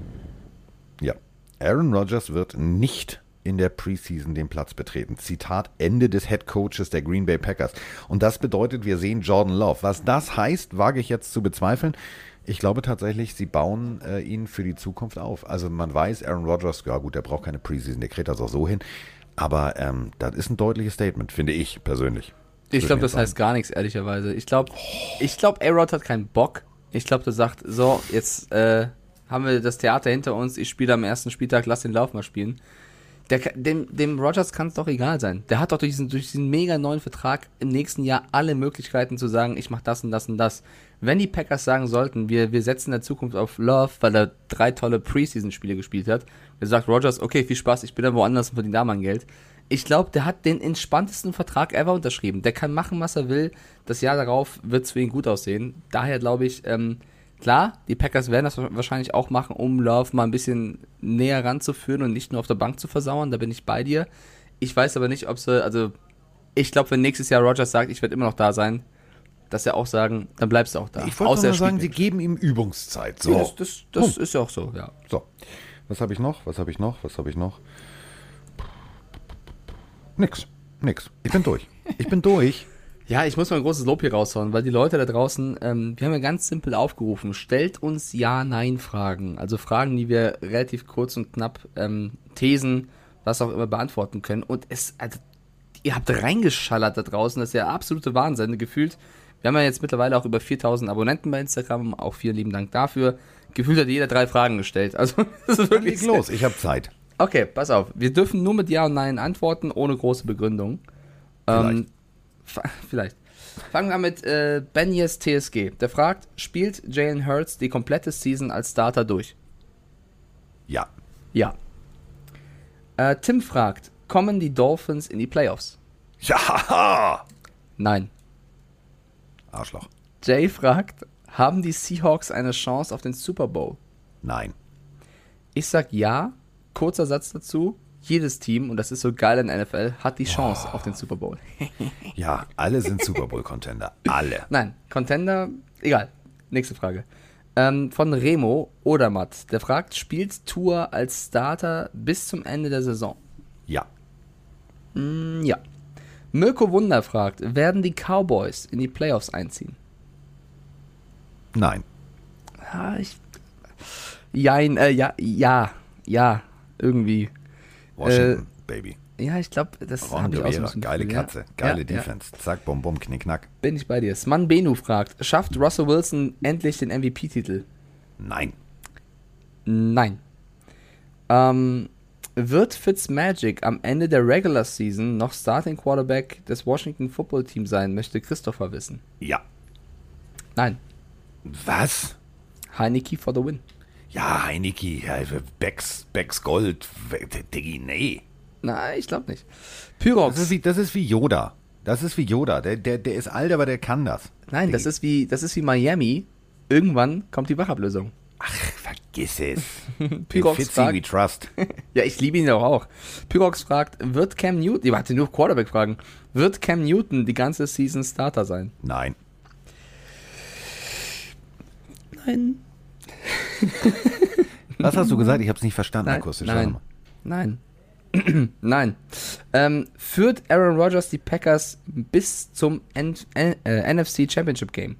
C: Ja, Aaron Rodgers wird nicht in der Preseason den Platz betreten. Zitat, Ende des Head Coaches der Green Bay Packers. Und das bedeutet, wir sehen Jordan Love. Was das heißt, wage ich jetzt zu bezweifeln. Ich glaube tatsächlich, sie bauen äh, ihn für die Zukunft auf. Also man weiß, Aaron Rodgers, ja gut, der braucht keine Preseason, der kriegt das auch so hin. Aber ähm, das ist ein deutliches Statement, finde ich persönlich.
D: Ich glaube, das heißt gar nichts, ehrlicherweise. Ich glaube, ich glaube, A-Rod hat keinen Bock. Ich glaube, der sagt, so, jetzt äh, haben wir das Theater hinter uns, ich spiele am ersten Spieltag, lass den Lauf mal spielen. Der, dem, dem Rodgers kann es doch egal sein. Der hat doch durch diesen, durch diesen mega neuen Vertrag im nächsten Jahr alle Möglichkeiten zu sagen, ich mach das und das und das. Wenn die Packers sagen sollten, wir, wir setzen in der Zukunft auf Love, weil er drei tolle Preseason-Spiele gespielt hat, der sagt Rodgers, okay, viel Spaß, ich bin dann woanders und verdiene da mein Geld. Ich glaube, der hat den entspanntesten Vertrag ever unterschrieben. Der kann machen, was er will. Das Jahr darauf wird es für ihn gut aussehen. Daher glaube ich, ähm, klar, die Packers werden das wahrscheinlich auch machen, um Love mal ein bisschen näher ranzuführen und nicht nur auf der Bank zu versauern. Da bin ich bei dir. Ich weiß aber nicht, ob sie, also ich glaube, wenn nächstes Jahr Rodgers sagt, ich werde immer noch da sein, dass sie auch sagen, dann bleibst du auch da.
C: Ich wollte nur sagen, sie geben ihm Übungszeit. So.
D: Ja, das das, das ist ja auch so, ja.
C: So, was habe ich noch? Was habe ich noch? Was habe ich noch? Nix, nix. Ich bin durch. Ich bin durch.
D: Ja, ich muss mal ein großes Lob hier raushauen, weil die Leute da draußen, ähm, wir haben ja ganz simpel aufgerufen, stellt uns Ja-Nein-Fragen, also Fragen, die wir relativ kurz und knapp ähm, Thesen, was auch immer beantworten können. Und es, also, ihr habt reingeschallert da draußen, das ist ja absolute Wahnsinn, gefühlt. Wir haben ja jetzt mittlerweile auch über viertausend Abonnenten bei Instagram, auch vielen lieben Dank dafür. Gefühlt hat jeder drei Fragen gestellt, also das ist wirklich
C: Leg los, ich habe Zeit.
D: Okay, pass auf. Wir dürfen nur mit Ja und Nein antworten, ohne große Begründung.
C: Vielleicht.
D: Ähm, f- vielleicht. Fangen wir an mit äh, Benyes T S G. Der fragt, spielt Jalen Hurts die komplette Season als Starter durch?
C: Ja.
D: Ja. Äh, Tim fragt, kommen die Dolphins in die Playoffs?
C: Ja.
D: Nein.
C: Arschloch.
D: Jay fragt, haben die Seahawks eine Chance auf den Super Bowl?
C: Nein.
D: Ich sag ja. Kurzer Satz dazu. Jedes Team, und das ist so geil in der N F L, hat die Chance auf den Super Bowl.
C: Ja, alle sind Super Bowl-Contender. Alle.
D: Nein, Contender, egal. Nächste Frage. Ähm, von Remo Odermatt. Der fragt, spielt Tua als Starter bis zum Ende der Saison?
C: Ja.
D: Mm, ja. Mirko Wunder fragt, werden die Cowboys in die Playoffs einziehen?
C: Nein.
D: Ja, ich... Jein, äh, ja, ja, ja, irgendwie.
C: Washington,
D: Äh,
C: Baby.
D: Ja, ich glaube, das
C: Ron
D: habe ich auch so ein
C: Rivera,
D: bisschen
C: geile
D: Gefühl,
C: Katze,
D: ja.
C: geile
D: ja,
C: Defense. Zack, bum, bum, knick, knack.
D: Ja. Bin ich bei dir. Sman Benu fragt, schafft Russell Wilson endlich den M V P-Titel?
C: Nein.
D: Nein. Ähm, wird Fitzmagic am Ende der Regular Season noch Starting Quarterback des Washington Football Team sein, möchte Christopher wissen.
C: Ja.
D: Nein.
C: Was?
D: Heineke for the win.
C: Ja, Heineke, ja, Becks, Becks Gold, Diggi, nee.
D: Nein, ich glaube nicht. Pyrox.
C: Das ist, wie, das ist wie Yoda. Das ist wie Yoda. Der, der, der ist alt, aber der kann das.
D: Nein, das ist wie, das ist wie Miami. Irgendwann kommt die Wachablösung.
C: Ach, vergiss es.
D: Pyrox
C: Fitzy,
D: fragt-
C: we trust.
D: Ja, ich liebe ihn doch auch. Pyrox fragt, wird Cam Newton, ich warte nur Quarterback fragen, wird Cam Newton die ganze Season Starter sein?
C: Nein.
D: Nein.
C: Was hast du gesagt? Ich habe es nicht verstanden
D: Nein,
C: akustisch.
D: nein, nein, nein. Ähm, führt Aaron Rodgers die Packers bis zum N- N- äh, N F C Championship Game?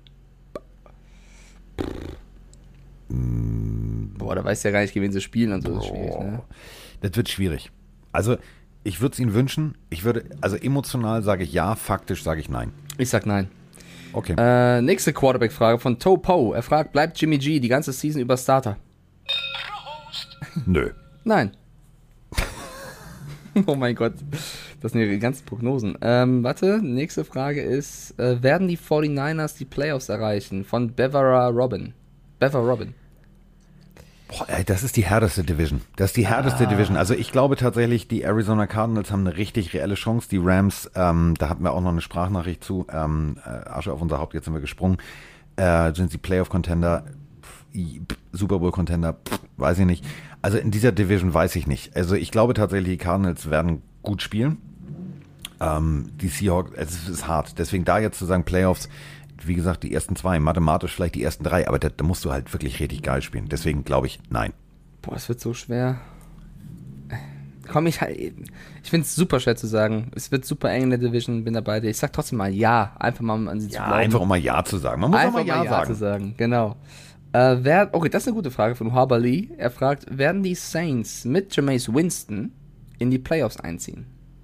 D: Boah, da weiß ja gar nicht, gegen wen sie spielen und so. Das ist schwierig, ne?
C: Das wird schwierig. Also, ich würde es ihnen wünschen. Ich würde, also emotional sage ich ja, faktisch sage ich nein.
D: Ich sag nein.
C: Okay.
D: Äh, nächste Quarterback-Frage von To Po. Er fragt, bleibt Jimmy G die ganze Season über Starter?
C: Nö.
D: Nein. Oh mein Gott. Das sind ihre ganzen Prognosen. Ähm, warte, nächste Frage ist, äh, werden die forty-niners die Playoffs erreichen? Von Bevera Robin. Bever Robin.
C: Boah, ey, das ist die härteste Division. Das ist die härteste
D: Ah.
C: Division. Also ich glaube tatsächlich, die Arizona Cardinals haben eine richtig reelle Chance. Die Rams, ähm, da hatten wir auch noch eine Sprachnachricht zu. Ähm, äh, Asche auf unser Haupt, jetzt sind wir gesprungen. Äh, sind sie Playoff-Contender? Super Bowl-Contender? Weiß ich nicht. Also in dieser Division weiß ich nicht. Also ich glaube tatsächlich, die Cardinals werden gut spielen. Ähm, die Seahawks, es ist hart. Deswegen da jetzt zu sagen Playoffs, wie gesagt, die ersten zwei, mathematisch vielleicht die ersten drei, aber da, da musst du halt wirklich richtig geil spielen. Deswegen glaube ich, nein.
D: Boah, es wird so schwer. Komm, ich halt. Ich finde es super schwer zu sagen. Es wird super eng in der Division, bin dabei. Ich sag trotzdem mal ja. Einfach mal um an sie zu
C: Ja,
D: glauben.
C: einfach um mal Ja zu sagen. Man muss
D: Einfach
C: auch mal Ja,
D: ja
C: sagen.
D: zu sagen, genau. Äh, wer, okay, das ist eine gute Frage von Haber Lee. Er fragt, werden die Saints mit Jameis Winston in die Playoffs einziehen?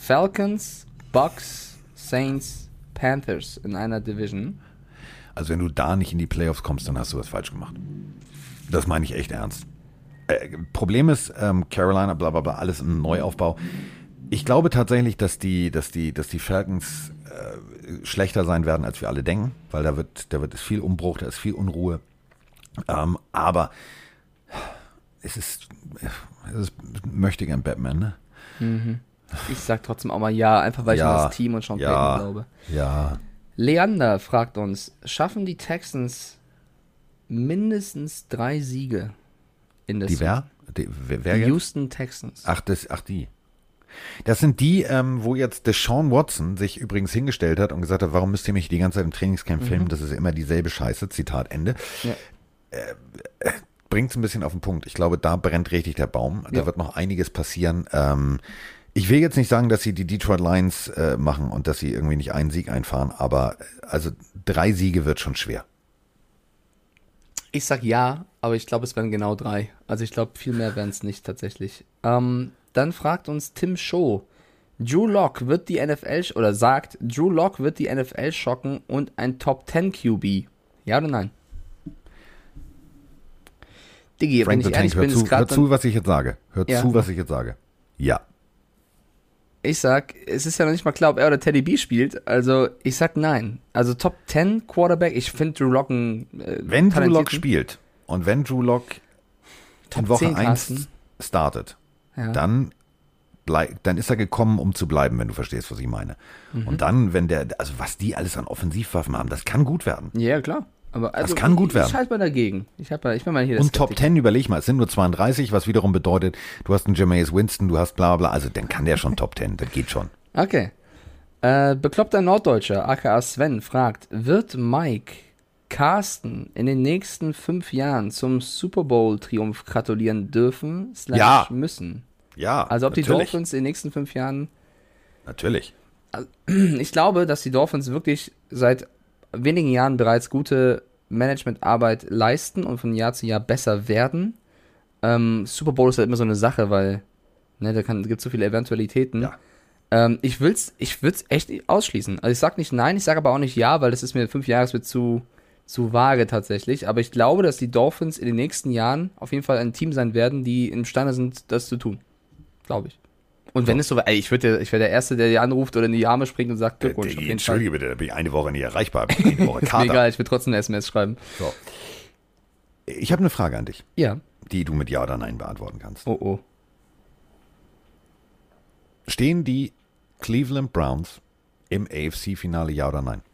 D: Falcons, Bucks, Saints, Panthers in einer Division.
C: Also wenn du da nicht in die Playoffs kommst, dann hast du was falsch gemacht. Das meine ich echt ernst. Äh, Problem ist, ähm, Carolina, bla bla bla, alles im Neuaufbau. Ich glaube tatsächlich, dass die, dass die, dass die Falcons äh, schlechter sein werden, als wir alle denken, weil da wird, da wird es viel Umbruch, da ist viel Unruhe. Ähm, aber es ist, es ist möchte gern Batman, ne?
D: Mhm. Ich sag trotzdem auch mal ja, einfach weil
C: Ja,
D: ich an das Team und Sean
C: ja,
D: Payton glaube.
C: Ja.
D: Leander fragt uns, schaffen die Texans mindestens drei Siege in der
C: Die wer? Die, wer, wer
D: Die
C: jetzt?
D: Houston Texans.
C: Ach, das, ach die. Das sind die, ähm, wo jetzt Deshaun Watson sich übrigens hingestellt hat und gesagt hat, warum müsst ihr mich die ganze Zeit im Trainingscamp filmen?
D: Mhm.
C: Das ist immer dieselbe Scheiße, Zitat Ende.
D: Ja.
C: Äh, äh, Bringt es ein bisschen auf den Punkt. Ich glaube, da brennt richtig der Baum. Da
D: Ja.
C: wird noch einiges passieren. Ähm, ich will jetzt nicht sagen, dass sie die Detroit Lions äh, machen und dass sie irgendwie nicht einen Sieg einfahren, aber äh, also drei Siege wird schon schwer.
D: Ich sag ja, aber ich glaube, es werden genau drei. Also ich glaube, viel mehr werden es nicht tatsächlich. Ähm, dann fragt uns Tim Shaw, Drew Lock wird die N F L, sch- oder sagt, Drew Lock wird die N F L schocken und ein Top zehn Q B. Ja oder nein? Diggi, wenn
C: Frank
D: ich
C: the
D: ehrlich
C: Tank, hör
D: bin, ist
C: zu, hör
D: gerade...
C: zu, was ich jetzt sage. Hör
D: Ja.
C: zu, was ich jetzt sage. Ja.
D: Ich sag, es ist ja noch nicht mal klar, ob er oder Teddy B spielt. Also ich sag nein. Also Top zehn Quarterback, ich finde Drew Lock ein äh,
C: Wenn Drew Lock
D: talentierten-
C: spielt und wenn Drew Lock
D: Top
C: in Woche
D: zehn, Carsten.
C: eins startet,
D: Ja.
C: dann, blei- dann ist er gekommen, um zu bleiben, wenn du verstehst, was ich meine.
D: Mhm.
C: Und dann, wenn der, also was die alles an Offensivwaffen haben, das kann gut werden.
D: Ja, klar. Aber also,
C: kann gut
D: ich,
C: werden.
D: Ich halte mal dagegen. Ich, hab mal, ich bin mal hier der
C: Und Top
D: Skeptiker.
C: zehn, überleg mal, es sind nur zweiunddreißig, was wiederum bedeutet, du hast einen Jameis Winston, du hast bla bla, also dann kann der schon Top zehn, das geht schon.
D: Okay. Äh, bekloppter Norddeutscher, aka Sven, fragt, wird Mike Carsten in den nächsten fünf Jahren zum Super Bowl-Triumph gratulieren dürfen, slash
C: Ja.
D: müssen?
C: Ja,
D: Also ob die
C: natürlich,
D: Dolphins in den nächsten fünf Jahren...
C: natürlich.
D: Ich glaube, dass die Dolphins wirklich seit wenigen Jahren bereits gute Managementarbeit leisten und von Jahr zu Jahr besser werden. Ähm, Super Bowl ist halt immer so eine Sache, weil ne, da gibt es so viele Eventualitäten.
C: Ja.
D: Ähm, ich will's, ich würde es echt ausschließen. Also ich sag nicht nein, ich sage aber auch nicht ja, weil das ist mir fünf Jahre ist mir zu, zu vage tatsächlich. Aber ich glaube, dass die Dolphins in den nächsten Jahren auf jeden Fall ein Team sein werden, die imstande sind, das zu tun. Glaube ich. Und wenn es so, ey, ich würde, ich wäre der Erste, der dir anruft oder in die Arme springt und sagt Glückwunsch. auf jeden Fall.
C: Entschuldige bitte, da bin ich eine Woche nicht erreichbar, bin ich eine Woche
D: Ist mir
C: Kater.
D: egal, ich will trotzdem eine S M S schreiben.
C: So. Ich habe eine Frage an dich,
D: Ja.
C: die du mit Ja oder Nein beantworten kannst.
D: Oh oh.
C: Stehen die Cleveland Browns im A F C-Finale, ja oder nein?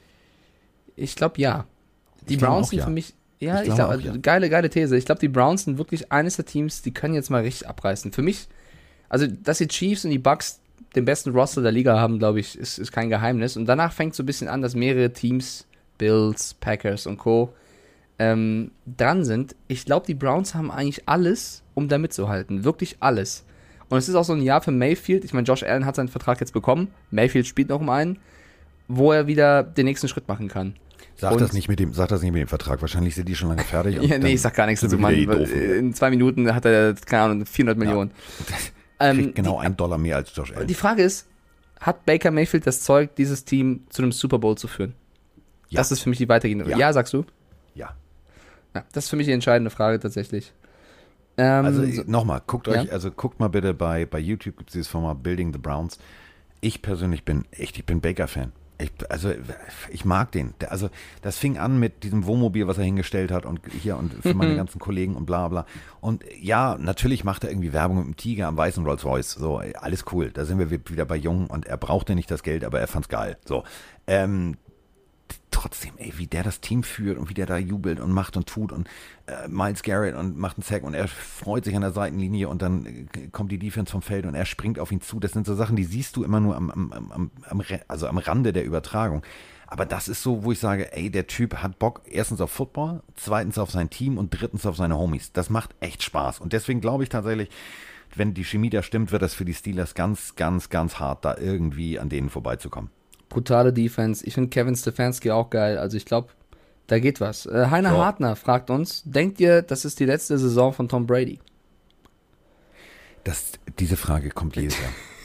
D: Ich glaube ja. Die
C: Ich glaube
D: Browns
C: auch
D: sind
C: ja.
D: für mich. Ja,
C: Ich
D: ich
C: glaube
D: glaube,
C: auch ja.
D: geile, geile These. Ich glaube, die Browns sind wirklich eines der Teams, die können jetzt mal richtig abreißen. Für mich, also, dass die Chiefs und die Bucks den besten Roster der Liga haben, glaube ich, ist, ist kein Geheimnis. Und danach fängt es so ein bisschen an, dass mehrere Teams, Bills, Packers und Co., ähm, dran sind. Ich glaube, die Browns haben eigentlich alles, um da mitzuhalten. Wirklich alles. Und es ist auch so ein Jahr für Mayfield. Ich meine, Josh Allen hat seinen Vertrag jetzt bekommen. Mayfield spielt noch um einen, wo er wieder den nächsten Schritt machen kann.
C: Sag
D: Und-
C: das nicht mit dem, sag das nicht mit dem Vertrag. Wahrscheinlich sind die schon lange fertig. und
D: Ja, nee,
C: dann
D: ich sag gar nichts
C: sind
D: dazu,
C: wir
D: Mann.
C: wieder die Doofen.
D: In zwei Minuten hat er, keine Ahnung, vierhundert Millionen. Ähm,
C: Kriegt genau einen Dollar mehr als Josh Allen.
D: Die Frage ist, hat Baker Mayfield das Zeug, dieses Team zu einem Super Bowl zu führen?
C: Ja.
D: Das ist für mich die weitergehende.
C: Ja.
D: Ja, sagst du?
C: Ja.
D: Ja, das ist für mich die entscheidende Frage tatsächlich. Ähm,
C: Also
D: so-
C: nochmal, guckt euch,
D: Ja.
C: also guckt mal bitte bei, bei YouTube gibt es dieses Format Building the Browns. Ich persönlich bin echt, ich bin Baker-Fan. Ich, also ich mag den. Der, also das fing an mit diesem Wohnmobil, was er hingestellt hat und hier und für meine ganzen Kollegen und bla bla. Und ja, natürlich macht er irgendwie Werbung mit dem Tiger am weißen Rolls Royce. So, alles cool. Da sind wir wieder bei Jung und er brauchte nicht das Geld, aber er fand's geil. So. Ähm, trotzdem, ey, wie der das Team führt und wie der da jubelt und macht und tut und äh, Myles Garrett und macht einen Sack und er freut sich an der Seitenlinie und dann äh, kommt die Defense vom Feld und er springt auf ihn zu. Das sind so Sachen, die siehst du immer nur am, am, am, am, Re- also am Rande der Übertragung. Aber das ist so, wo ich sage, ey, der Typ hat Bock erstens auf Football, zweitens auf sein Team und drittens auf seine Homies. Das macht echt Spaß. Und deswegen glaube ich tatsächlich, wenn die Chemie da stimmt, wird das für die Steelers ganz, ganz, ganz hart, da irgendwie an denen vorbeizukommen.
D: brutale Defense. Ich finde Kevin Stefanski auch geil. Also ich glaube, da geht was. Äh, Heiner
C: So.
D: Hartner fragt uns, denkt ihr, das ist die letzte Saison von Tom Brady?
C: Das, diese Frage kommt jedes Jahr.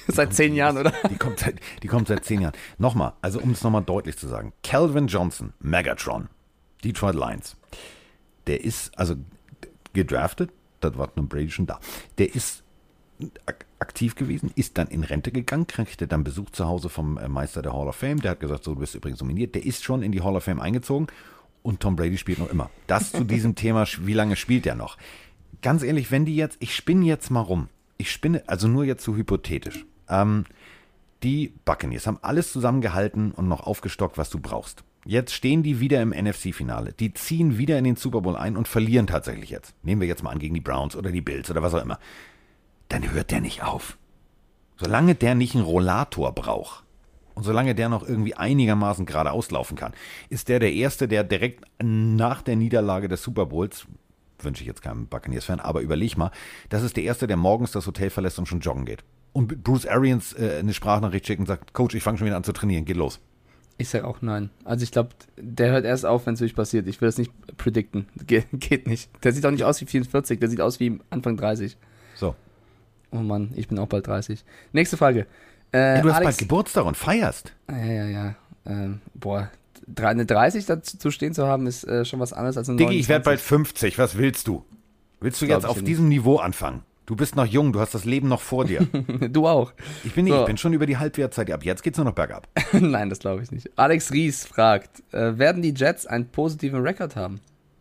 D: Seit zehn Jahren, oder?
C: Die kommt seit, die kommt seit zehn Jahren. Nochmal, also um es nochmal deutlich zu sagen. Calvin Johnson, Megatron, Detroit Lions. Der ist also gedraftet, das war nun Brady schon da. Der ist ak- aktiv gewesen, ist dann in Rente gegangen, kriegte dann Besuch zu Hause vom äh, Meister der Hall of Fame. Der hat gesagt, so, du bist übrigens nominiert. Der ist schon in die Hall of Fame eingezogen und Tom Brady spielt noch immer. Das zu diesem Thema, wie lange spielt der noch? Ganz ehrlich, wenn die jetzt, ich spinne jetzt mal rum. Ich spinne, also nur jetzt so hypothetisch. Ähm, die Buccaneers haben alles zusammengehalten und noch aufgestockt, was du brauchst. Jetzt stehen die wieder im N F C-Finale. Die ziehen wieder in den Super Bowl ein und verlieren tatsächlich jetzt. Nehmen wir jetzt mal an gegen die Browns oder die Bills oder was auch immer. Dann hört der nicht auf. Solange der nicht einen Rollator braucht und solange der noch irgendwie einigermaßen geradeaus laufen kann, ist der der Erste, der direkt nach der Niederlage des Super Bowls, wünsche ich jetzt keinem Buccaneers-Fan, aber überleg mal, das ist der Erste, der morgens das Hotel verlässt und schon joggen geht. Und Bruce Arians äh, eine Sprachnachricht schickt und sagt, Coach, ich fange schon wieder an zu trainieren, geht los.
D: Ich sag auch nein. Also ich glaube, der hört erst auf, wenn es wirklich passiert. Ich will das nicht predikten. Ge- geht nicht. Der sieht auch nicht aus wie vierundvierzig, der sieht aus wie Anfang dreißig.
C: So.
D: Oh Mann, ich bin auch bald dreißig. Nächste Frage. Äh,
C: Ja, du hast
D: Alex,
C: bald Geburtstag und feierst.
D: Ja, ja, ja. Ähm, boah, drei- eine dreißig dazu stehen zu haben, ist äh, schon was anderes als eine
C: Diggi, ich werde bald
D: neunundzwanzig.
C: fünfzig, was willst du? Willst du
D: Glaub
C: jetzt
D: ich
C: auf
D: dir
C: diesem Niveau anfangen? Du bist noch jung, du hast das Leben noch vor dir.
D: Du auch.
C: Ich bin nicht,
D: So.
C: ich bin schon über die Halbwertzeit. Ab jetzt geht's nur noch bergab.
D: Nein, das glaube ich nicht. Alex Ries fragt, äh, werden die Jets einen positiven Rekord haben?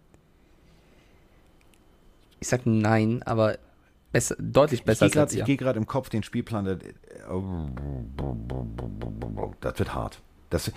D: Ich sag nein, aber besser, deutlich besser
C: Ich gehe
D: als
C: gerade
D: letztes Jahr.
C: geh im Kopf den Spielplan. Der, das wird hart. Das,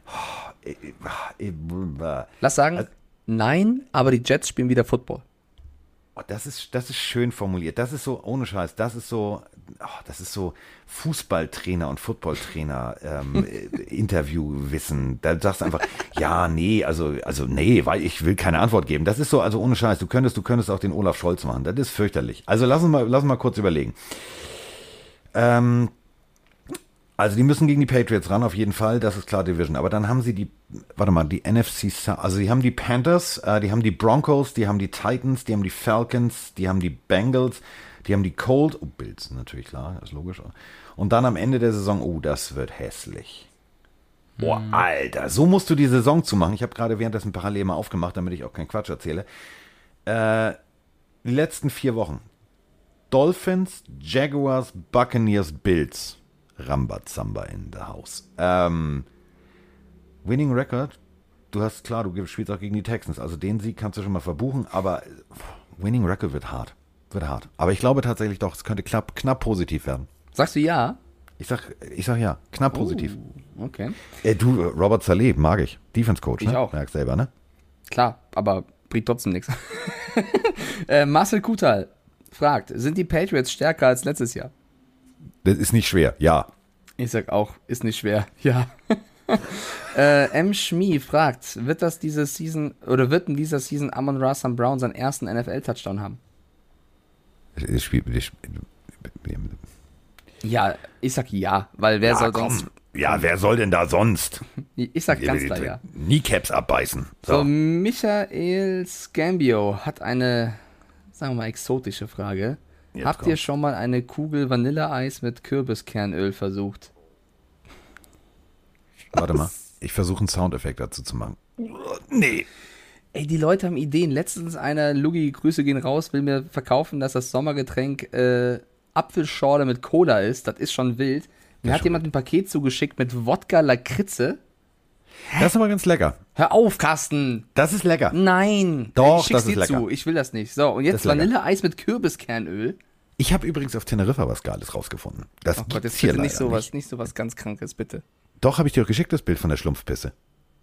D: Lass sagen,
C: Also-
D: nein, aber die Jets spielen wieder Football.
C: Oh, das ist, das ist schön formuliert. Das ist so, ohne Scheiß, das ist so, oh, das ist so Fußballtrainer und Footballtrainer ähm, Interviewwissen. Da sagst du einfach, ja, nee, also, also nee, weil ich will keine Antwort geben. Das ist so, also ohne Scheiß, du könntest, du könntest auch den Olaf Scholz machen. Das ist fürchterlich. Also lass uns mal, lass uns mal kurz überlegen. Ähm, also die müssen gegen die Patriots ran, auf jeden Fall, das ist klar Division. Aber dann haben sie die, warte mal, die N F C, also die haben die Panthers, äh, die haben die Broncos, die haben die Titans, die haben die Falcons, die haben die Bengals, die haben die Colts, oh, Bills natürlich, klar, das ist logisch. Und dann am Ende der Saison, oh, das wird hässlich. Boah, Alter, so musst du die Saison zumachen. Ich habe gerade währenddessen parallel mal aufgemacht, damit ich auch keinen Quatsch erzähle. Äh, die letzten vier Wochen. Dolphins, Jaguars, Buccaneers, Bills. Rambazamba in the house. Ähm, Winning Record, du hast, klar, du spielst auch gegen die Texans, also den Sieg kannst du schon mal verbuchen, aber Winning Record wird hart. Wird hart. Aber ich glaube tatsächlich doch, es könnte knapp, knapp positiv werden.
D: Sagst du ja?
C: Ich sag, ich sag ja, knapp positiv.
D: Oh, okay.
C: Äh, du, Robert Saleh, mag ich. Defense Coach, ne?
D: Ich auch.
C: Merkst selber, ne?
D: Klar, aber bringt trotzdem nichts. äh, Marcel Kutal fragt, sind die Patriots stärker als letztes Jahr?
C: Das ist nicht schwer, ja.
D: Ich sag auch, ist nicht schwer, ja. äh, M. Schmie fragt, wird das diese Season, oder wird in dieser Season Amon-Ra Saint Brown seinen ersten N F L-Touchdown haben?
C: Das Spiel, das Spiel,
D: Ja, ich sag ja, weil wer
C: ja,
D: soll
C: komm.
D: sonst...
C: Ja, wer soll denn da sonst?
D: Ich sag ganz klar ja.
C: Kneecaps abbeißen.
D: So,
C: So.
D: Michael Scambio hat eine, sagen wir mal, exotische Frage.
C: Jetzt
D: Habt ihr
C: kommt's.
D: schon mal eine Kugel Vanilleeis mit Kürbiskernöl versucht?
C: Warte mal, ich versuche einen Soundeffekt dazu zu machen. Nee.
D: Ey, die Leute haben Ideen. Letztens einer, Lugi, Grüße gehen raus, will mir verkaufen, dass das Sommergetränk äh, Apfelschorle mit Cola ist. Das ist schon wild. Mir
C: Das
D: hat
C: schon
D: jemand ein Paket zugeschickt mit Wodka Lakritze.
C: Das ist aber ganz lecker.
D: Hör auf, Carsten!
C: Das ist lecker.
D: Nein!
C: Doch,
D: ich schick's
C: das ist
D: dir
C: lecker.
D: zu. Ich will das nicht. So, und
C: Das
D: jetzt
C: ist lecker.
D: Vanilleeis mit Kürbiskernöl.
C: Ich habe übrigens auf Teneriffa was Geiles rausgefunden. Das
D: Oh Gott,
C: gibt's
D: jetzt
C: hier
D: bitte nicht
C: leider
D: sowas,
C: nicht.
D: nicht sowas ganz Krankes, bitte.
C: Doch, habe ich dir doch geschickt, das Bild von der Schlumpfpisse.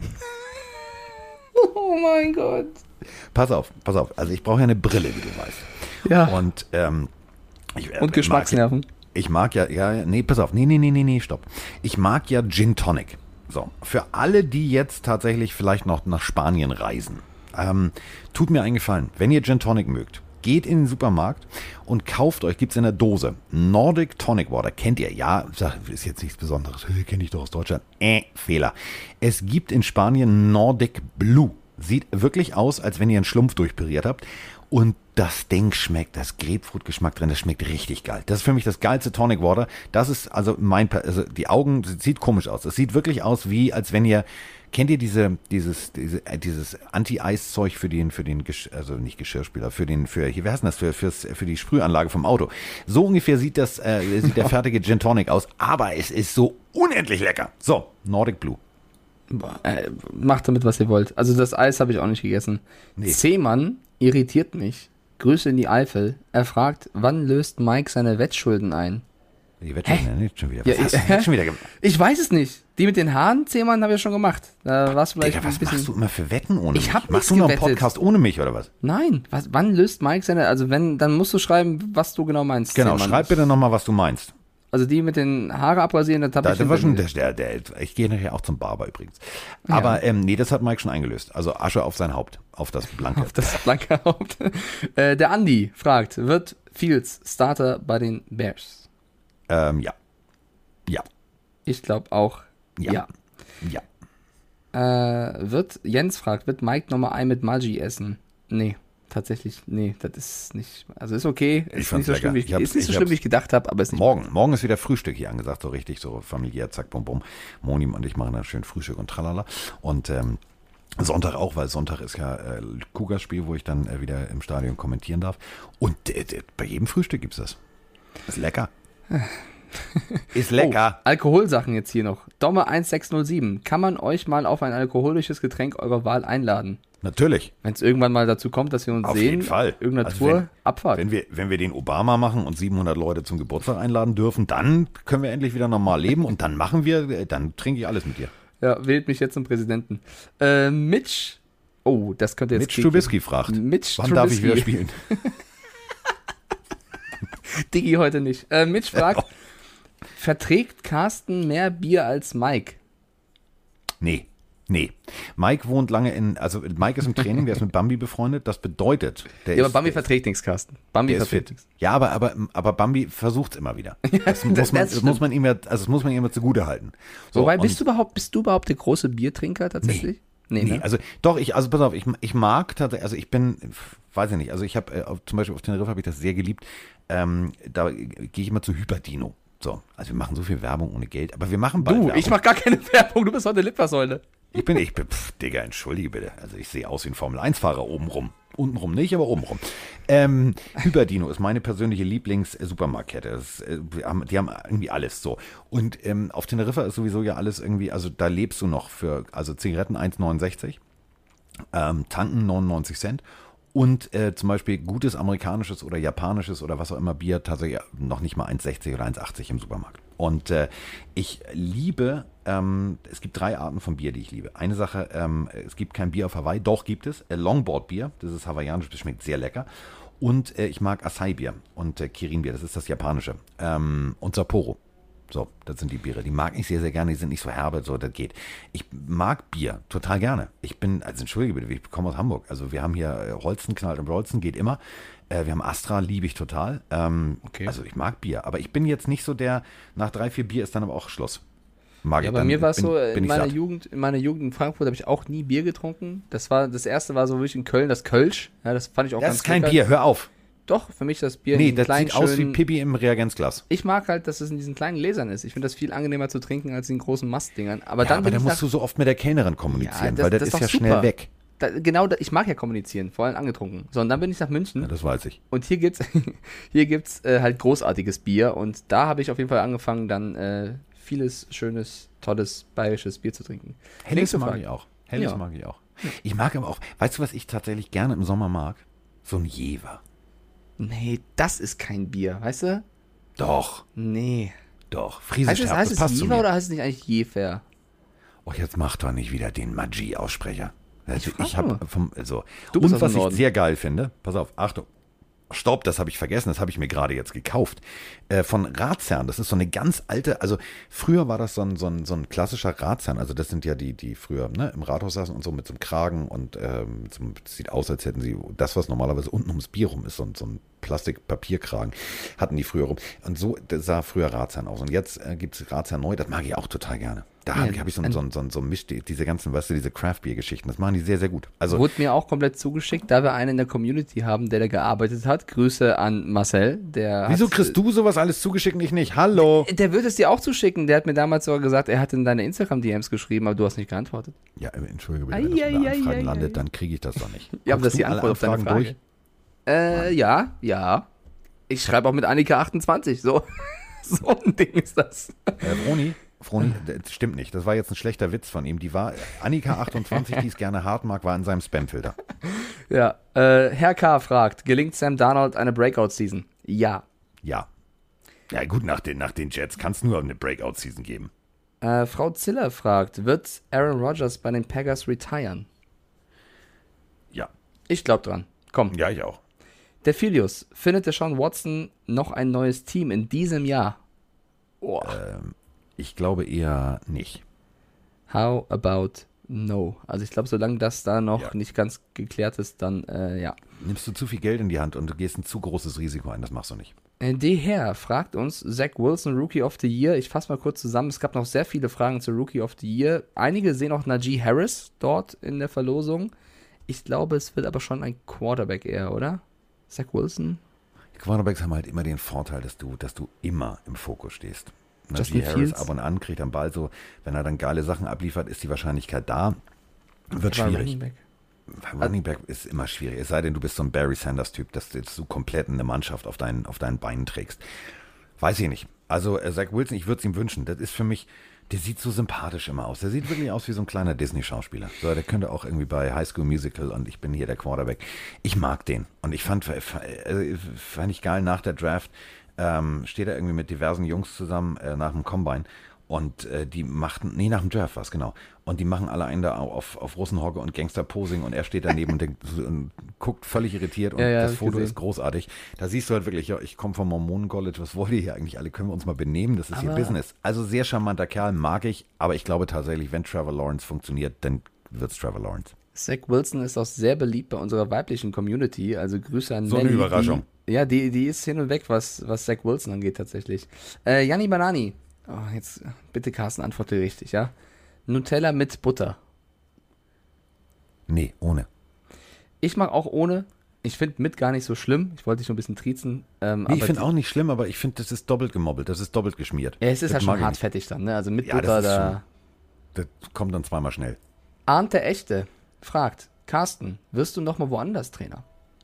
D: Oh mein Gott.
C: Pass auf, pass auf. Also ich brauche ja eine Brille, wie du weißt.
D: Ja.
C: Und, ähm, ich, äh,
D: Und Geschmacksnerven.
C: Ich mag ja, ja, ja, nee, pass auf, nee, nee, nee, nee, nee, stopp. Ich mag ja Gin Tonic. So, für alle, die jetzt tatsächlich vielleicht noch nach Spanien reisen, ähm, tut mir einen Gefallen, wenn ihr Gin Tonic mögt, geht in den Supermarkt und kauft euch, gibt's in der Dose, Nordic Tonic Water, kennt ihr, ja, sag, ist jetzt nichts Besonderes, kenne ich doch aus Deutschland, äh, Fehler. Es gibt in Spanien Nordic Blue. Sieht wirklich aus, als wenn ihr einen Schlumpf durchpariert habt. Und das Ding schmeckt, das Grapefruit-Geschmack drin, das schmeckt richtig geil. Das ist für mich das geilste Tonic Water. Das ist also mein, also die Augen, das sieht komisch aus. Es sieht wirklich aus wie, als wenn ihr, kennt ihr diese, dieses, diese, äh, dieses Anti-Eis-Zeug für den, für den, Gesch- also nicht Geschirrspüler, für den, für, hier, wer heißt denn das, für, fürs, für die Sprühanlage vom Auto. So ungefähr sieht das, äh, sieht der fertige Gin Tonic aus, aber es ist so unendlich lecker. So, Nordic Blue.
D: Boah, äh, macht damit, was ihr wollt. Also das Eis habe ich auch nicht gegessen.
C: Nee.
D: Seemann irritiert mich. Grüße in die Eifel. Er fragt, wann löst Mike seine Wettschulden ein?
C: Ich werde schon, nicht schon wieder. Was
D: Ja,
C: hast
D: ich-
C: du jetzt schon wieder gemacht?
D: Ich weiß es nicht. Die mit den Haaren, Seemann, habe ich ja schon gemacht. Da war's vielleicht
C: Digga, was
D: ein bisschen...
C: machst du immer für Wetten ohne
D: Ich
C: mich?
D: hab
C: Machst
D: nichts
C: du noch einen
D: gewettet.
C: Podcast ohne mich oder was?
D: Nein, was, wann löst Mike seine... Also wenn, dann musst du schreiben, was du genau meinst.
C: Genau,
D: Seemann.
C: schreib bitte nochmal, was du meinst.
D: Also die mit den Haare abrasieren, das habe
C: Da,
D: ich...
C: das war schon
D: hinter
C: der, der, der, ich gehe nachher auch zum Barber übrigens. Aber ähm, nee, das hat Mike schon eingelöst. Also Asche auf sein Haupt, auf das Blanke.
D: auf das blanke Haupt. äh, der Andi fragt, wird Fields Starter bei den Bears?
C: ähm, ja. Ja.
D: Ich glaube auch,
C: Ja.
D: ja.
C: Ja.
D: Äh, wird, Jens fragt, wird Mike nochmal ein mit Maggi essen? Nee, tatsächlich, nee, das ist nicht, also ist okay,
C: Ich
D: ist
C: fand's
D: nicht so
C: lecker.
D: schlimm, wie ich,
C: Ich hab's-
D: ist nicht so
C: ich
D: schlimm,
C: hab's-
D: wie ich gedacht habe, aber ist nicht.
C: Morgen, morgen ist wieder Frühstück hier angesagt, so richtig, so familiär, zack, bum, bum. Moni und ich machen dann schön Frühstück und tralala. Und ähm, Sonntag auch, weil Sonntag ist ja äh, Kugas-Spiel, wo ich dann äh, wieder im Stadion kommentieren darf. Und äh, äh, bei jedem Frühstück gibt's das. Ist lecker. Ist lecker.
D: Oh, Alkoholsachen jetzt hier noch. Domme eins sechs null sieben. Kann man euch mal auf ein alkoholisches Getränk eurer Wahl einladen?
C: Natürlich.
D: Wenn es irgendwann mal dazu kommt, dass wir uns
C: Auf
D: sehen,
C: jeden Fall.
D: irgendeine
C: Also
D: Tour,
C: wenn-
D: Abfahrt.
C: Wenn wir, wenn wir den Obama machen und siebenhundert Leute zum Geburtstag einladen dürfen, dann können wir endlich wieder normal leben und dann machen wir, äh, dann trinke ich alles mit dir.
D: Ja, wählt mich jetzt zum Präsidenten. Äh, Mitch, oh, das könnte jetzt...
C: Mitch
D: Krieg-
C: Trubisky fragt,
D: Mitch
C: wann darf ich wieder
D: Trubisky.
C: spielen?
D: Diggi heute nicht. Äh, Mitch fragt, verträgt Carsten mehr Bier als Mike?
C: Nee, nee. Mike wohnt lange in, also Mike ist im Training, der ist mit Bambi befreundet, das bedeutet, der
D: Ja,
C: ist,
D: aber Bambi
C: der,
D: verträgt nichts, Carsten. Bambi
C: der ist
D: verträgt
C: fit.
D: nichts.
C: Ja, aber, aber, aber Bambi versucht es immer wieder. Das,
D: das-
C: muss man,
D: das
C: das muss man ihm ja, also das muss man ihm ja zugute halten. So,
D: Wobei,
C: und-
D: bist du überhaupt, bist du überhaupt der große Biertrinker tatsächlich? Nee,
C: Nee,
D: ne?
C: also doch, ich, also pass auf, ich, ich mag tatsächlich, also ich bin, weiß ich nicht, also ich habe äh, auf- zum Beispiel auf Teneriffa habe ich das sehr geliebt, ähm, da gehe ich immer zu Hyperdino. So, also wir machen so viel Werbung ohne Geld, aber wir machen bald
D: Du,
C: Werbung.
D: ich mach gar keine Werbung, du bist heute Litfaßsäule.
C: Ich bin, ich bin, pff, Digga, entschuldige bitte. Also ich sehe aus wie ein Formel eins Fahrer obenrum. Untenrum nicht, aber obenrum. Ähm, Hyperdino ist meine persönliche Lieblings-Supermarktkette. Das, äh, wir haben- Die haben irgendwie alles so. Und ähm, auf Teneriffa ist sowieso ja alles irgendwie, also da lebst du noch für, also Zigaretten eins neunundsechzig, ähm, Tanken neunundneunzig Cent und äh, zum Beispiel gutes amerikanisches oder japanisches oder was auch immer Bier tatsächlich noch nicht mal eins sechzig oder eins achtzig im Supermarkt. Und äh, ich liebe, ähm, es gibt drei Arten von Bier, die ich liebe. Eine Sache, ähm, es gibt kein Bier auf Hawaii, doch gibt es, äh, Longboard Bier, das ist hawaiianisch, das schmeckt sehr lecker. Und äh, ich mag Acai Bier und äh, Kirin Bier, das ist das japanische. Ähm, und Sapporo. So, das sind die Biere. Die mag ich sehr, sehr gerne. Die sind nicht so herbe, so, das geht. Ich mag Bier total gerne. Ich bin, also entschuldige bitte, ich komme aus Hamburg. Also wir haben hier äh, Holzen, Knallt und Rolzen, geht immer. Äh, wir haben Astra, liebe ich total. Ähm,
D: Okay.
C: Also ich mag Bier. Aber ich bin jetzt nicht so der, nach drei, vier Bier ist dann aber auch Schluss. Mag
D: Ja,
C: ich
D: bei
C: dann,
D: mir war es
C: bin-
D: so,
C: bin
D: in
C: ich
D: meiner
C: satt.
D: Jugend, in meiner Jugend in Frankfurt habe ich auch nie Bier getrunken. Das war, das erste war so wirklich in Köln, das Kölsch. Ja, das fand ich auch
C: Das
D: ganz
C: ist kein
D: lecker.
C: Bier, hör auf.
D: Doch, für mich das Bier
C: Nee,
D: in
C: das
D: kleinen,
C: sieht aus wie
D: schönen-
C: Pipi im Reagenzglas.
D: Ich mag halt, dass es in diesen kleinen Gläsern ist. Ich finde das viel angenehmer zu trinken als in großen Mastdingern. Aber
C: Ja,
D: dann
C: aber
D: bin
C: da
D: ich
C: musst
D: nach,
C: du so oft mit der Kellnerin kommunizieren,
D: das-
C: weil das,
D: das
C: ist
D: ist
C: ja
D: doch
C: schnell
D: super.
C: weg.
D: da, genau, da, ich mag ja kommunizieren, vor allem angetrunken. So, und dann bin ich nach München.
C: Ja, das weiß ich.
D: Und hier gibt's, hier gibt's äh, halt großartiges Bier. Und da habe ich auf jeden Fall angefangen, dann äh, vieles schönes, tolles bayerisches Bier zu trinken.
C: Helles
D: Nächste
C: mag
D: Frage.
C: ich auch. Helles
D: Ja.
C: mag ich auch. Ich mag aber auch, weißt du, was ich tatsächlich gerne im Sommer mag? So ein Jever.
D: Nee, das ist kein Bier, weißt du?
C: Doch,
D: Nee.
C: doch.
D: Heißt
C: Friesisch
D: es,
C: herb,
D: heißt
C: das
D: es
C: passt zu
D: Jever
C: mir.
D: oder heißt es nicht eigentlich Jefer?
C: Oh, jetzt mach doch nicht wieder den Maggi-Aussprecher. Also
D: frag
C: ich habe
D: nur.
C: vom, so.
D: Du bist
C: Und
D: aus
C: was
D: dem
C: ich
D: Norden.
C: sehr geil finde, pass auf, Achtung. Stopp, das habe ich vergessen, das habe ich mir gerade jetzt gekauft. Äh, von Ratsherrn, das ist so eine ganz alte, also früher war das so ein, so ein, so ein klassischer Ratsherrn, also das sind ja die, die früher ne, im Rathaus saßen und so mit so einem Kragen und ähm, mit so einem, das sieht aus, als hätten sie das, was normalerweise unten ums Bier rum ist, so ein, so ein Plastik-Papierkragen, hatten die früher rum. Und so das sah früher Ratsherrn aus. Und jetzt äh, gibt es Ratsherrn neu, das mag ich auch total gerne. Da habe ich, hab ich so ein, so ein, so ein, so ein Misch, diese ganzen, weißt du, diese Craft-Bier-Geschichten, das machen die sehr, sehr gut. Also,
D: wurde mir auch komplett zugeschickt, da wir einen in der Community haben, der da gearbeitet hat. Grüße an Marcel. Der
C: wieso
D: hat,
C: kriegst du sowas alles zugeschickt und ich nicht? Hallo?
D: Der wird es dir auch zuschicken. Der hat mir damals sogar gesagt, er hat in deine Instagram-D Ms geschrieben, aber du hast nicht geantwortet.
C: Ja, entschuldige bitte, wenn das unter Anfragen landet, dann kriege ich das doch nicht.
D: Ja, aber das ist die
C: Guckst du
D: Antwort auf
C: alle
D: deine Frage.
C: Durch?
D: Äh, ja, ja. Ich schreibe auch mit Annika achtundzwanzig, so. So ein Ding ist das.
C: Äh, Froni, Froni, das stimmt nicht. Das war jetzt ein schlechter Witz von ihm. Die war, Annika achtundzwanzig, die es gerne hart mag, war in seinem Spamfilter.
D: Ja, äh, Herr K. fragt, gelingt Sam Darnold eine Breakout-Season? Ja.
C: Ja. Ja gut, nach den, nach den Jets kann es nur eine Breakout-Season geben.
D: Äh, Frau Ziller fragt, wird Aaron Rodgers bei den Packers retiren?
C: Ja.
D: Ich glaube dran. Komm.
C: Ja, ich auch.
D: Der Filius, findet der Sean Watson noch ein neues Team in diesem Jahr? Oh.
C: Ähm, ich glaube eher nicht.
D: How about no? Also ich glaube, solange das da noch
C: Ja.
D: nicht ganz geklärt ist, dann äh, ja.
C: Nimmst du zu viel Geld in die Hand und du gehst ein zu großes Risiko ein, das machst du nicht.
D: Äh, D. Herr fragt uns, Zach Wilson, Rookie of the Year. Ich fasse mal kurz zusammen. Es gab noch sehr viele Fragen zu Rookie of the Year. Einige sehen auch Najee Harris dort in der Verlosung. Ich glaube, es wird aber schon ein Quarterback eher, oder? Zach Wilson?
C: Die Quarterbacks haben halt immer den Vorteil, dass du, dass du immer im Fokus stehst.
D: Justin
C: Najee Harris
D: Fields?
C: ab und an kriegt am Ball so, wenn er dann geile Sachen abliefert, ist die Wahrscheinlichkeit da. Wird
D: War
C: schwierig.
D: Running Back.
C: Running Back ist immer schwierig, es sei denn, du bist so ein Barry Sanders-Typ, dass du jetzt so komplett eine Mannschaft auf deinen, auf deinen Beinen trägst. Weiß ich nicht. Also äh, Zach Wilson, ich würde es ihm wünschen. Das ist für mich, der sieht so sympathisch immer aus. Der sieht wirklich aus wie so ein kleiner Disney-Schauspieler. So, der könnte auch irgendwie bei High School Musical und ich bin hier der Quarterback. Ich mag den. Und ich fand, also, fand ich geil, nach der Draft ähm, steht er irgendwie mit diversen Jungs zusammen äh, nach dem Combine. Und äh, die machten, nee, nach dem Draft war es, genau. Und die machen alle einen da auf, auf Russenhocke und Gangster-Posing und er steht daneben und, denkt, und guckt völlig irritiert und
D: Ja, ja,
C: das
D: hab
C: Foto
D: gesehen.
C: ist großartig. Da siehst du halt wirklich, ja, ich komme vom Mormonen-College, was wollt ihr hier eigentlich alle? Können wir uns mal benehmen? Das ist hier
D: Aber-
C: Business. Also sehr charmanter Kerl, mag ich, aber ich glaube tatsächlich, wenn Trevor Lawrence funktioniert, dann wird's Trevor Lawrence.
D: Zach Wilson ist auch sehr beliebt bei unserer weiblichen Community. Also Grüße an
C: So eine
D: Nelly,
C: Überraschung.
D: Die, ja, die, die ist hin und weg, was, was Zach Wilson angeht tatsächlich. Äh, Janni Banani. Oh, jetzt bitte Carsten, antworte richtig, ja? Nutella mit Butter.
C: Nee, ohne.
D: Ich mag auch ohne. Ich finde mit gar nicht so schlimm. Ich wollte dich nur ein bisschen triezen. Ähm,
C: Nee, ich
D: aber
C: finde
D: die-
C: auch nicht schlimm, aber ich finde, das ist doppelt gemobbelt, das ist doppelt geschmiert.
D: Ja, es ist
C: das
D: halt
C: mag
D: schon
C: ich
D: hart
C: nicht.
D: fettig dann, ne? Also mit
C: Ja,
D: Butter
C: das ist
D: da.
C: schon- Das kommt dann zweimal schnell.
D: Arndt der Echte fragt, Carsten, wirst du noch mal woanders Trainer?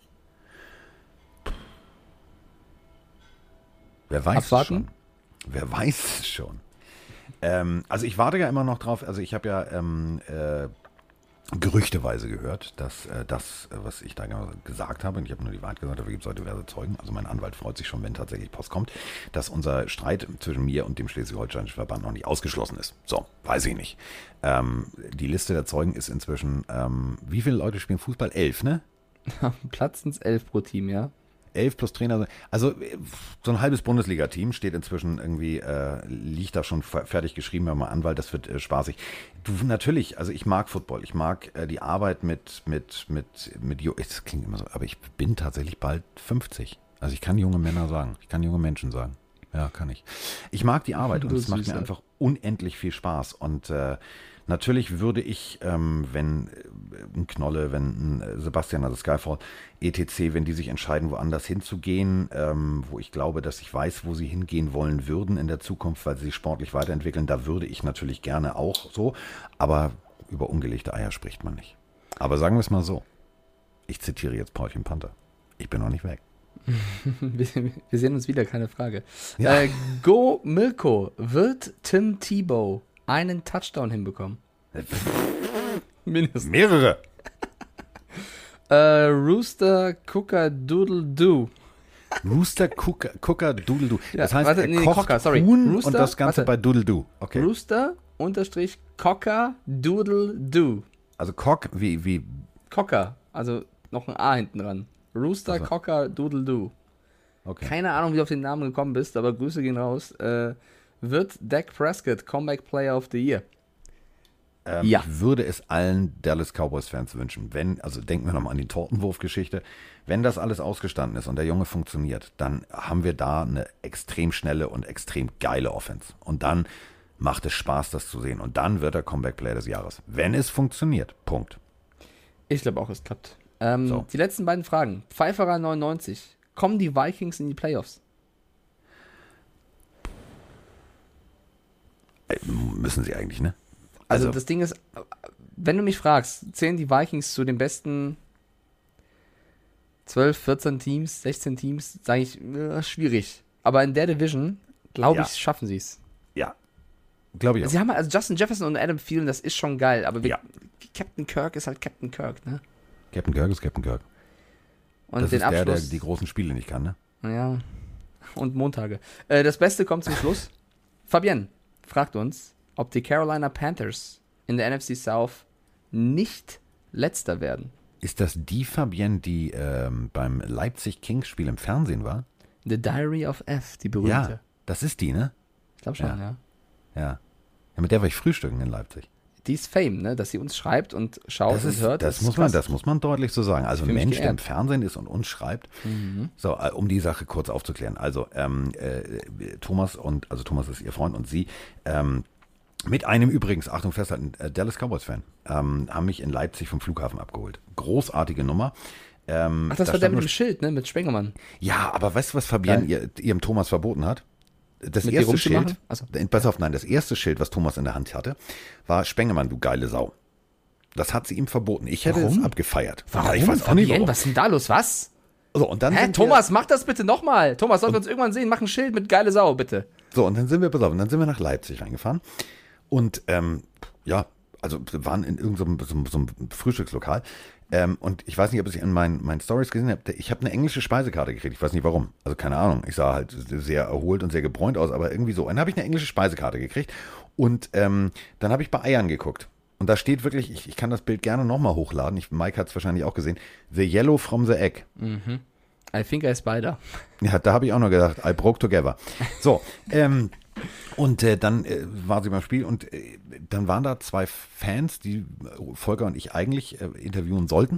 C: Wer weiß
D: Abwarten?
C: es schon. Wer weiß es schon. Ähm, also ich warte ja immer noch drauf, also ich habe ja ähm, äh, gerüchteweise gehört, dass äh, das, äh, was ich da genau gesagt habe, und ich habe nur die Wahrheit gesagt, dafür gibt es heute diverse Zeugen, also mein Anwalt freut sich schon, wenn tatsächlich Post kommt, dass unser Streit zwischen mir und dem Schleswig-Holsteinischen Verband noch nicht ausgeschlossen ist. So, weiß ich nicht. Ähm, die Liste der Zeugen ist inzwischen, ähm, wie viele Leute spielen Fußball? Elf, ne?
D: Platz ins elf pro Team, ja?
C: Elf plus Trainer. Also äh, so ein halbes Bundesliga-Team steht inzwischen irgendwie, äh, liegt da schon fer- fertig geschrieben bei meinem Anwalt, das wird äh, spaßig. Du, natürlich, also ich mag Football, ich mag äh, die Arbeit mit, mit, mit, mit, Jo- es klingt immer so, aber ich bin tatsächlich bald fünfzig. Also ich kann junge Männer sagen, ich kann junge Menschen sagen. Ja, kann ich. Ich mag die Arbeit und
D: Du
C: es macht mir
D: Süßer.
C: einfach unendlich viel Spaß. Und äh, natürlich würde ich, ähm, wenn äh, ein Knolle, wenn ein äh, Sebastian, also Skyfall, et cetera, wenn die sich entscheiden, woanders hinzugehen, ähm, wo ich glaube, dass ich weiß, wo sie hingehen wollen würden in der Zukunft, weil sie sich sportlich weiterentwickeln, da würde ich natürlich gerne auch so. Aber über ungelegte Eier spricht man nicht. Aber sagen wir es mal so. Ich zitiere jetzt Paulchen Panther. Ich bin noch nicht weg.
D: Wir, wir sehen uns wieder, keine Frage.
C: Ja.
D: Äh, Go Milko, wird Tim Tebow einen Touchdown hinbekommen? Mindestens.
C: Mehrere.
D: Äh, Rooster Cooker Doodle Doo.
C: Rooster Cooker, Cooker Doodle Doo.
D: Ja,
C: Das heißt,
D: warte,
C: er
D: nee,
C: kocht
D: Cocker, sorry.
C: Huhn
D: Rooster,
C: und das Ganze
D: warte.
C: bei Doodle Doo. Okay.
D: Rooster unterstrich Cocker Doodle Doo.
C: Also Cock wie, wie,
D: Cocker, also noch ein A hinten dran. Rooster
C: Also.
D: Cocker Doodle Doo.
C: okay.
D: Keine Ahnung, wie du auf den Namen gekommen bist, aber Grüße gehen raus. Äh, wird Dak Prescott Comeback Player of the Year?
C: Ähm,
D: Ja.
C: Ich würde es allen Dallas Cowboys-Fans wünschen, wenn, also denken wir nochmal an die Tortenwurf-Geschichte, wenn das alles ausgestanden ist und der Junge funktioniert, dann haben wir da eine extrem schnelle und extrem geile Offense. Und dann macht es Spaß, das zu sehen. Und dann wird er Comeback-Player des Jahres. Wenn es funktioniert. Punkt.
D: Ich glaube auch, es klappt. Ähm,
C: So.
D: Die letzten beiden Fragen. Pfeifferer neunundneunzig. Kommen die Vikings in die Playoffs?
C: Äh, müssen sie eigentlich, ne?
D: Also,
C: Also,
D: das Ding ist, wenn du mich fragst, zählen die Vikings zu den besten zwölf, vierzehn Teams, sechzehn Teams, sage ich, äh, schwierig. Aber in der Division, glaube
C: Ja.
D: ich, schaffen sie es.
C: ja. Glaube ich auch.
D: Sie haben also Justin Jefferson und Adam Thielen, das ist schon geil, aber wir,
C: Ja.
D: Captain Kirk ist halt Captain Kirk, ne?
C: Captain Kirk ist Captain Kirk.
D: Und
C: Das
D: den
C: ist der, der
D: Abschluss,
C: die großen Spiele nicht kann, ne?
D: ja, und Montage. Äh, das Beste kommt zum Schluss. Fabienne fragt uns, ob die Carolina Panthers in der N F C South nicht letzter werden.
C: Ist das die Fabienne, die ähm, beim Leipzig-Kings-Spiel im Fernsehen war?
D: The Diary of F, die berühmte.
C: Ja, das ist die, ne?
D: Ich glaube schon,
C: Ja.
D: ja.
C: Ja. Ja, mit der war ich frühstücken in Leipzig.
D: Die ist Fame, ne? Dass sie uns schreibt und schaut
C: Das,
D: und
C: ist,
D: hört.
C: das,
D: ist
C: muss man,
D: krass.
C: das muss man deutlich so sagen. Also
D: Ich
C: ein
D: fühl mich
C: Mensch, der im
D: geehrt.
C: Fernsehen ist und uns schreibt.
D: Mhm.
C: So, äh, um die Sache kurz aufzuklären. Also ähm, äh, Thomas und, also Thomas ist ihr Freund und sie, ähm, mit einem übrigens, Achtung festhalten, äh, Dallas Cowboys-Fan, ähm, haben mich in Leipzig vom Flughafen abgeholt. Großartige Nummer. Ähm,
D: Ach, das
C: da
D: war der
C: stand
D: mit
C: nur-
D: dem Schild, ne? Mit Spengemann.
C: Ja, aber weißt du, was Fabienne
D: Geil.
C: ihr, ihrem Thomas verboten hat? Das
D: Mit dir
C: erste Schild,
D: rumzumachen? Achso.
C: äh, pass auf, nein, das erste Schild, was Thomas in der Hand hatte, war Spengemann, du geile Sau. Das hat sie ihm verboten. Ich hätte
D: Warum?
C: es abgefeiert.
D: Warum?
C: Ja, ich weiß auch nicht,
D: Fabienne,
C: warum.
D: was ist denn da los? Was?
C: So, und dann
D: Hä,
C: sind wir-
D: Thomas, mach das bitte nochmal. Thomas, sollten wir uns irgendwann sehen? Mach ein Schild mit geile Sau, bitte.
C: So, und dann sind wir, pass auf, und dann sind wir nach Leipzig reingefahren. Und ähm, ja, also wir waren in irgendeinem so, so, so einem Frühstückslokal. Ähm, und ich weiß nicht, ob ihr in meinen, meinen Stories gesehen habt. Ich habe eine englische Speisekarte gekriegt. Ich weiß nicht warum. Also keine Ahnung. Ich sah halt sehr erholt und sehr gebräunt aus, aber irgendwie so. Und dann habe ich eine englische Speisekarte gekriegt. Und ähm, dann habe ich bei Eiern geguckt. Und da steht wirklich, ich, ich kann das Bild gerne nochmal hochladen. Ich, Mike hat es wahrscheinlich auch gesehen. The Yellow from the Egg.
D: I think I spider.
C: Ja, da habe ich auch noch gedacht, I broke together. So, ähm, und äh, dann äh, war sie beim Spiel und äh, dann waren da zwei Fans, die äh, Volker und ich eigentlich äh, interviewen sollten.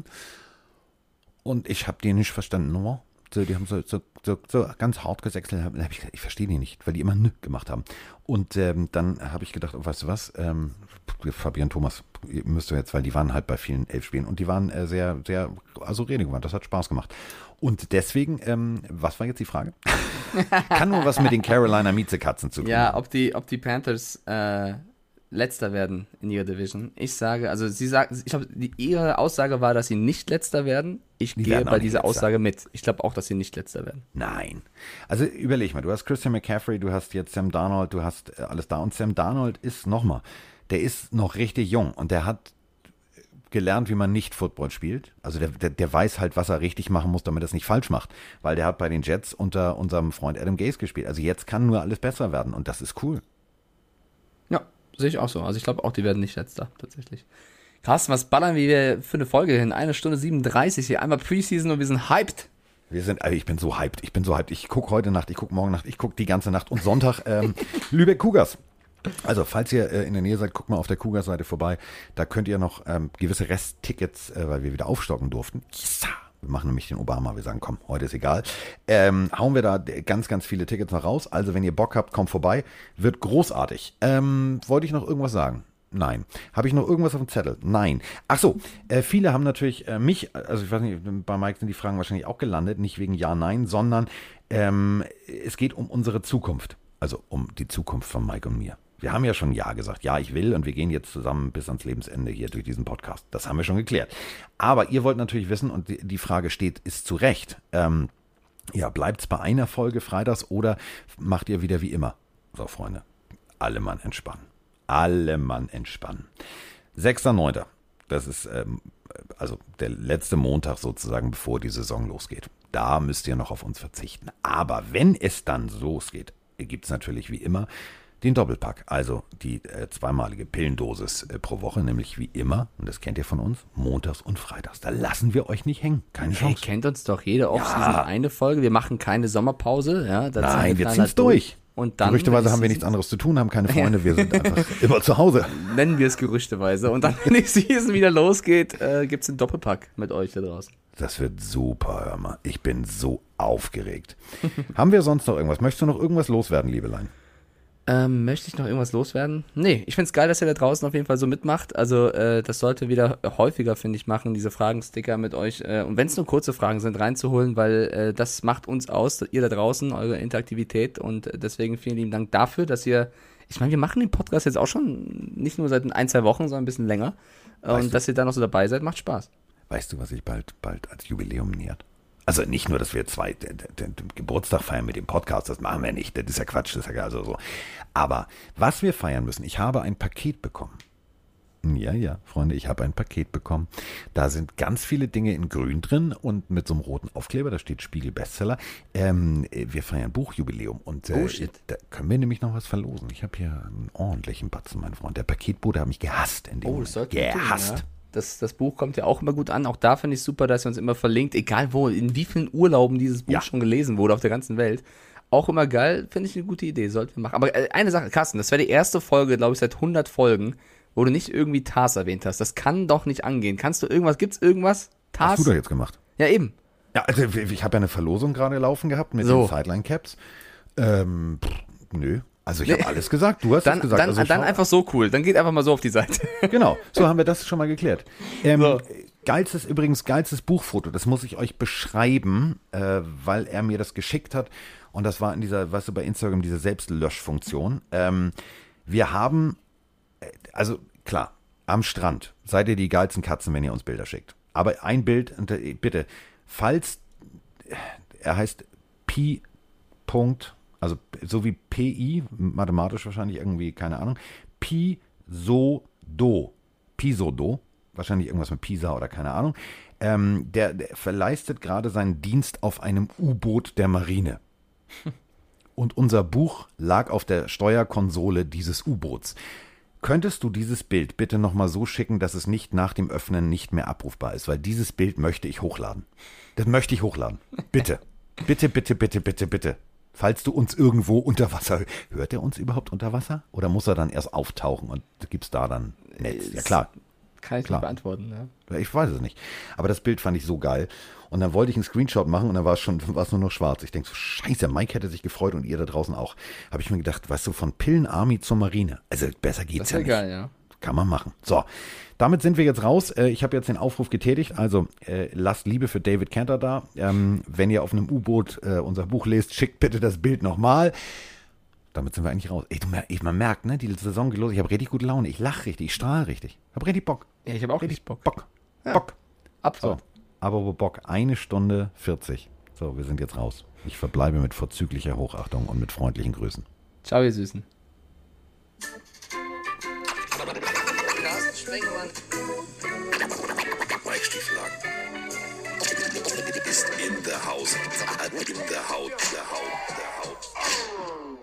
C: Und ich habe die nicht verstanden. No? So, die haben so, so, so, so ganz hart gesächselt. Da hab ich gesagt, ich verstehe die nicht, weil die immer nö gemacht haben. Und ähm, dann habe ich gedacht, oh, weißt du was, ähm, Fabian Thomas, ihr müsst ihr jetzt, weil die waren halt bei vielen Elfspielen und die waren äh, sehr, sehr, also redegewandt. Das hat Spaß gemacht. Und deswegen, ähm, was war jetzt die Frage? Kann nur was mit den Carolina Miezekatzen zu tun
D: Ja,
C: haben.
D: ob die, ob die Panthers äh, letzter werden in ihrer Division. Ich sage, also sie sagen, ich glaube, die, ihre Aussage war, dass sie nicht letzter werden. Ich
C: Die
D: gehe
C: werden auch
D: bei
C: nicht
D: dieser
C: letzter.
D: Aussage mit. Ich glaube auch, dass sie nicht letzter werden.
C: Nein. Also überleg mal, du hast Christian McCaffrey, du hast jetzt Sam Darnold, du hast äh, alles da. Und Sam Darnold ist nochmal, der ist noch richtig jung und der hat gelernt, wie man nicht Football spielt. Also der, der, der weiß halt, was er richtig machen muss, damit er es nicht falsch macht. Weil der hat bei den Jets unter unserem Freund Adam Gase gespielt. Also jetzt kann nur alles besser werden und das ist cool.
D: Ja, sehe ich auch so. Also ich glaube auch, die werden nicht letzter, tatsächlich. Krass, was ballern wir für eine Folge hin? Eine Stunde siebenunddreißig hier. Einmal Preseason und wir sind hyped.
C: Wir sind, also ich bin so hyped, ich bin so hyped. Ich gucke heute Nacht, ich gucke morgen Nacht, ich gucke die ganze Nacht und Sonntag ähm, Lübeck Cougars. Also, falls ihr äh, in der Nähe seid, guckt mal auf der Cougars-Seite vorbei. Da könnt ihr noch ähm, gewisse Resttickets, äh, weil wir wieder aufstocken durften. Yes. Wir machen nämlich den Obama. Wir sagen, komm, heute ist egal. Ähm, hauen wir da ganz, ganz viele Tickets noch raus. Also, wenn ihr Bock habt, kommt vorbei. Wird großartig. Ähm, wollte ich noch irgendwas sagen? Nein. Habe ich noch irgendwas auf dem Zettel? Nein. Ach so, äh, viele haben natürlich äh, mich, also ich weiß nicht, bei Mike sind die Fragen wahrscheinlich auch gelandet, nicht wegen Ja, Nein, sondern ähm, es geht um unsere Zukunft. Also um die Zukunft von Mike und mir. Wir haben ja schon Ja gesagt. Ja, ich will und wir gehen jetzt zusammen bis ans Lebensende hier durch diesen Podcast. Das haben wir schon geklärt. Aber ihr wollt natürlich wissen, und die, die Frage steht, ist zu Recht, ähm, ja, bleibt es bei einer Folge freitags oder macht ihr wieder wie immer? So, Freunde, alle Mann entspannen. Alle Mann entspannen. sechster neunter Das ist ähm, also der letzte Montag sozusagen, bevor die Saison losgeht. Da müsst ihr noch auf uns verzichten. Aber wenn es dann losgeht, gibt es natürlich wie immer den Doppelpack, also die äh, zweimalige Pillendosis äh, pro Woche, nämlich wie immer, und das kennt ihr von uns, montags und freitags. Da lassen wir euch nicht hängen. Keine
D: Hey,
C: Chance.
D: kennt uns doch jede Offseason
C: Ja.
D: eine Folge. Wir machen keine Sommerpause. Ja, da ziehen
C: Nein, wir
D: knallhart
C: ziehen's durch.
D: Und dann,
C: Gerüchteweise
D: wenn
C: haben wir
D: die
C: nichts anderes zu tun, haben keine Freunde, wir sind einfach immer zu Hause.
D: nennen wir es gerüchteweise. Und dann, wenn die Season wieder losgeht, äh, gibt es einen Doppelpack mit euch da draußen.
C: Das wird super, hör mal. Ich bin so aufgeregt. Haben wir sonst noch irgendwas? Möchtest du noch irgendwas loswerden, Liebelein?
D: Ähm, möchte ich noch irgendwas loswerden? Nee, ich find's geil, dass ihr da draußen auf jeden Fall so mitmacht. Also äh, das sollte wieder häufiger, finde ich, machen, diese Fragensticker mit euch. Äh, und wenn es nur kurze Fragen sind, reinzuholen, weil äh, das macht uns aus, ihr da draußen, eure Interaktivität. Und deswegen vielen lieben Dank dafür, dass ihr, ich meine, wir machen den Podcast jetzt auch schon nicht nur seit ein, zwei Wochen, sondern ein bisschen länger.
C: Weißt
D: und
C: du,
D: dass ihr da noch so dabei seid, macht Spaß.
C: Weißt du, was sich bald, bald als Jubiläum nähert? Also nicht nur, dass wir zwei den, den, den Geburtstag feiern mit dem Podcast, das machen wir nicht, das ist ja Quatsch, das ist ja also so. Aber was wir feiern müssen, ich habe ein Paket bekommen. Ja, ja, Freunde, ich habe ein Paket bekommen. Da sind ganz viele Dinge in grün drin und mit so einem roten Aufkleber, da steht Spiegel Bestseller. Ähm, wir feiern Buchjubiläum und äh,
D: Oh, shit.
C: da können wir nämlich noch was verlosen. Ich habe hier einen ordentlichen Batzen, mein Freund. Der Paketbote hat mich gehasst in dem
D: Oh, das
C: Moment.
D: sollte man tun,
C: Gehasst.
D: ja. Das, das Buch kommt ja auch immer gut an. Auch da finde ich super, dass ihr uns immer verlinkt, egal wo, in wie vielen Urlauben dieses Buch
C: Ja.
D: schon gelesen wurde auf der ganzen Welt. Auch immer geil, finde ich eine gute Idee, sollten wir machen. Aber äh, eine Sache, Carsten, das wäre die erste Folge, glaube ich, seit hundert Folgen, wo du nicht irgendwie Tars erwähnt hast. Das kann doch nicht angehen. Kannst du irgendwas, gibt's irgendwas? Tars?
C: Hast du doch jetzt gemacht?
D: Ja, eben.
C: Ja, also ich habe ja eine Verlosung gerade laufen gehabt mit
D: So.
C: den Sideline-Caps. Ähm, pff, nö. Also ich habe alles gesagt, du hast
D: Dann,
C: es gesagt.
D: dann,
C: also
D: dann
C: schau-
D: einfach so cool. Dann geht einfach mal so auf die Seite.
C: Genau, so haben wir das schon mal geklärt. Ähm,
D: So.
C: Geilstes, übrigens, geilstes Buchfoto, das muss ich euch beschreiben, äh, weil er mir das geschickt hat. Und das war in dieser, weißt du, bei Instagram, diese Selbstlöschfunktion. Ähm, wir haben, äh, also klar, am Strand seid ihr die geilsten Katzen, wenn ihr uns Bilder schickt. Aber ein Bild, und, äh, bitte, falls, äh, er heißt Pi. Punkt, also so wie P I, mathematisch wahrscheinlich irgendwie, keine Ahnung, Pisodo, Pisodo, wahrscheinlich irgendwas mit Pisa oder keine Ahnung, ähm, der, der verleistet gerade seinen Dienst auf einem U-Boot der Marine. Und unser Buch lag auf der Steuerkonsole dieses U-Boots. Könntest du dieses Bild bitte nochmal so schicken, dass es nicht nach dem Öffnen nicht mehr abrufbar ist? Weil dieses Bild möchte ich hochladen. Das möchte ich hochladen. Bitte. Bitte, bitte, bitte, bitte, bitte. Falls du uns irgendwo unter Wasser... Hört er uns überhaupt unter Wasser? Oder muss er dann erst auftauchen und gibt's da dann Netz? Ja klar,
D: Kann ich
C: Klar.
D: nicht beantworten, ja.
C: ich weiß es nicht. Aber das Bild fand ich so geil. Und dann wollte ich einen Screenshot machen und dann war es schon, war es nur noch schwarz. Ich denke so, scheiße, Mike hätte sich gefreut und ihr da draußen auch. Habe ich mir gedacht, weißt du, von Pillen-Army zur Marine. Also besser geht's
D: Das ist
C: ja
D: ja
C: nicht.
D: geil, ja.
C: Kann man machen. So, damit sind wir jetzt raus. Äh, Ich habe jetzt den Aufruf getätigt. Also äh, lasst Liebe für David Cantor da. Ähm, wenn ihr auf einem U-Boot äh, unser Buch lest, schickt bitte das Bild nochmal. Damit sind wir eigentlich raus. Ich, du mer- ich, man merkt, ne, die Saison geht los. Ich habe richtig gute Laune. Ich lache richtig, ich strahle richtig. Ich habe richtig Bock.
D: Ja, ich habe auch richtig Bock.
C: Bock.
D: Ja.
C: Bock. So,
D: Abfahrt.
C: aber wo Bock? Eine Stunde vierzig. So, wir sind jetzt raus. Ich verbleibe mit vorzüglicher Hochachtung und mit freundlichen Grüßen.
D: Ciao, ihr Süßen.
F: Mike Stieflagen ist in der Haus. In der Haut, der Haut, der Haut.